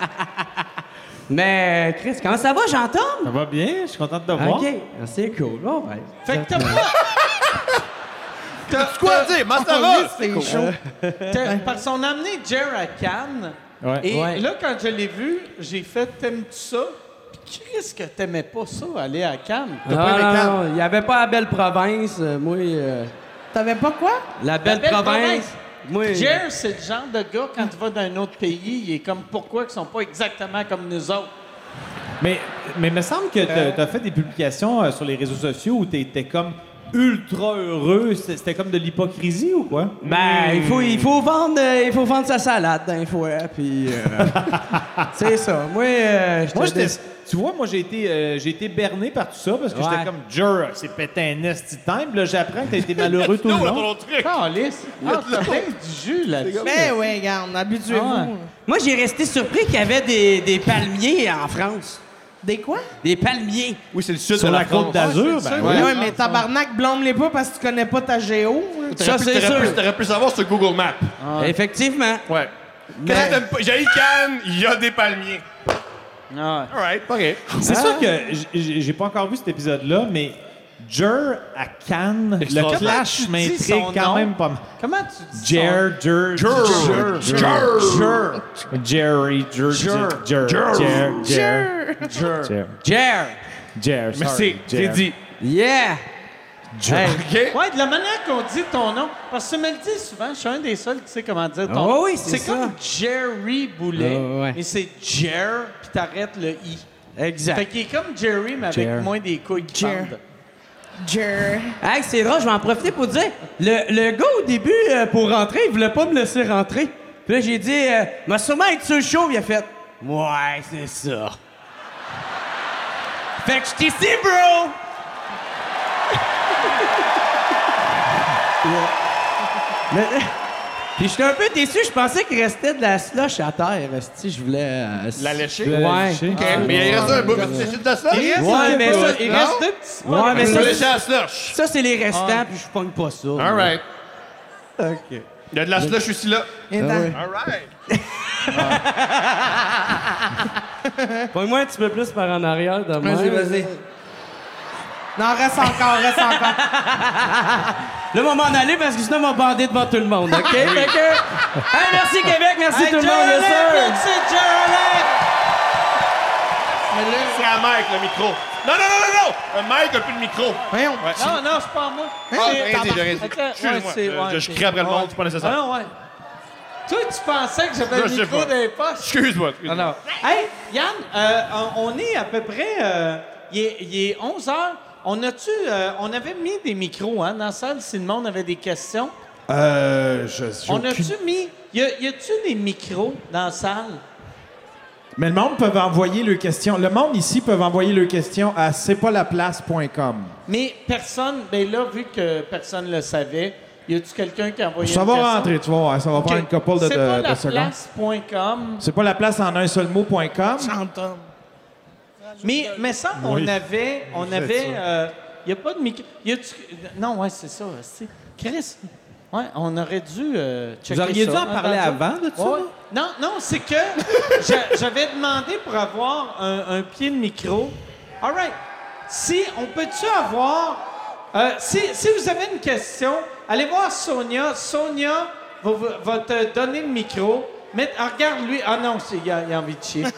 Mais, Chris, comment ça va, j'entends? Ça va bien, je suis content de te voir. OK, c'est cool. Bon, ben. Fait que t'as pas... T'as-tu quoi à dire? Moi, ça va. C'est chaud. Parce qu'on a amené Jer à Cannes. Ouais. Et Ouais. là, quand je l'ai vu, j'ai fait « T'aimes-tu ça? » Puis qu'est-ce que t'aimais pas ça, aller à Cannes? Non, il n'y avait pas la belle province. Moi, T'avais pas quoi? la belle belle province. province. Moi, Jer, c'est le genre de gars, quand tu vas dans un autre pays, il est comme « Pourquoi ils sont pas exactement comme nous autres? » Mais il me semble que t'as fait des publications sur les réseaux sociaux où t'étais comme ultra heureux. C'était comme de l'hypocrisie ou quoi? ben, il faut vendre sa salade d'un fois, puis c'est ça. Moi, Tu vois, moi, j'ai été berné par tout ça parce que Ouais. j'étais comme Jer, c'est pété un esti de time. Puis là, j'apprends que t'as été malheureux tout le Nous, là, long. ton truc. Calisse! Ah, t'as bien du jus là-dessus. Ben ouais, regarde, habituez-vous. Ah ouais. moi, j'ai resté surpris qu'il y avait des palmiers en France. Des quoi? Des palmiers. Oui, c'est le sud Sur de la la côte France. d'Azur, c'est ben ça. oui. Ouais, mais tabarnak, blâme-les pas parce que tu connais pas ta géo. là. Ça, c'est sûr. T'aurais pu savoir sur Google Maps. Effectivement. Ouais. Qu'est-ce que t'aimes pas? J'ai Cannes, il y a des palmiers. Ah ouais. All right, OK. C'est sûr que j'ai pas encore vu cet épisode-là, mais Jer à Cannes, le Extraordinaire. clash Comment tu dis m'intrigue son quand nom? même pas mal. Comment tu dis Jer. Jerry, Jer. Merci, j'ai dit. Yeah. Hey. OK? Ouais, de la manière qu'on dit ton nom. Parce que tu me le dis souvent, je suis un des seuls qui sait comment dire ton Ah nom. oui, c'est ça. comme Jerry Boulet. Ah ouais. Mais c'est Jer, puis t'arrêtes le I. Exact. Fait qu'il est comme Jerry, mais avec Jer. moins des couilles qui Jer. pendent. Jer. Hey, c'est drôle, je vais en profiter pour dire, le gars, au début, pour rentrer, il voulait pas me laisser rentrer. Puis là, j'ai dit, m'a sûrement être sur le show, il a fait, ouais, c'est ça. Fait que j'étais ici, bro! Mais, puis j'étais un peu déçu, je pensais qu'il restait de la slush à terre. Si je voulais. La lécher? Ouais. OK, mais il reste un bout. C'est de la slush? Il reste, Ouais, mais ça, il non? reste deux petits. Ouais, mais Tu ça, vas lécher la slush. ça, c'est les restants, puis je pogne pas ça. All right. OK. Il y a de la slush aussi là. Et dans- ouais. All right. Pogne-moi un petit peu plus par en arrière de moi. Vas-y, vas-y. Non, reste encore, reste encore. Là, on va m'en aller parce que sinon, on va bander devant tout le monde, OK? Fait que... Hey, merci Québec, merci tout le monde, bien sûr. C'est Jerry! C'est à Mike le micro. Non, non, non, non, non! Un Mike a plus de micro. Voyons. Ouais. Non, non, c'est pas moi. Ah, j'ai rien dit, j'ai rien dit. Attends, Excuse-moi. ouais, c'est- Je c'est- crie après le monde, c'est pas Ah nécessaire. non, ouais. Toi, tu pensais que j'avais Non, le je sais micro pas. dans les poches? Excuse-moi. Non, non. Hey, Yann, on est à peu près... il est 11 heures. On avait mis des micros dans la salle si le monde avait des questions. On a-tu mis... Y a-tu des micros dans la salle? Mais le monde peut envoyer leurs questions. Le monde ici peut envoyer leurs questions à c'estpasLaplace.com. Mais personne... Ben là, vu que personne le savait, y a-tu quelqu'un qui a envoyé Ça une va question? rentrer, tu vas voir. Ça va prendre une couple de secondes. C'estpasLaplace.com. C'est pas la place en un seul mot.com. Chante-homme. Mais ça, on avait... Il n'y a pas de micro... Non, ouais, c'est ça. C'est... Chris, ouais, on aurait dû checker Vous auriez ça, dû en parler avant de ça? Ouais. Non, c'est que j'avais demandé pour avoir un pied de micro. All right. Si on peut-tu avoir... si vous avez une question, allez voir Sonia. Sonia va te donner le micro. Regarde lui. Ah non, il a envie de chier.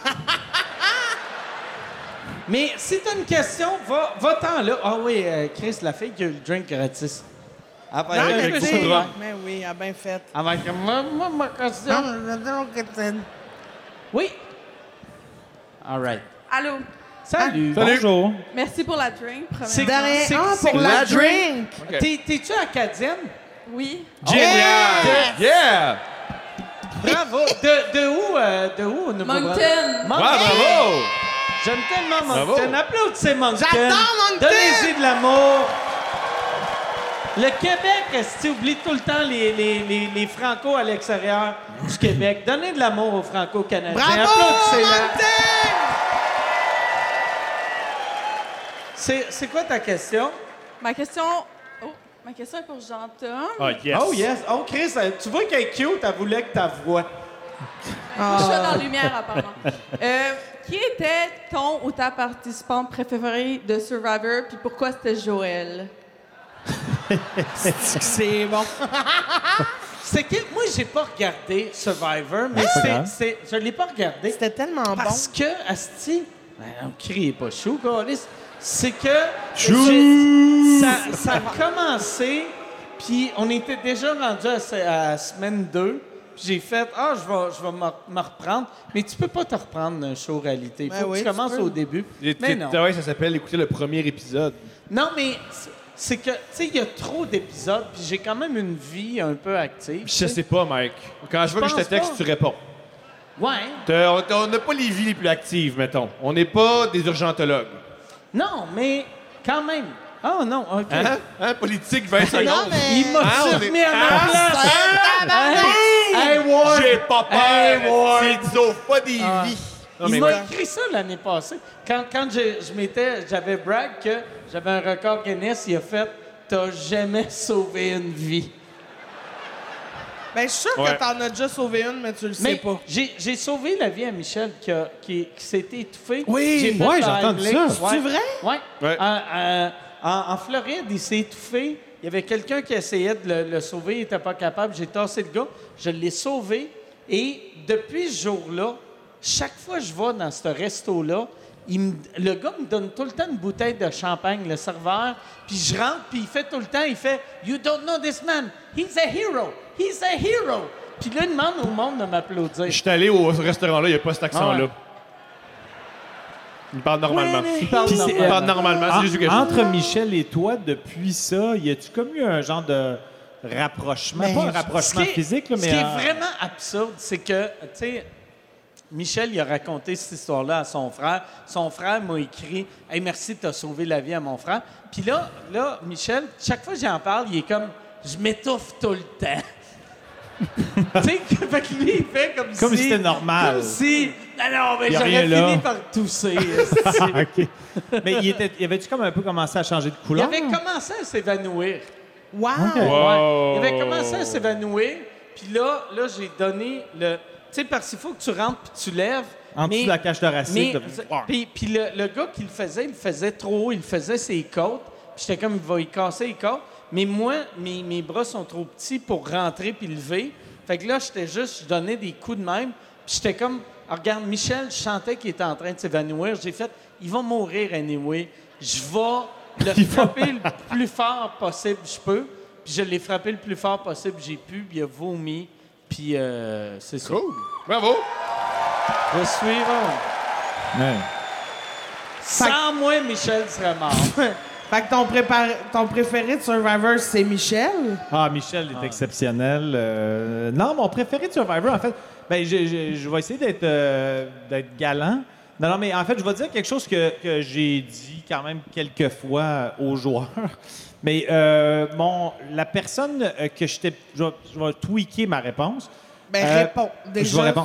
Mais si t'as une question, va-t'en là. Ah oui, Chris, la fille qui a eu le drink gratis. Elle va Non, être mais avec tu sais, beaucoup de drame. mais oui, elle a bien fait. Elle va être comme, moi, ma question. Non, Oui. All right. Allô? Salut. Bonjour. Merci pour la drink, C'est premièrement. Pour la drink! T'es-tu acadienne? Oui. Génial! Yeah! Bravo. De où au Nouveau-Brunswick? Moncton. Ouais, bravo! J'aime tellement Bravo. Moncton. Applaudissez Moncton. J'adore Moncton. Donnez-y de l'amour. Le Québec, est-ce que tu oublies tout le temps les Franco à l'extérieur du Québec? Donnez de l'amour aux Franco-Canadiens. Bravo, Applaudissez-la. Moncton! C'est quoi ta question? Ma question est pour Jean-Tom. Oh, yes. Oh yes. Oh Chris, tu vois qu'elle est cute, elle voulait que ta voix. Je suis dans la lumière, apparemment. Qui était ton ou ta participante préférée de Survivor, puis pourquoi c'était Joël? C'est bon. C'est que moi, j'ai pas regardé Survivor, mais je l'ai pas regardé. C'était tellement bon. Parce que, Asti, on criez pas chou, câlisse. C'est que ça a commencé, puis on était déjà rendu à semaine 2. Puis j'ai fait, je vais me reprendre. Mais tu peux pas te reprendre d'un show réalité. Il faut que tu commences au début. Mais non. Ouais, ça s'appelle écouter le premier épisode. Non, mais c'est que, tu sais, il y a trop d'épisodes, puis j'ai quand même une vie un peu active. Je sais pas, Mike. Quand je vois que je te pense texte, pas. tu réponds. Ouais. On n'a pas les vies les plus actives, mettons. On n'est pas des urgentologues. Non, mais quand même. Oh non, OK. Hein? Politique, 20 secondes. Non, mais... Il m'a remis à ma place. Hey, Ward! J'ai pas peur! Hey, Ward! Tu sauves pas des vies! Non, Il mais m'a ouais. écrit ça l'année passée. Quand j'avais brag que j'avais un record Guinness, il a fait « T'as jamais sauvé une vie. Ben, je suis sûr Ouais. que t'en as déjà sauvé une, mais tu le » sais Mais pas. j'ai sauvé la vie à Michel qui s'était étouffé. Oui, J'ai fait ouais, la j'ai entendu Heimlich. ça. Ouais. C'est vrai? Ouais. Ouais. En Floride, il s'est étouffé. Il y avait quelqu'un qui essayait de le sauver. Il n'était pas capable. J'ai tassé le gars. Je l'ai sauvé. Et depuis ce jour-là, chaque fois que je vais dans ce resto-là, le gars me donne tout le temps une bouteille de champagne, le serveur. Puis je rentre, puis il fait tout le temps, il fait « You don't know this man. He's a hero. He's a hero. » Puis là, il demande au monde de m'applaudir. Je suis allé au restaurant-là, il n'y a pas cet accent-là. Ah ouais. Il parle normalement. Il parle Puis normalement. Il parle normalement, c'est juste que Entre Michel et toi, depuis ça, y a-tu comme eu un genre de rapprochement? Ben, Pas un rapprochement physique, là, mais... Ce qui est vraiment absurde, c'est que, tu sais, Michel, il a raconté cette histoire-là à son frère. Son frère m'a écrit « Hey, merci, t'as sauvé la vie à mon frère. » Puis là, Michel, chaque fois que j'en parle, il est comme « Je m'étouffe tout le temps. » Tu sais, fait que lui, il fait comme Comme si c'était normal. Comme si... Non, mais Y a j'aurais rien là. fini par tousser. OK. Mais il avait-tu comme un peu commencé à changer de Il couleur? avait commencé à s'évanouir. Wow! Ouais. Il avait commencé à s'évanouir. Puis là j'ai donné le... Tu sais, parce qu'il faut que tu rentres puis tu lèves. En dessous de la cage thoracique. Puis le gars qui il le faisait trop haut. Il faisait ses côtes. Puis j'étais comme, il va y casser les côtes. Mais moi, mes bras sont trop petits pour rentrer puis lever. Fait que là, je donnais des coups de même. Puis j'étais comme, regarde, Michel, je sentais qu'il était en train de s'évanouir. J'ai fait, il va mourir anyway. Je vais le frapper le plus fort possible je peux. Puis je l'ai frappé le plus fort possible, j'ai pu, puis il a vomi. Puis c'est ça. Cool. Bravo. Le suivant. Ouais. Sans moi, Michel serait mort. Fait que ton préféré de Survivor, c'est Michel? Ah, Michel est exceptionnel. Non, mon préféré de Survivor, en fait, ben, je vais essayer d'être galant. Non, mais en fait, je vais dire quelque chose que j'ai dit quand même quelques fois aux joueurs. Mais la personne que j'étais... Je vais tweaker ma réponse. Ben, réponds. Déjà. Je vais répondre.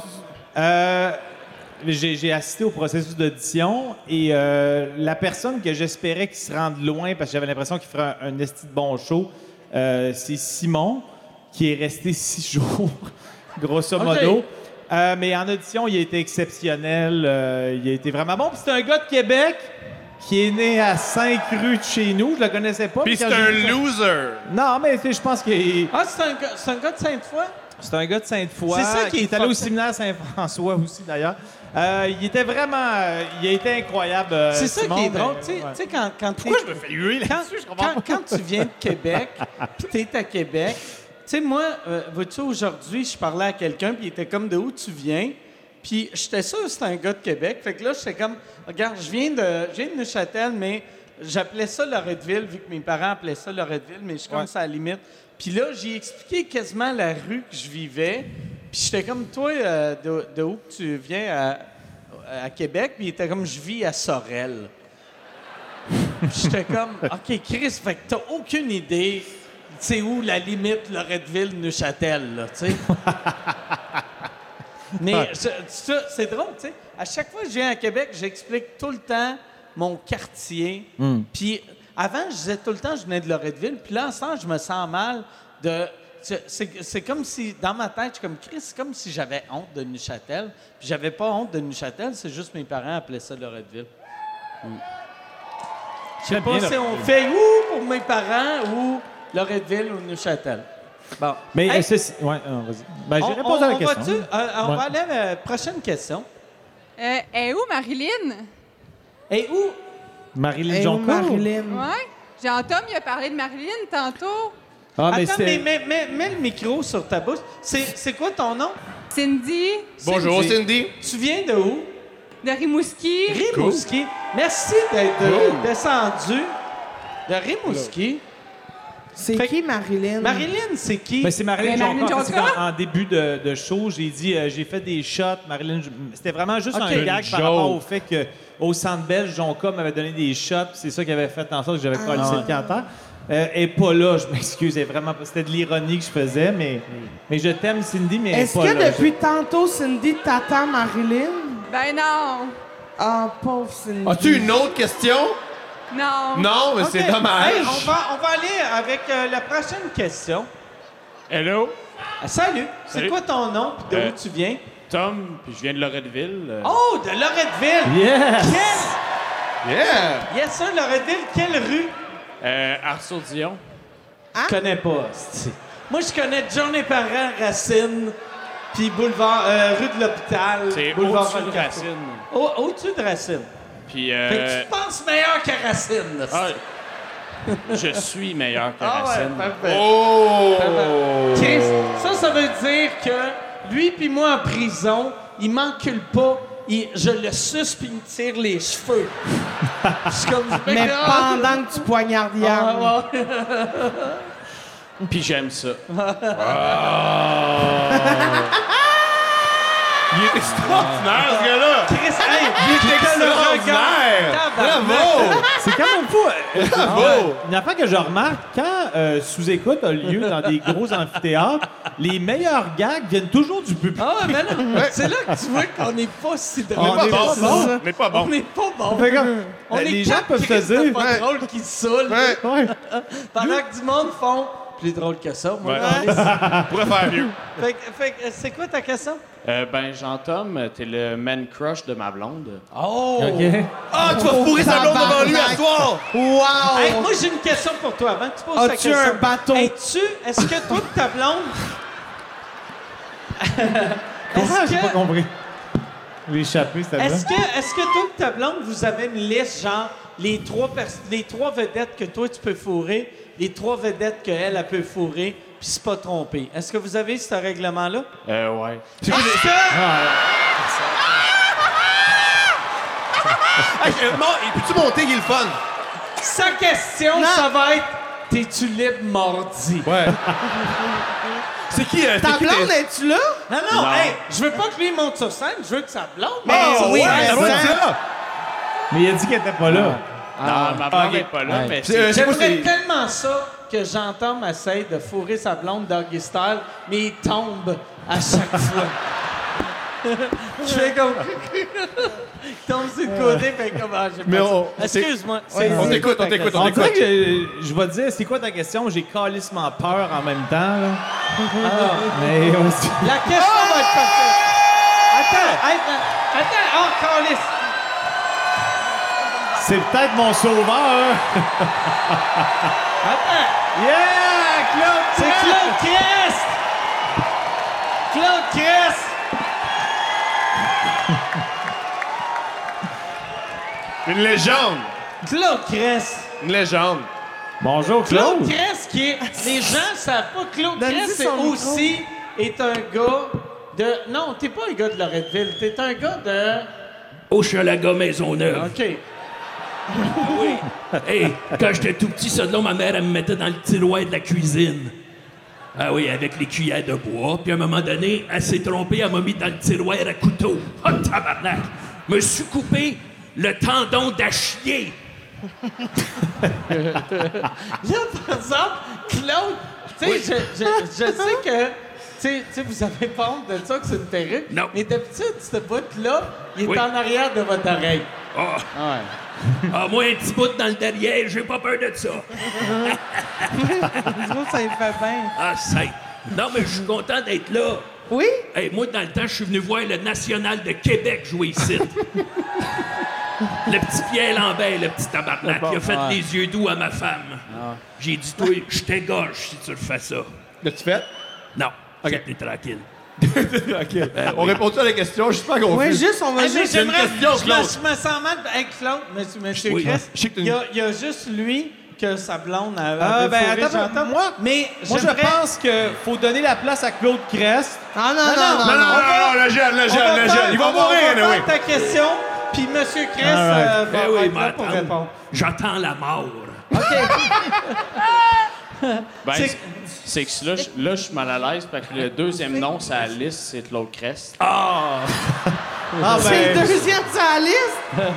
J'ai assisté au processus d'audition et la personne que j'espérais qu'il se rende loin parce que j'avais l'impression qu'il ferait un esti de bon show, c'est Simon, qui est resté 6 jours, grosso modo. Mais en audition, il a été exceptionnel. Il a été vraiment bon. Puis c'est un gars de Québec qui est né à 5 rues de chez nous. Je le connaissais pas. Puis c'est un loser. Non, mais je pense qu'il... Ah, c'est un gars de Sainte-Foy? C'est un gars de Sainte-Foy. C'est ça qui est allé au séminaire Saint-François aussi, d'ailleurs. Il était vraiment... il a été incroyable, c'est ça Simon, qui est drôle. mais, Tu sais, ouais. tu sais, quand Pourquoi je me fais huer là-dessus? Je comprends pas. quand tu viens de Québec, puis t'es à Québec, tu sais, moi, vois-tu, aujourd'hui, je parlais à quelqu'un, puis il était comme, de où tu viens? Puis j'étais sûr que c'était un gars de Québec. Fait que là, j'étais comme, regarde, je viens de Neuchâtel, mais j'appelais ça Loretteville, vu que mes parents appelaient ça Loretteville, mais je suis comme ça à la limite. Puis là, j'ai expliqué quasiment la rue que je vivais. Puis j'étais comme, toi, de où que tu viens à Québec? Puis il était comme, je vis à Sorel. Puis j'étais comme, OK, Chris, fait que t'as aucune idée, tu sais, où la limite Loretteville-Neuchâtel, là, tu sais. Mais c'est drôle, tu sais. À chaque fois que je viens à Québec, j'explique tout le temps mon quartier. Puis avant, je disais tout le temps que je venais de Loretteville. Puis là, en ce temps, je me sens mal de... C'est comme si, dans ma tête, je suis comme Chris, c'est comme si j'avais honte de Neuchâtel. Puis j'avais pas honte de Neuchâtel, c'est juste mes parents appelaient ça Loretteville. Je sais pas si on fait où pour mes parents ou Loretteville ou Neuchâtel. Bon. Mais Hey, vas-y. Ben, j'ai répondu à la question. On va aller à la prochaine question. Est où Marilyn? Et où? Marilyn Hey, Joncourt. Marilyn. Ouais. Jean-Tom, il a parlé de Marilyn tantôt. Ah, mais Attends, c'est... mets le micro sur ta bouche. C'est quoi ton nom? Cindy, Bonjour, Cindy. Tu viens de où? de Rimouski. Rimouski. Merci d'être descendu de Rimouski. C'est Fait- qui, Marilyn? Marilyn, c'est qui? Ben, c'est Marilyn Mais Marilyn Joncourt. Joncourt? En début de show, j'ai dit, j'ai fait des shots. Marilyn, c'était vraiment juste Ok. un gag par rapport au fait qu'au Centre Belge, Jonca m'avait donné des shots. puis C'est ça qui avait fait en sorte que j'avais pas le canteur. Elle est pas là, je m'excuse. C'était de l'ironie que je faisais, mais je t'aime, Cindy, mais elle est Est-ce pas que là. depuis tantôt, Cindy t'attend Marilyn? Ben non. Ah, pauvre Cindy. As-tu une autre question? Non. Non, mais OK. c'est dommage. Hey, on va aller avec la prochaine question. Hello, Salut. C'est Salut. quoi ton nom et d'où Euh, tu viens? Tom, puis je viens de Loretteville. Oh, de Loretteville. Yes! Yeah! Yes, sir, Loretteville. Quelle rue? Arsour-Dion. Je connais pas. c'ti. Moi, je connais John et Parents, Racine, puis boulevard, rue de l'Hôpital. C'est boulevard au-dessus de Valcartier. Racine. Au-dessus de Racine. Puis, Fait que tu penses meilleur que Racine. là, ah, c'ti. je suis meilleur que Ah ouais, Racine. parfait. Oh! Chris, ça veut dire que lui puis moi en prison, il m'encule pas. Je le suce puis il me tire les cheveux. Je suis comme... Mais pendant que tu poignardes Yann. Ah, ouais. Puis j'aime ça. Il est extraordinaire, ce gars-là! Chris, hey, Il est extraordinaire! Bravo! C'est quand même fou. Bravo! Une affaire que je remarque, quand sous-écoute a lieu dans des gros amphithéâtres, les meilleurs gags viennent toujours du public. Ah, mais non, c'est là que tu vois qu'on n'est pas si drôle. On est pas que ça. bon. On est pas On bon. n'est pas bon. Fait comme, On est les gens quatre peuvent se Christ de dire... pas Ouais. drôle qui se saoulent. Ouais. Ouais. Pendant que du monde font plus drôle que ça. Moi, Ouais. On pourrait faire mieux. fait que, c'est quoi ta question? Ben, Jean-Tom, t'es le man crush de ma blonde. Oh! OK. Ah, tu vas fourrer sa blonde devant lui à soir! Wow! Hey, moi, j'ai une question pour toi avant que tu poses ta As-tu question. un bateau? Est-ce que toi et ta blonde... Ah, est-ce j'ai pas que, compris. L'échappée, c'était est-ce que toi et ta blonde, vous avez une liste, genre, les trois vedettes que toi, tu peux fourrer, les 3 vedettes qu'elle, elle peut fourrer, puis se pas tromper. Est-ce que vous avez ce règlement-là? Ouais. Parce que... Hey, peux-tu monter, il est le fun? Sa question, ça va être « T'es-tu libre mardi? » Ouais. C'est qui? Ta blonde, es-tu là? Non, hey, je veux pas que lui monte sur scène, je veux que ça blonde. Mais oui, mais Mais il a dit qu'elle était pas là. Non, ma blonde n'est pas là, mais c'est... J'aimerais tellement ça que Jean-Tom essaye de fourrer sa blonde doggy style, mais il tombe à chaque fois. Je fais comme... il tombe sur le côté, fait comme... Ah, j'ai Mais pas dit. Excuse-moi. On t'écoute. On dirait que je vais te dire, c'est quoi ta question? J'ai calissement peur en même temps, là. Mais La question va être parfaite. Attends, oh, calisse. c'est peut-être mon sauveur. Attends. Yeah! Claude! C'est Claude Crest! Claude Crest! Une légende. Claude Crest! Une légende. Bonjour, Claude. Claude Crest qui est... Les gens savent pas, Claude Donne-lui Crest son micro. aussi est un gars de... Non, t'es pas un gars de Loretteville, t'es un gars de... Hochelaga Maisonneuve. OK. Oui. Hey, quand j'étais tout petit, ça de là, ma mère, elle me mettait dans le tiroir de la cuisine. Ah oui, avec les cuillères de bois. Puis à un moment donné, elle s'est trompée, elle m'a mis dans le tiroir à couteau. Oh, tabarnak! Me suis coupé le tendon d'Achillée. Là, par exemple, Claude, tu sais, je sais que... Tu sais, vous avez pas honte de ça, que c'est une perruque. Non. Mais d'habitude, ce bout-là, il est Oui. en arrière de votre oreille. Ah, Ouais. ah, moi, un petit bout dans le derrière, j'ai pas peur de ça. Je trouve que ça lui fait bien. Ah, c'est... Non, mais je suis content d'être là. Oui? Hey, moi, dans le temps, je suis venu voir le National de Québec jouer ici. Le petit Pierre Lambert, le petit tabarnak, il a fait les yeux doux à ma femme. J'ai dit, toi, je t'égorge si tu refais ça. L'as-tu fait? Non, t'es tranquille. OK. On répond-tu à la question? Je suis pas confus. Oui, juste, on va Hey, mais juste... j'aimerais... question, Claude. Je me sens mal avec Claude, monsieur Oui. Crest. Je sais que Il y a juste lui que sa blonde a Ben, fourré, attends, j'entends. moi, Mais je j'aimerais- pense qu'il faut donner la place à Claude Crest. Ah non, Non, le jeune. Il va mourir, on va oui. faire ta question, puis monsieur Crest Alright. va Ben oui, être là pour m'attends. répondre. J'attends la mort. Ben, C'est- c'est que là, je suis mal à l'aise parce que le deuxième nom sur la liste, c'est Claude Crest. Ah, C'est le ben, deuxième sur la liste?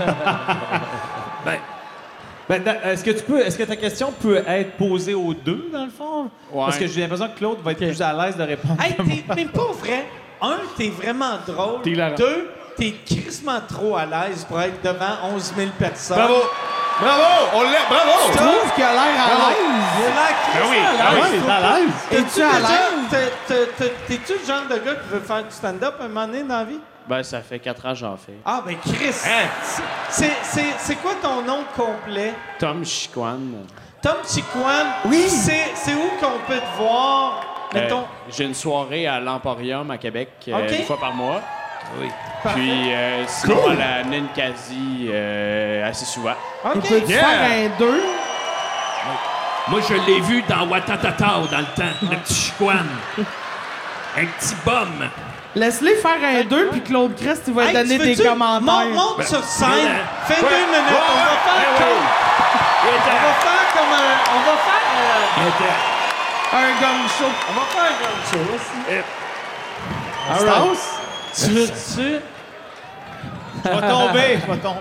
est-ce que ta question peut être posée aux deux, dans le fond? Ouais. Parce que j'ai l'impression que Claude va être plus à l'aise de répondre. Hey, mais pas vrai. Un, t'es vraiment drôle. T'es hilarant. Deux, t'es crissement trop à l'aise pour être devant 11 000 personnes. Bravo. On l'a. Bravo. Je trouve qu'il a l'air à l'aise. Il a l'air crissement Ah à oui, l'aise. t'es à l'aise. Es-tu à l'aise? T'es-tu le genre de gars qui veut faire du stand-up un moment donné dans la vie? Ben, ça fait 4 ans que j'en fais. Ah, ben Chris! C'est quoi ton nom complet? Tom Chiquan. Tom Chiquan. Oui. C'est où qu'on peut te voir? Mettons. J'ai une soirée à l'Emporium à Québec OK. une fois par mois. Oui. Puis sinon à la Ninkasi assez souvent. OK. Il peut faire un 2? Moi, je l'ai vu dans Watatatao dans le temps, le petit Chiquan. Un petit bum. Laisse-les faire un 2, puis Claude Crest, il va Hey, donner tu des veux-tu- commentaires. Monte sur scène. voilà. Fais 2 minutes. On va faire comme un... On va faire... Un gang show. On va faire un gong show aussi. Stance? Tu veux-tu... Je vais tomber.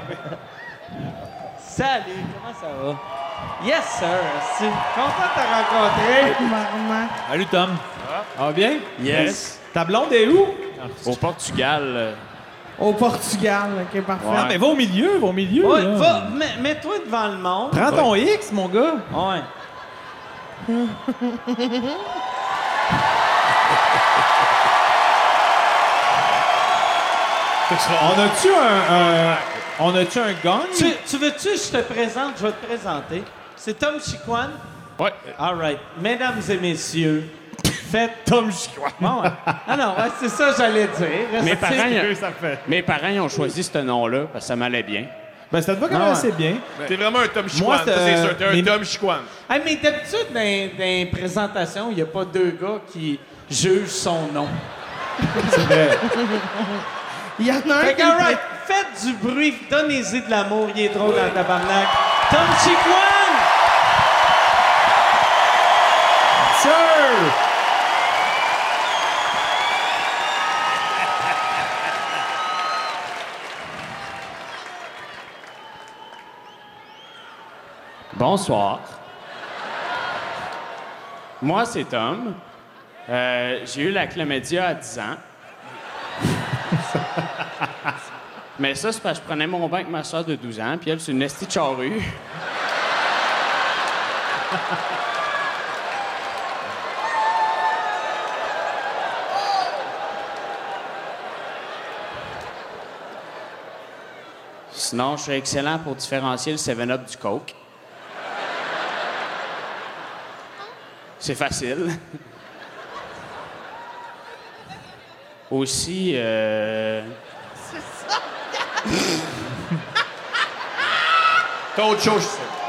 Salut, comment ça va? Yes, sir. C'est content de te rencontrer. Maman. Salut, Tom. Ça va bien? Yes. Ta blonde est où? Au Portugal. Au Portugal, OK, parfait. Non, mais va au milieu, Ouais, là. mets-toi devant le monde. Prends ton X, mon gars. Ouais. On a-tu un gong? Tu veux-tu que je te présente? Je vais te présenter. C'est Tom Chiquan. Ouais. All right. Mesdames et messieurs, faites... Tom Chiquan. Bon, ouais. Ah non, ouais, c'est ça que j'allais dire. Mes Restez- parents, Ça fait. mes parents ils ont choisi ce nom-là parce que ça m'allait bien. Ben, ça te va quand même assez bien. T'es vraiment un Tom Moi, Chiquan, ça c'est sûr. T'es un mais- Tom Chiquan. Hey, mais d'habitude, dans les présentations, il n'y a pas deux gars qui jugent son nom. C'est vrai. Il y en a un Fait qui... que, all right, faites du bruit, donnez-y de l'amour, il est drôle dans le tabarnak. Tom Chiquan! Sir! Bonsoir. Moi, c'est Tom. J'ai eu la chlamydia à 10 ans. Mais ça, c'est parce que je prenais mon bain avec ma soeur de 12 ans, puis elle, c'est une esti de charrue. Sinon, je suis excellent pour différencier le 7-Up du Coke. C'est facile. Aussi, T'as autre chose,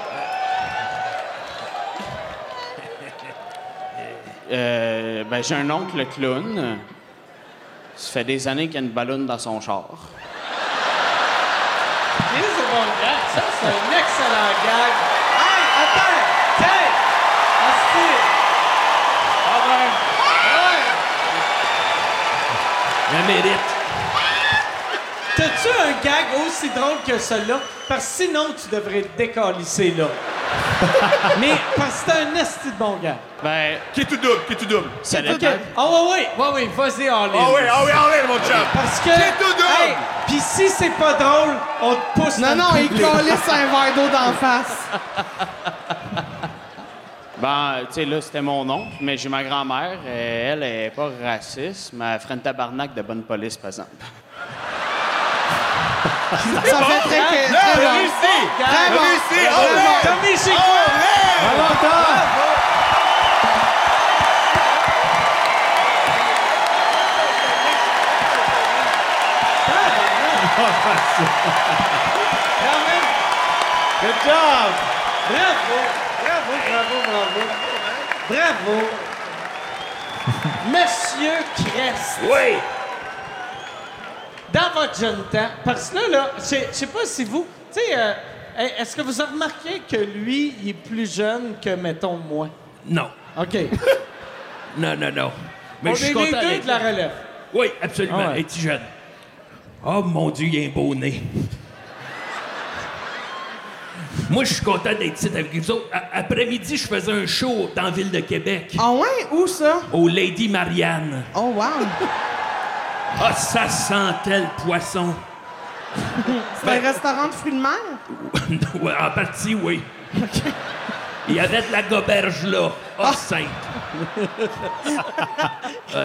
ben, j'ai un oncle clown. Ça fait des années qu'il y a une ballonne dans son char. C'est bon gag. Ça, c'est un excellent gag. Hey, attends! Tiens! Asti! Ah ouais! La mérite. T'as-tu un gag aussi drôle que celui-là? Parce que sinon, tu devrais te décalisser là. Mais parce que c'est un esti de bon gag. Ben, Qui est tout double. ça OK. dépend. Ah ouais, vas-y, en ligne. Ah oui, mon chum. Parce que... C'est tout double. Hey, pis si c'est pas drôle, on te pousse Non, dans non, le il public. calisse un verre d'eau d'en face. Ben, tu sais, là, c'était mon oncle, mais j'ai ma grand-mère. Elle est pas raciste, mais elle ferait une tabarnak de bonne police, par exemple. Ça fait très bon. Réussi! Très bon. Réussi! Très bon. Tommy, c'est quoi? Bravo, Tom! Good job! Bravo! Monsieur Crest. Oui! Dans votre jeune temps, parce que là, je sais pas si vous... Tu sais, est-ce que vous avez remarqué que lui, il est plus jeune que, mettons, moi? Non. OK. Non. Mais On je est suis les content deux d'être de la là. relève. Oui, absolument. Ah ouais. Es-tu jeune? Oh mon Dieu, il a un beau nez. Moi, je suis content d'être ici avec vous autres. Après-midi, je faisais un show dans la ville de Québec, Ah ouais? Où ça? au Lady Marianne. Oh, wow. Ah, ça sentait le poisson. C'est un restaurant de fruits de mer? Ouais, en partie, oui. Il y avait de la goberge là. Ah, sainte. Ah,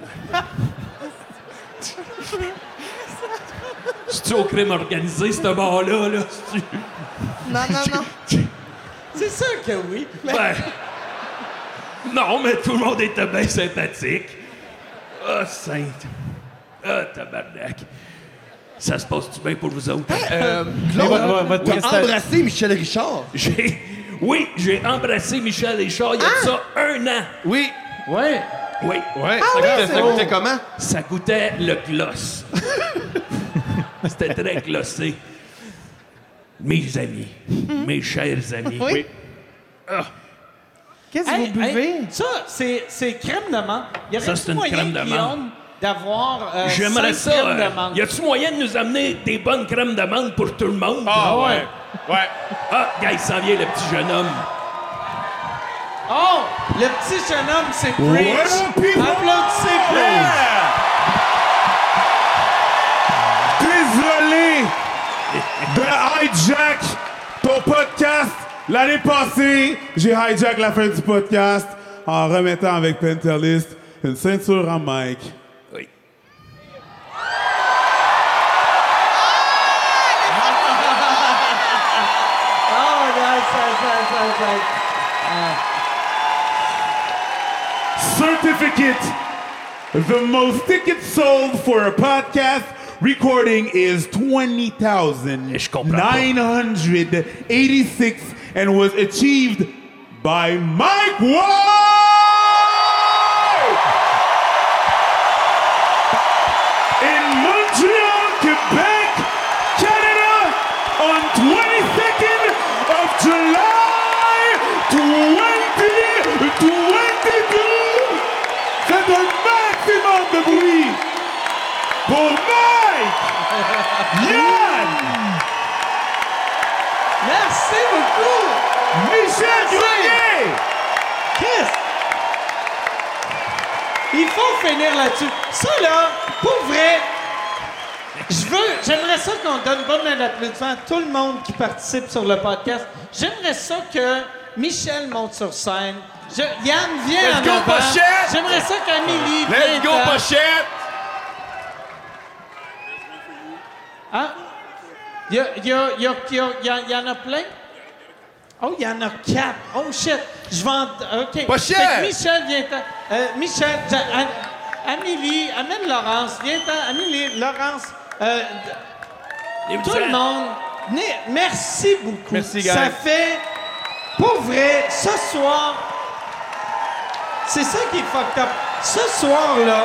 c'est-tu au crime organisé, ce bar-là? Là? C'est-tu- Non. C'est sûr que oui. Ben, non, mais tout le monde était bien sympathique. Ah, sainte. Ah, tabarnak. Ça se passe-tu bien pour vous autres? Votre T'as prestation- embrassé Michel Richard. J'ai embrassé Michel Richard il y a de ça 1 an. Oui. Ouais. Oui. Ouais. oui, Ça goûtait comment? Ça goûtait le gloss. C'était très glossé. Mes amis, mes chers amis. Oui. Ah, Qu'est-ce que vous buvez? ça, c'est crème de menthe. Y aurait-tu Ça, c'est une moyen, crème de menthe. Guillaume, d'avoir j'aimerais 5 ça. crèmes de menthe? Y a-tu moyen de nous amener des bonnes crèmes d'amande pour tout le monde? Ah ouais. Ouais. Ah, gars, il s'en vient, le petit jeune homme. Oh! Le petit jeune homme, c'est Preach! Ouais, mon people! Applaudissez Preach! Désolé de hijack ton podcast. L'année passée, j'ai hijack la fin du podcast en remettant avec Pentalist une ceinture en mic. Oui. Oh, nice. Certificate. The most tickets sold for a podcast recording is 20,986 and was achieved by Mike Ward! In Montreal, Quebec, Canada, on 22nd of July 2022. Faites un maximum de bruit pour Mike Yann! Merci beaucoup! Michel Grenier! Chris! Il faut finir là-dessus. Ça, là, pour vrai, j'aimerais ça qu'on donne bonne main d'applaudissement à tout le monde qui participe sur le podcast. J'aimerais ça que Michel monte sur scène. Yann, viens en avant. Pochette! J'aimerais ça qu'Amélie vienne. Let's go, Pochette! Hein? Il y en a plein? Oh, il y en a 4. Oh, shit. Je vais OK. Pochette! Fait que Michel, viens-t'en. Michel, Amélie, amène Laurence. Viens-t'en. Amélie, Laurence. Tout le monde. Merci beaucoup. Merci, guys. Ça fait... Pour vrai, ce soir... C'est ça qui est fucked up. Ce soir-là,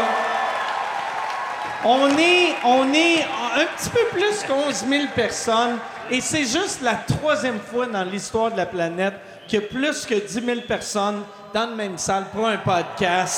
on est un petit peu plus qu'11 000 personnes et c'est juste la 3e fois dans l'histoire de la planète qu'il y a plus que 10 000 personnes dans la même salle pour un podcast.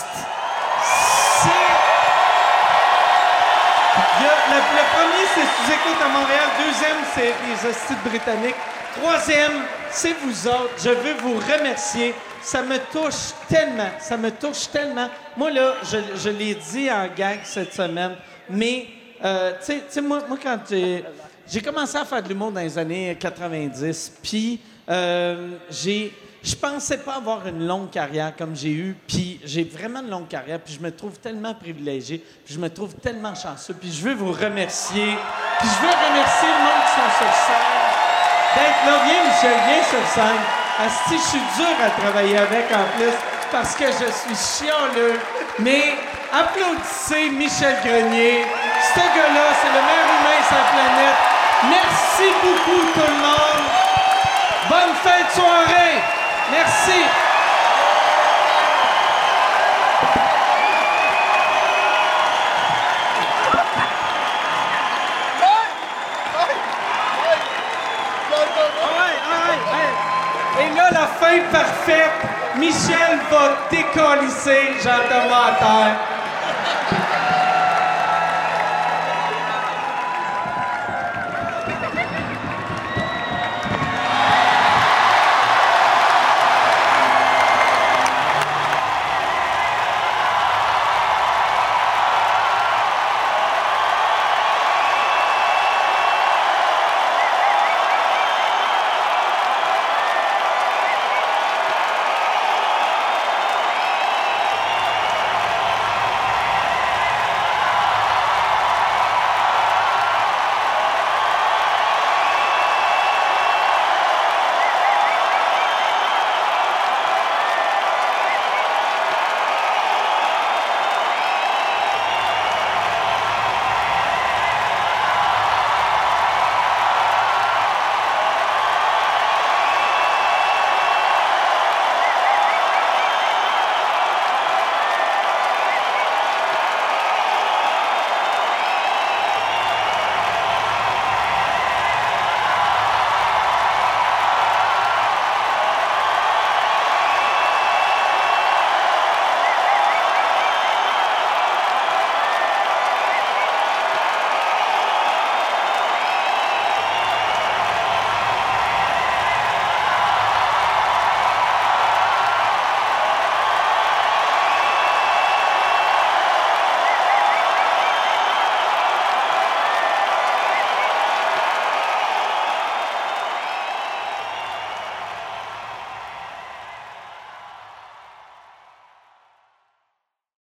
Le premier, c'est Sous-Écoute à Montréal. Deuxième, c'est les Hosties britanniques. Troisième, c'est vous autres. Je veux vous remercier. Ça me touche tellement. Ça me touche tellement. Moi, là, je l'ai dit en gag cette semaine, mais, tu sais, moi, quand j'ai commencé à faire de l'humour dans les années 90, puis je pensais pas avoir une longue carrière comme j'ai eu, puis j'ai vraiment une longue carrière, puis je me trouve tellement privilégié, puis je me trouve tellement chanceux, puis je veux vous remercier, puis je veux remercier le monde qui sont sur scène, d'être là. Viens, Michel, viens sur scène. Asti, je suis dur à travailler avec en plus parce que je suis chialeux. Mais applaudissez Michel Grenier. Ce gars-là, c'est le meilleur humain sur la planète. Merci beaucoup tout le monde. Bonne fin de soirée. Merci. Et là, la fin parfaite, Michel va décalisser Jean-Thomas à terre.